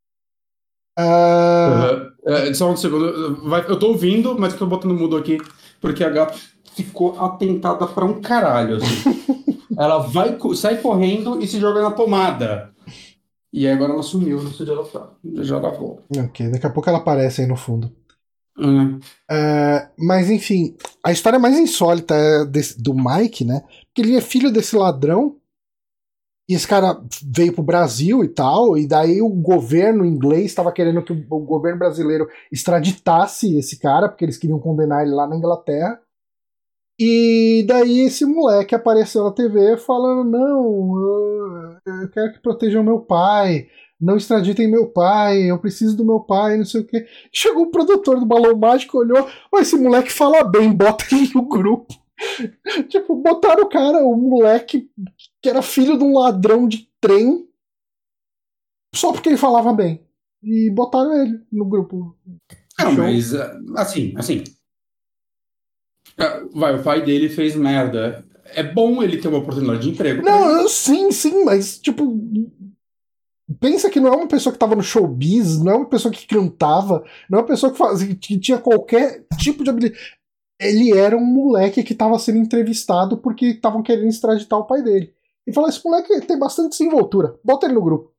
Uh... Uhum. É, só um segundo. Vai, eu tô ouvindo, mas eu tô botando mudo aqui, porque a gata ficou atentada pra um caralho. Assim. Ela vai, sai correndo e se joga na tomada. E aí agora ela sumiu, não sei onde ela tá. Já ela volta. Ok, daqui a pouco ela aparece aí no fundo. Uhum. Uh, mas enfim, a história mais insólita é desse, do Mike, né? Porque ele é filho desse ladrão. E esse cara veio pro Brasil e tal, e daí o governo inglês estava querendo que o governo brasileiro extraditasse esse cara, porque eles queriam condenar ele lá na Inglaterra. E daí esse moleque apareceu na T V falando: não, eu quero que protejam meu pai, não extraditem meu pai, eu preciso do meu pai, não sei o quê. Chegou o produtor do Balão Mágico, olhou: oh, esse moleque fala bem, bota ele no grupo. Tipo, botaram o cara, o moleque que era filho de um ladrão de trem, só porque ele falava bem. E botaram ele no grupo. Não, mas assim, assim. Vai, o pai dele fez merda. É bom ele ter uma oportunidade de emprego. Não, sim, sim, mas tipo. Pensa que não é uma pessoa que tava no showbiz, não é uma pessoa que cantava, não é uma pessoa que, fazia, que tinha qualquer tipo de habilidade. Ele era um moleque que estava sendo entrevistado porque estavam querendo extraditar o pai dele. E falou: esse moleque tem bastante desenvoltura, bota ele no grupo.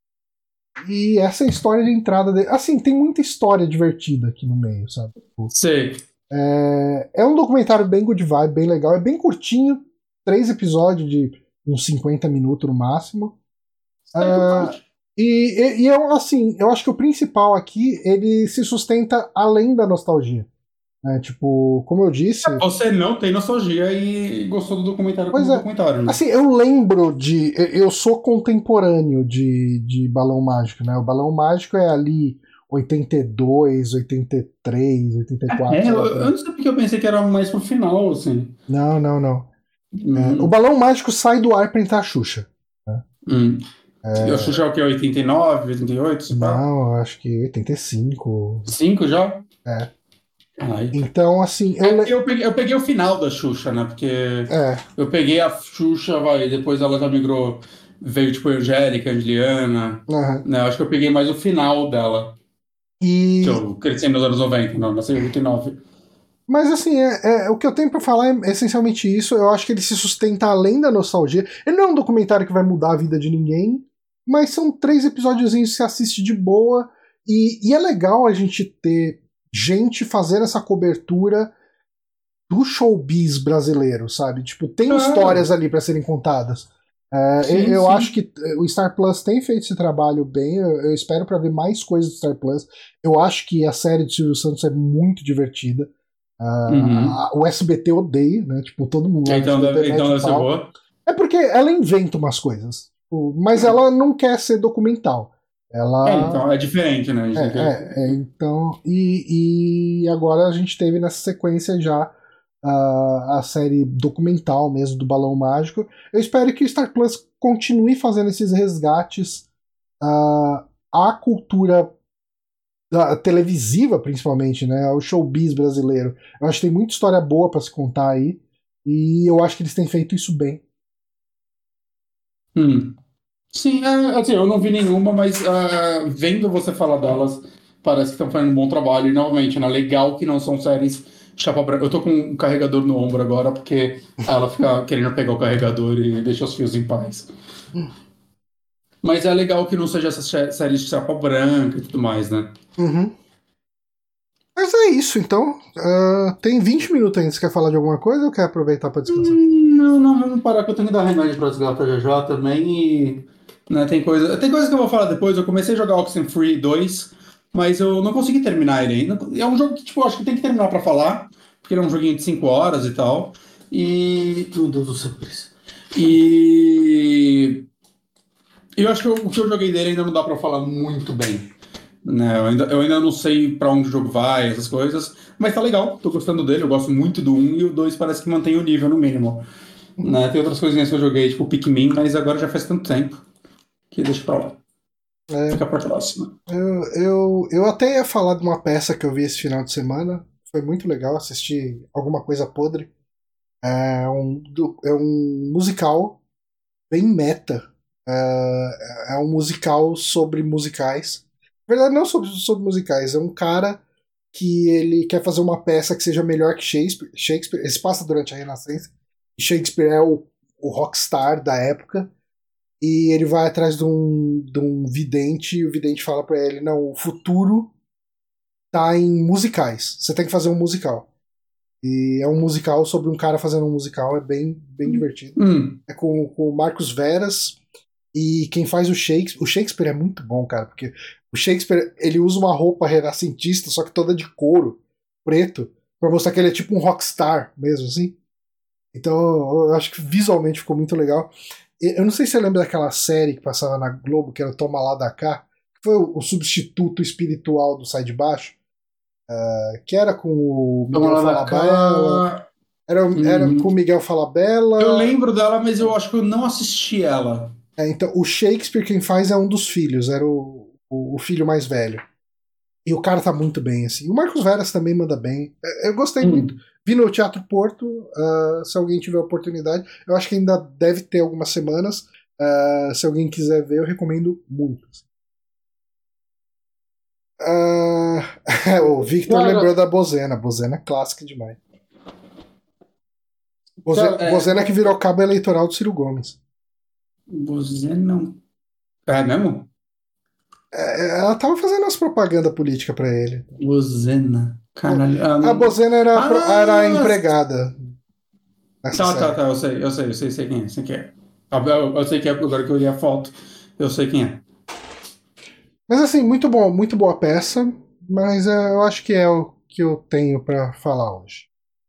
E essa é a história de entrada dele. Assim, tem muita história divertida aqui no meio, sabe? Sei. É, é um documentário bem good vibe, bem legal. É bem curtinho, três episódios de uns cinquenta minutos no máximo. Uh, e, e, e eu, assim, eu acho que o principal aqui, ele se sustenta além da nostalgia. É, tipo, como eu disse... Você não tem nostalgia e gostou do documentário pois como é. documentário. Né? Assim, eu lembro de... Eu sou contemporâneo de, de Balão Mágico, né? O Balão Mágico é ali oitenta e dois, oitenta e três, oitenta e quatro. É, eu, eu não sei porque eu pensei que era mais pro final, assim. Não, não, não. Hum. É, o Balão Mágico sai do ar pra entrar a Xuxa. Né? Hum. É... A Xuxa é o que? oitenta e nove, oitenta e oito? Não, acho que oitenta e cinco. cinco já? É. Ai. Então, assim. Eu... É, eu, peguei, eu peguei o final da Xuxa, né? Porque é. eu peguei a Xuxa, vai, depois ela já migrou, veio tipo Angélica, Angeliana. Uhum. Né? Acho que eu peguei mais o final dela. E... Que eu cresci nos anos noventa, não, nasci em oitenta e nove. Mas assim, é, é, o que eu tenho pra falar é essencialmente isso. Eu acho que ele se sustenta além da nostalgia. Ele não é um documentário que vai mudar a vida de ninguém, mas são três episódios que se assiste de boa. E, e é legal a gente ter gente fazendo essa cobertura do showbiz brasileiro, sabe? Tipo, tem ah. histórias ali para serem contadas. É, sim, eu sim. acho que o Star Plus tem feito esse trabalho bem. Eu, eu espero para ver mais coisas do Star Plus. Eu acho que a série de Silvio Santos é muito divertida. Uh, uhum. a, o S B T odeia, né? Tipo, todo mundo. Então deve, então deve ser boa. É porque ela inventa umas coisas. Mas ela não quer ser documental. Ela... É, então, é diferente, né? A gente É, tem que... é, é, então, e, e agora a gente teve nessa sequência já a, a série documental mesmo do Balão Mágico. Eu espero que o Star Plus continue fazendo esses resgates uh, à cultura uh, televisiva, principalmente, né, ao showbiz brasileiro. Eu acho que tem muita história boa para se contar aí, e eu acho que eles têm feito isso bem. Hum. Sim, é, assim, eu não vi nenhuma, mas ah, vendo você falar delas, parece que estão fazendo um bom trabalho. E, novamente, né, legal que não são séries chapa branca. Eu tô com um carregador no ombro agora, porque ela fica querendo pegar o carregador e deixar os fios em paz. Mas é legal que não seja essas sé- séries de chapa branca e tudo mais, né? Uhum. Mas é isso, então. Uh, tem vinte minutos ainda. Você quer falar de alguma coisa ou quer aproveitar para descansar? Hum, Não, não, vamos parar que eu tenho que dar remédio para as gatas já já também e né, tem coisa, tem coisa que eu vou falar depois. Eu comecei a jogar Oxenfree dois, mas eu não consegui terminar ele ainda. É um jogo que, tipo, eu acho que tem que terminar para falar, porque ele é um joguinho de cinco horas e tal. E meu Deus do céu, por isso. E eu acho que eu- o que eu joguei dele ainda não dá para falar muito bem. Né, eu ainda, eu ainda não sei pra onde o jogo vai, essas coisas, mas tá legal, tô gostando dele, eu gosto muito do um e o dois parece que mantém o nível no mínimo. Né? Tem outras coisinhas que eu joguei, tipo Pikmin, mas agora já faz tanto tempo que deixa pra lá. É, Fica pra próxima. eu, eu, eu até ia falar de uma peça que eu vi esse final de semana. Foi muito legal assistir Alguma Coisa Podre. É um, do- é um musical bem meta. É, é um musical sobre musicais. Na verdade, não sobre, sobre musicais. É um cara que ele quer fazer uma peça que seja melhor que Shakespeare. Shakespeare, ele se passa durante a Renascença. Shakespeare é o, o rockstar da época. E ele vai atrás de um, de um vidente, e o vidente fala pra ele: não, o futuro tá em musicais. Você tem que fazer um musical. E é um musical sobre um cara fazendo um musical, é bem, bem divertido. Hum. É com, com o Marcos Veras, e quem faz o Shakespeare. O Shakespeare é muito bom, cara, porque o Shakespeare ele usa uma roupa renascentista, só que toda de couro, preto, pra mostrar que ele é tipo um rockstar mesmo, assim. Então eu acho que visualmente ficou muito legal. Eu não sei se você lembra daquela série que passava na Globo, que era o Toma Lá da Cá, que foi o, o substituto espiritual do Sai de Baixo, uh, que era com o Toma Miguel lá da Falabella. cá. Era, era com o Uhum. Miguel Eu Falabella. lembro dela, mas eu acho que eu não assisti ela. É, então, o Shakespeare quem faz é um dos filhos, era o, o, o filho mais velho. E o cara tá muito bem, assim. O Marcos Veras também manda bem. É, eu gostei muito. Hum. Vi no Teatro Porto, uh, se alguém tiver oportunidade. Eu acho que ainda deve ter algumas semanas. Uh, se alguém quiser ver, eu recomendo muito. Uh, o Victor Cara, lembrou da Bozena. Bozena é clássica demais. Bozena, cara, é, Bozena que virou cabo eleitoral do Ciro Gomes. você não. É mesmo? É, ela tava fazendo as propagandas políticas pra ele. Bozena. Caralho. Ah, A não... Bozena era, era a ah, empregada nessa tá, tá, série. tá. Eu sei, eu sei, eu sei, sei quem é. Sei quem é. Ah, Eu, eu sei que é agora que eu olhei a foto. Eu sei quem é. Mas assim, muito bom, muito boa peça. Mas é, eu acho que é o que eu tenho pra falar hoje.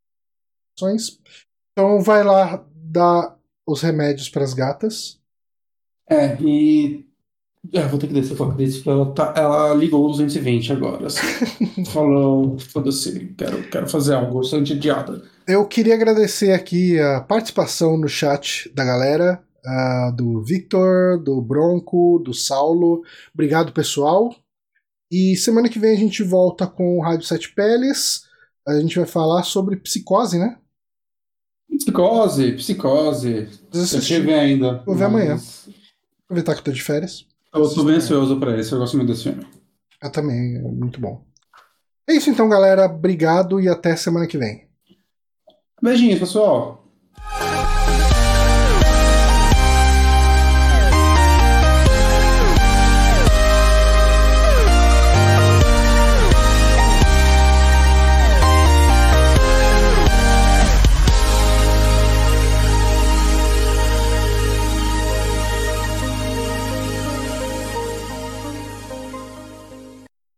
Então vai lá dar os remédios pras gatas. É, e. É, vou ter que descer com a Cris, porque ela, tá, ela ligou o duzentos e vinte agora, assim. Falou, foda-se, quero, quero fazer algo, eu sou entediada. Eu queria agradecer aqui a participação no chat da galera, uh, do Victor, do Bronco, do Saulo. Obrigado, pessoal. E semana que vem a gente volta com o Rádio Sete Peles. A gente vai falar sobre psicose, né? Psicose, psicose. Eu cheguei ainda. Vou ver amanhã. Mas... Aproveitar que eu tô de férias. Eu tô bem ansioso pra isso, eu gosto muito desse filme. Eu também, é muito bom. É isso então, galera. Obrigado e até semana que vem. Beijinhos, pessoal.